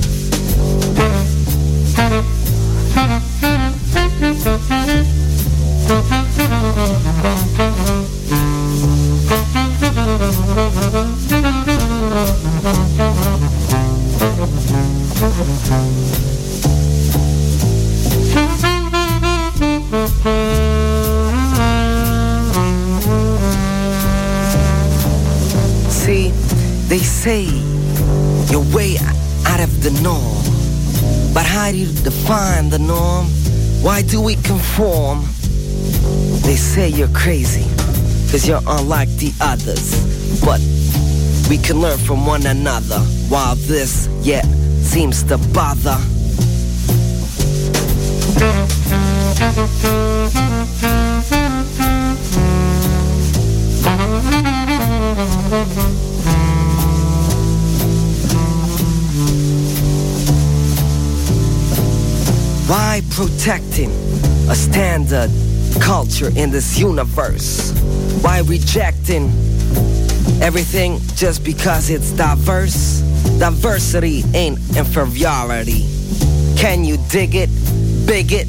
See, they say you're way out of the norm, but how do you define the norm? Why do we conform? They say you're crazy, 'cause you're unlike the others, but we can learn from one another, while this yet seems to bother. Why protecting a standard culture in this universe? Why rejecting everything just because it's diverse? Diversity ain't inferiority. Can you dig it, bigot?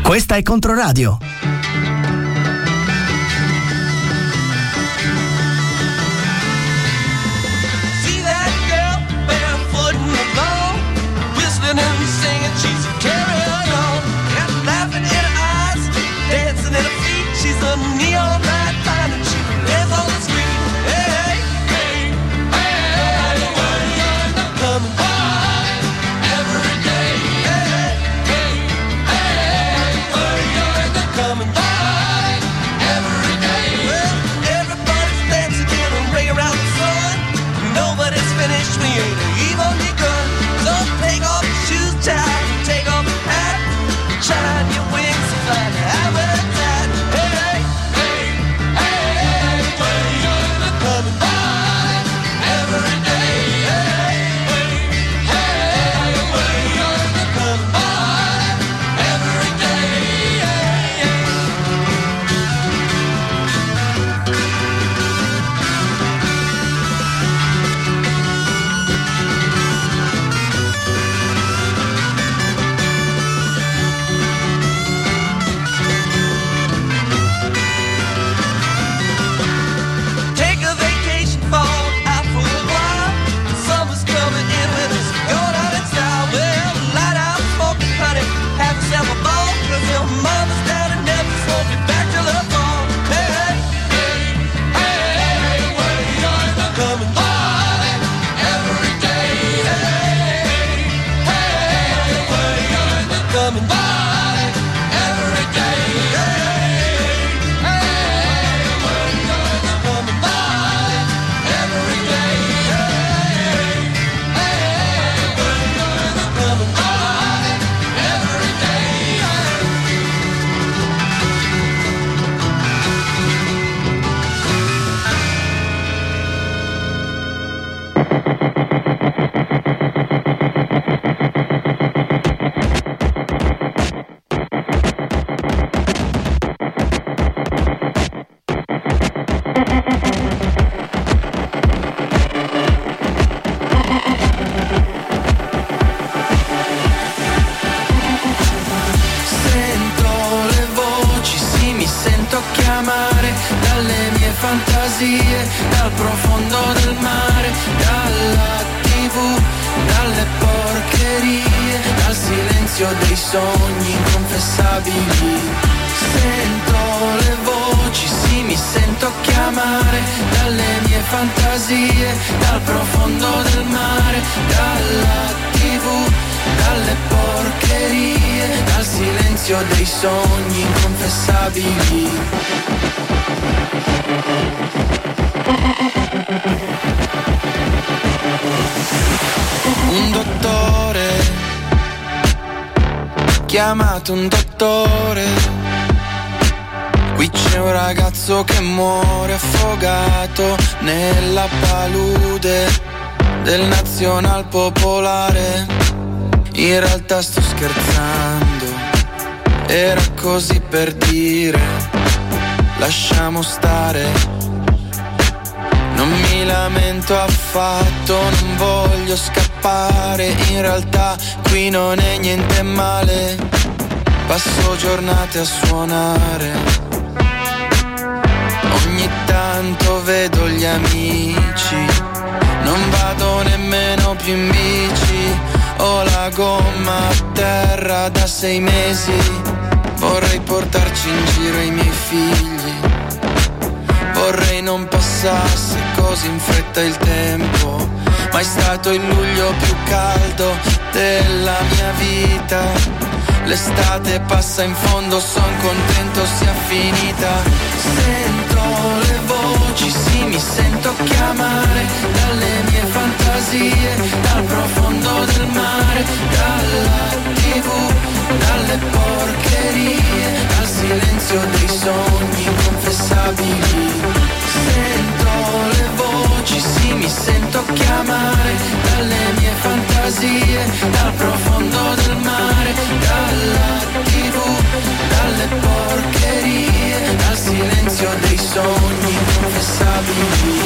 Questa è Controradio. See that girl barefoot in the lawn, whistling and singing, she's a carry-on. Got laughing in her eyes, dancing in her feet. She's a neon light fine and she lives on the street. Hey, hey, hey, hey, coming by every day. Hey, hey, hey, coming by every day. Well, everybody's dancing in a ring around the sun. Nobody's finished, we ain't even begun. So take off your shoes, child, take off your hat, shine your wings and fly to habitat. Hey, hey, hey, hey, coming by every day. Hey, hey, hey, coming by every day. Take a vacation, fall out for a while. Summer's coming in with us, going out in style. Well, light out, smoking, honey, have yourself a ball. 'Cause your mama's down and never won't be back till the fall. Hey, hey, hey, hey, coming by every day. Hey, hey, coming by every day. Hey, coming by every day. Coming by every Sento le voci, sì, mi sento chiamare dalle mie fantasie, dal profondo del mare, dalla TV, dalle porcherie, dal silenzio dei sogni inconfessabili. Sento le voci, sì, mi sento chiamare dalle mie fantasie, dal profondo del mare, dalla TV, dalle porcherie, dal silenzio dei sogni inconfessabili. Un dottore, chiamate un dottore. Qui c'è un ragazzo che muore affogato nella palude del Nazional Popolare. In realtà sto scherzando, era così per dire, lasciamo stare. Non mi lamento affatto, non voglio scappare, in realtà qui non è niente male. Passo giornate a suonare, ogni tanto vedo gli amici, non vado nemmeno più in bici, ho la gomma a terra da 6 mesi, vorrei portarci in giro i miei figli, vorrei non passasse così in fretta il tempo, ma è stato il luglio più caldo della mia vita. L'estate passa in fondo, son contento sia finita. Sento le voci, sì, mi sento chiamare dalle mie fantasie, dal profondo del mare, dalla TV, dalle porcherie, dal silenzio dei sogni inconfessabili. Sento le voci, sì, mi sento chiamare dalle mie fantasie, dal profondo del mare, dalla TV, dalle porcherie, dal silenzio dei sogni inconfessabili.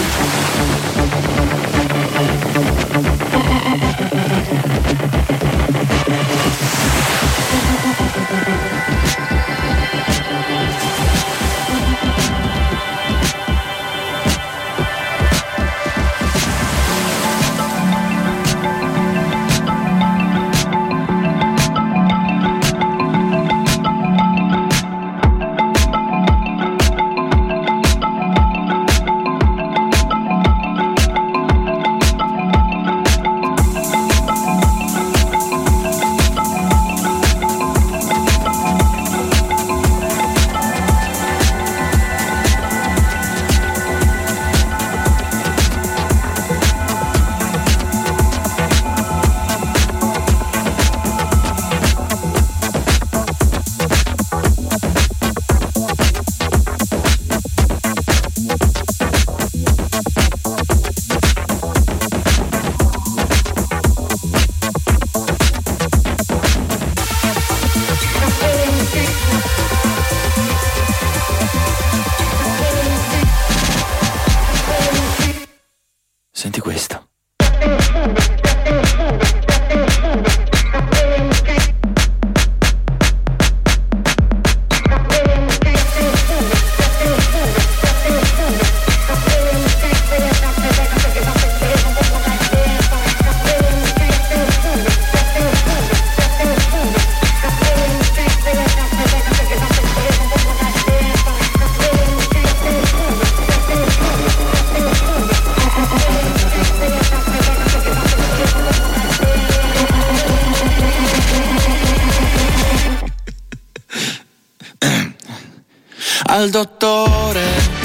al dottore,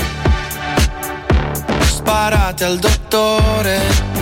sparate al dottore.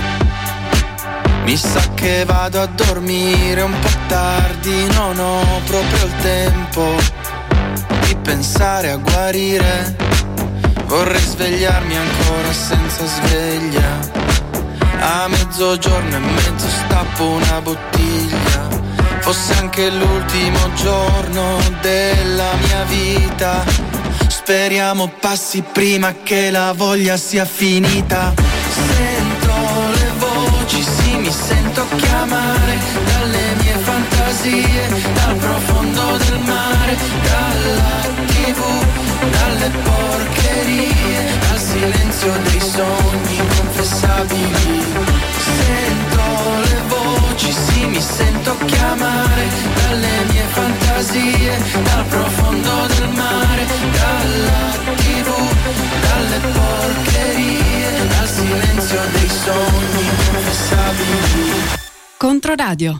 Mi sa che vado a dormire un po' tardi, non ho proprio il tempo di pensare a guarire. Vorrei svegliarmi ancora senza sveglia. A mezzogiorno e mezzo stappo una bottiglia. Fosse anche l'ultimo giorno della mia vita. Speriamo passi prima che la voglia sia finita. Sento le voci, sì, mi sento chiamare dalle mie fantasie, dal profondo del mare, dalla TV, dalle porcherie, dal silenzio dei sogni inconfessabili. Sento le voci, sì, mi sento chiamare dalle mie fantasie, dal profondo del mare, dalla TV, dalle porcherie, dal silenzio dei sogni inconfessabili. Controradio.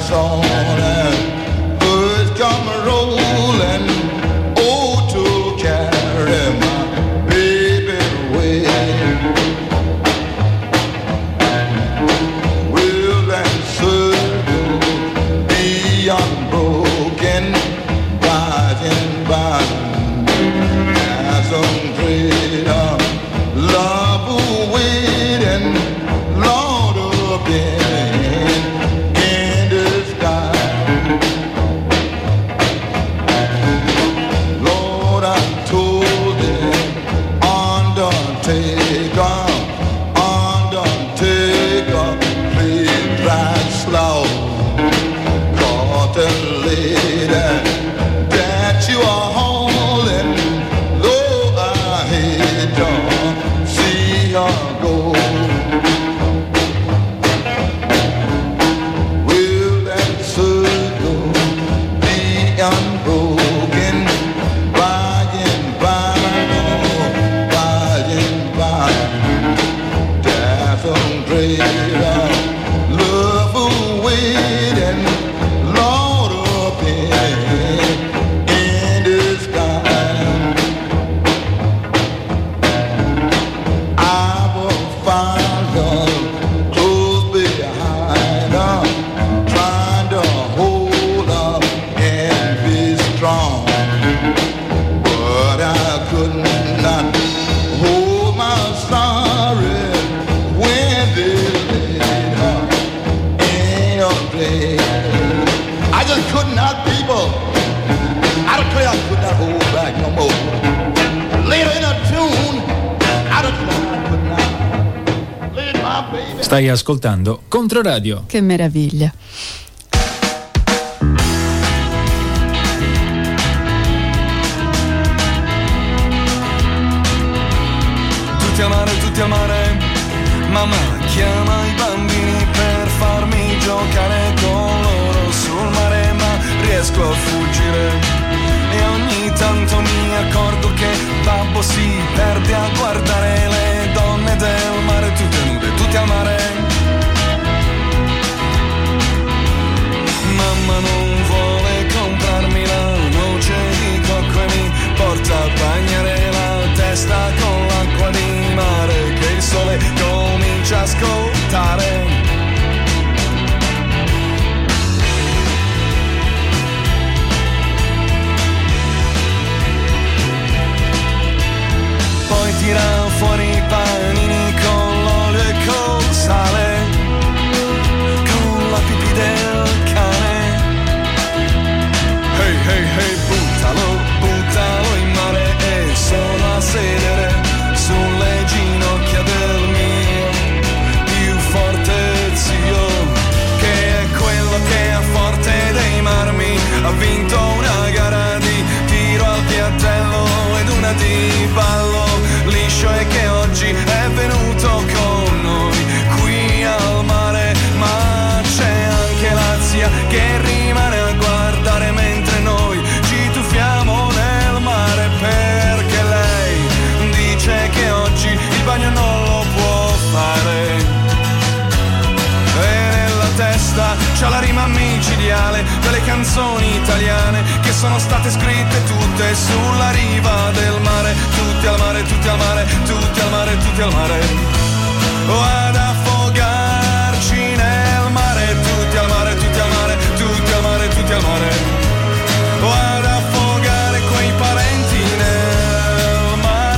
lights on and birds come rolling. Oh, to carry my baby away. Will that circle be unbroken, rising by as some greater love waiting, Lord up in the sky. Lord, I told the undertaker, please ride slow, caught the lady that you are holding. Though I hate to see her go. Will that circle be unbroken by and by, by and by? There's some greater love waiting, Lord up in the sky. I will find her close behind her, trying to hold her and be strong. But I could not hold my sorrow when they laid her in a grave. I just could not, people. I declare I could not hold back no more. Later in a tune, I declare I could not. Lead my baby. Stai ascoltando Controradio. Che meraviglia. Tutti a mare, mamma chiama i bambini per farmi giocare con loro sul mare, ma riesco a fuggire e ogni tanto mi accorgo che babbo si perde a guardare le donne del mare tutte nude, tutte a mare. Mamma non vuole comprarmi la noce di cocco e mi porta a bagnare la testa con l'acqua di mare che il sole comincia a scottare. Poi tira fuori i panini con l'olio e col sale, con la pipì del cane. Hey, hey, hey, buttalo in mare e sono a sedere sulle ginocchia del mio più forte zio, che è quello che a Forte dei Marmi ha vinto una gara di tiro al piattello ed una di ballo liscio e che oggi è venuto con noi qui al mare. Ma c'è anche la zia che rimane a guardare mentre noi ci tuffiamo nel mare, perché lei dice che oggi il bagno non lo può fare. E nella testa c'ha la rima micidiale delle canzoni italiane che sono state scritte tutte sulla riva del mare. Tutti al mare, tutti al mare, tutti al mare, tutti al mare. O ad affogarci nel mare. Tutti al mare, tutti al mare, tutti al mare, tutti al mare. O ad affogare quei parenti nel mare.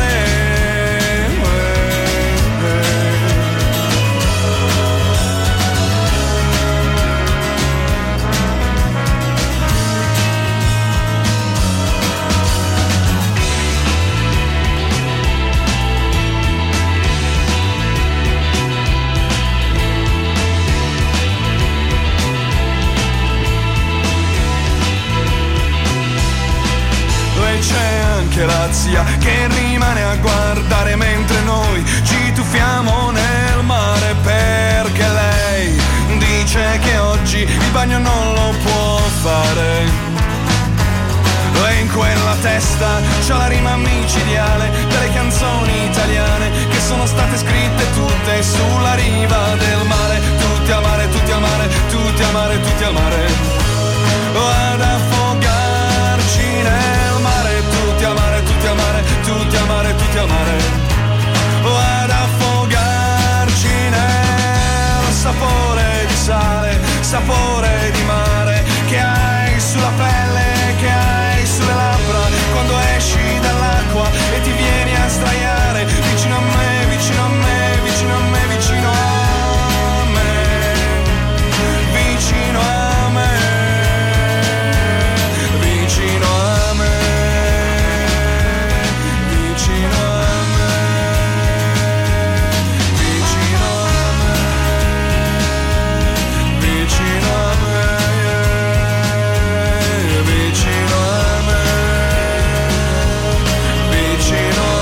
C'è anche la zia che rimane a guardare mentre noi ci tuffiamo nel mare, perché lei dice che oggi il bagno non lo può fare. E in quella testa c'ha la rima micidiale delle canzoni italiane che sono state scritte tutte sulla riva del mare. Tutte tutti al mare, tutti al mare, tutti al mare, tutti al mare. Ad affogarci nel mare, tutti al mare, tutti al mare, tutti al mare, tutti al mare. Ad affogarci nel sapore di sale, sapore di mare che hai sulla pelle, che hai sulle labbra quando esci dall'acqua e ti vieni a sdraiare vicino a me, vicino a me, vicino a me, vicino a me, vicino a me, vicino a me, vicino a me, vicino a me, vicino a me, vicino a me, vicino a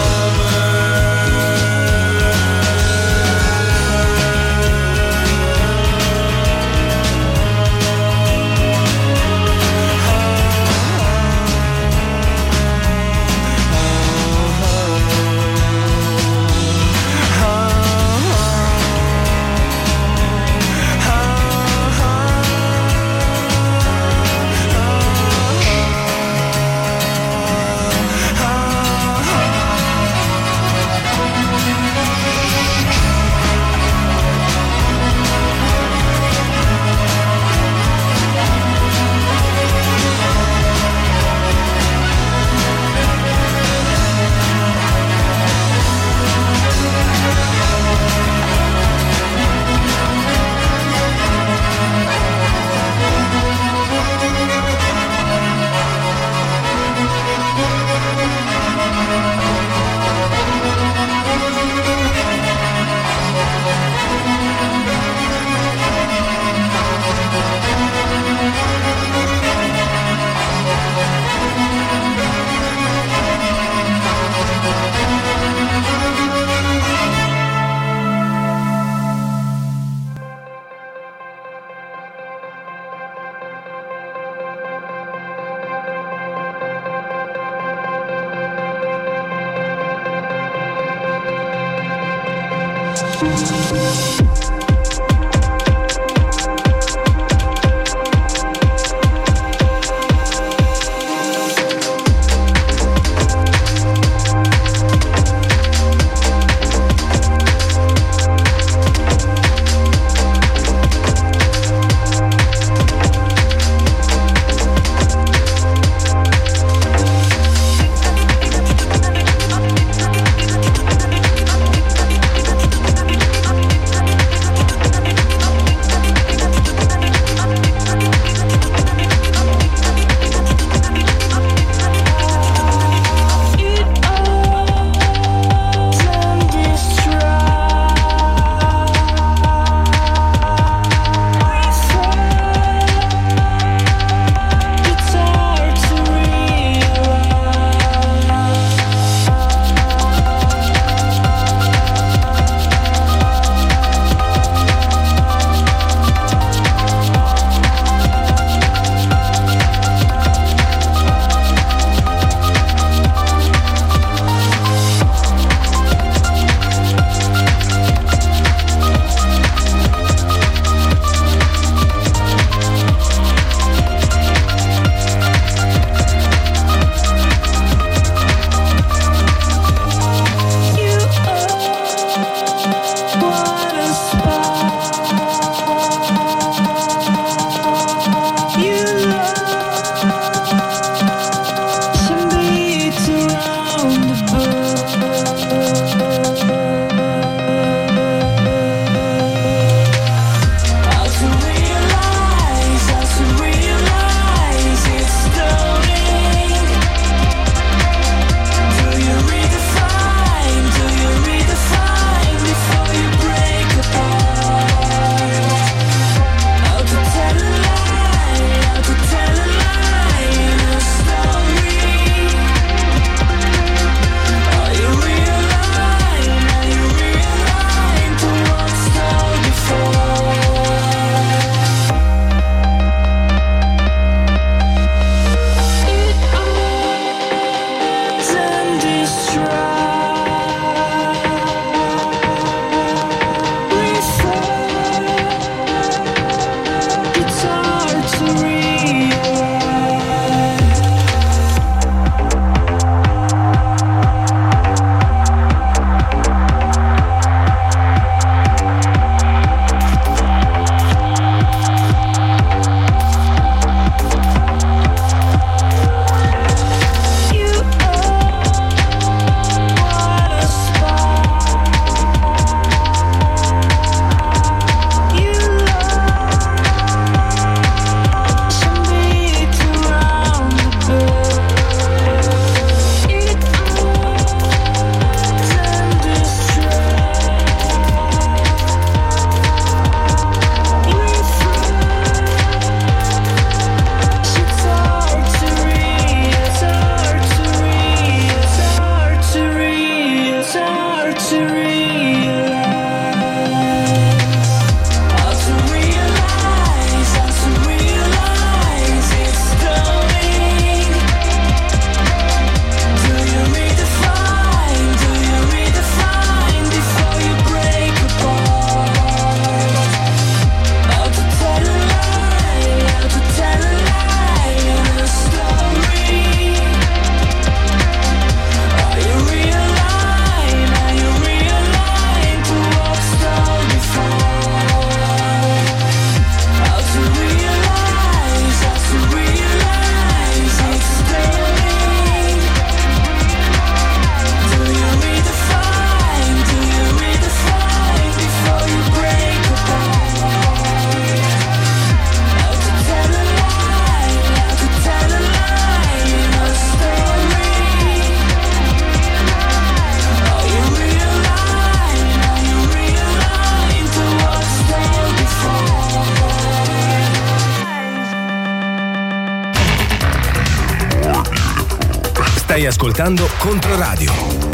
Stai ascoltando Controradio.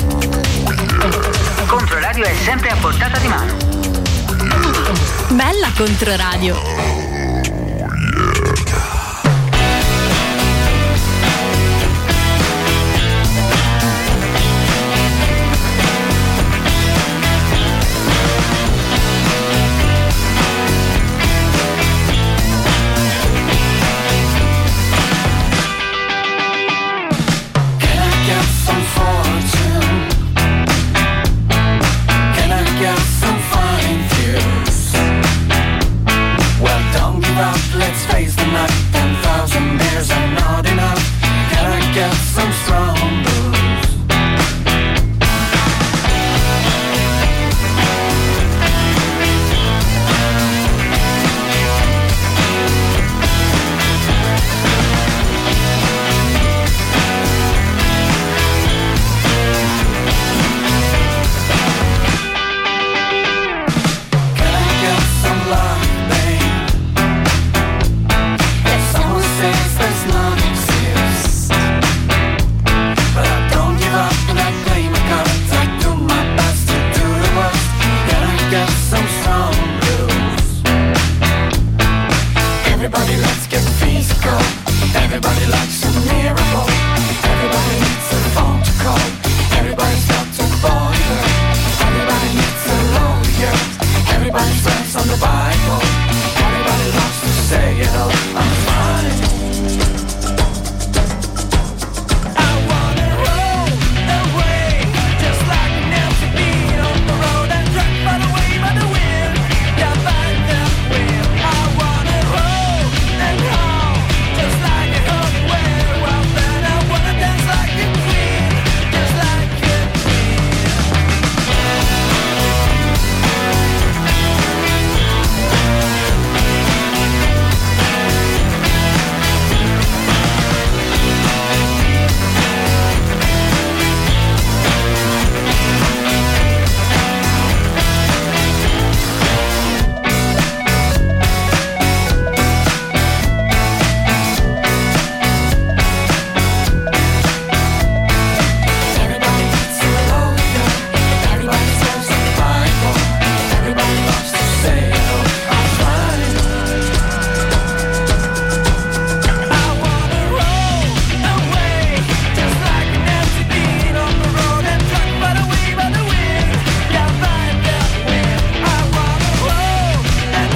Controradio è sempre a portata di mano. Bella Controradio. Let's face the night, 10,000 beers are not enough. Can I get some strong booze? Can I get some love, babe? Someone says there's none exist, but I don't give up and I play my cards. I do my best to do the worst. Can I get some strong blues? Everybody, let's get physical. Everybody likes a miracle. Everybody needs a phone to call.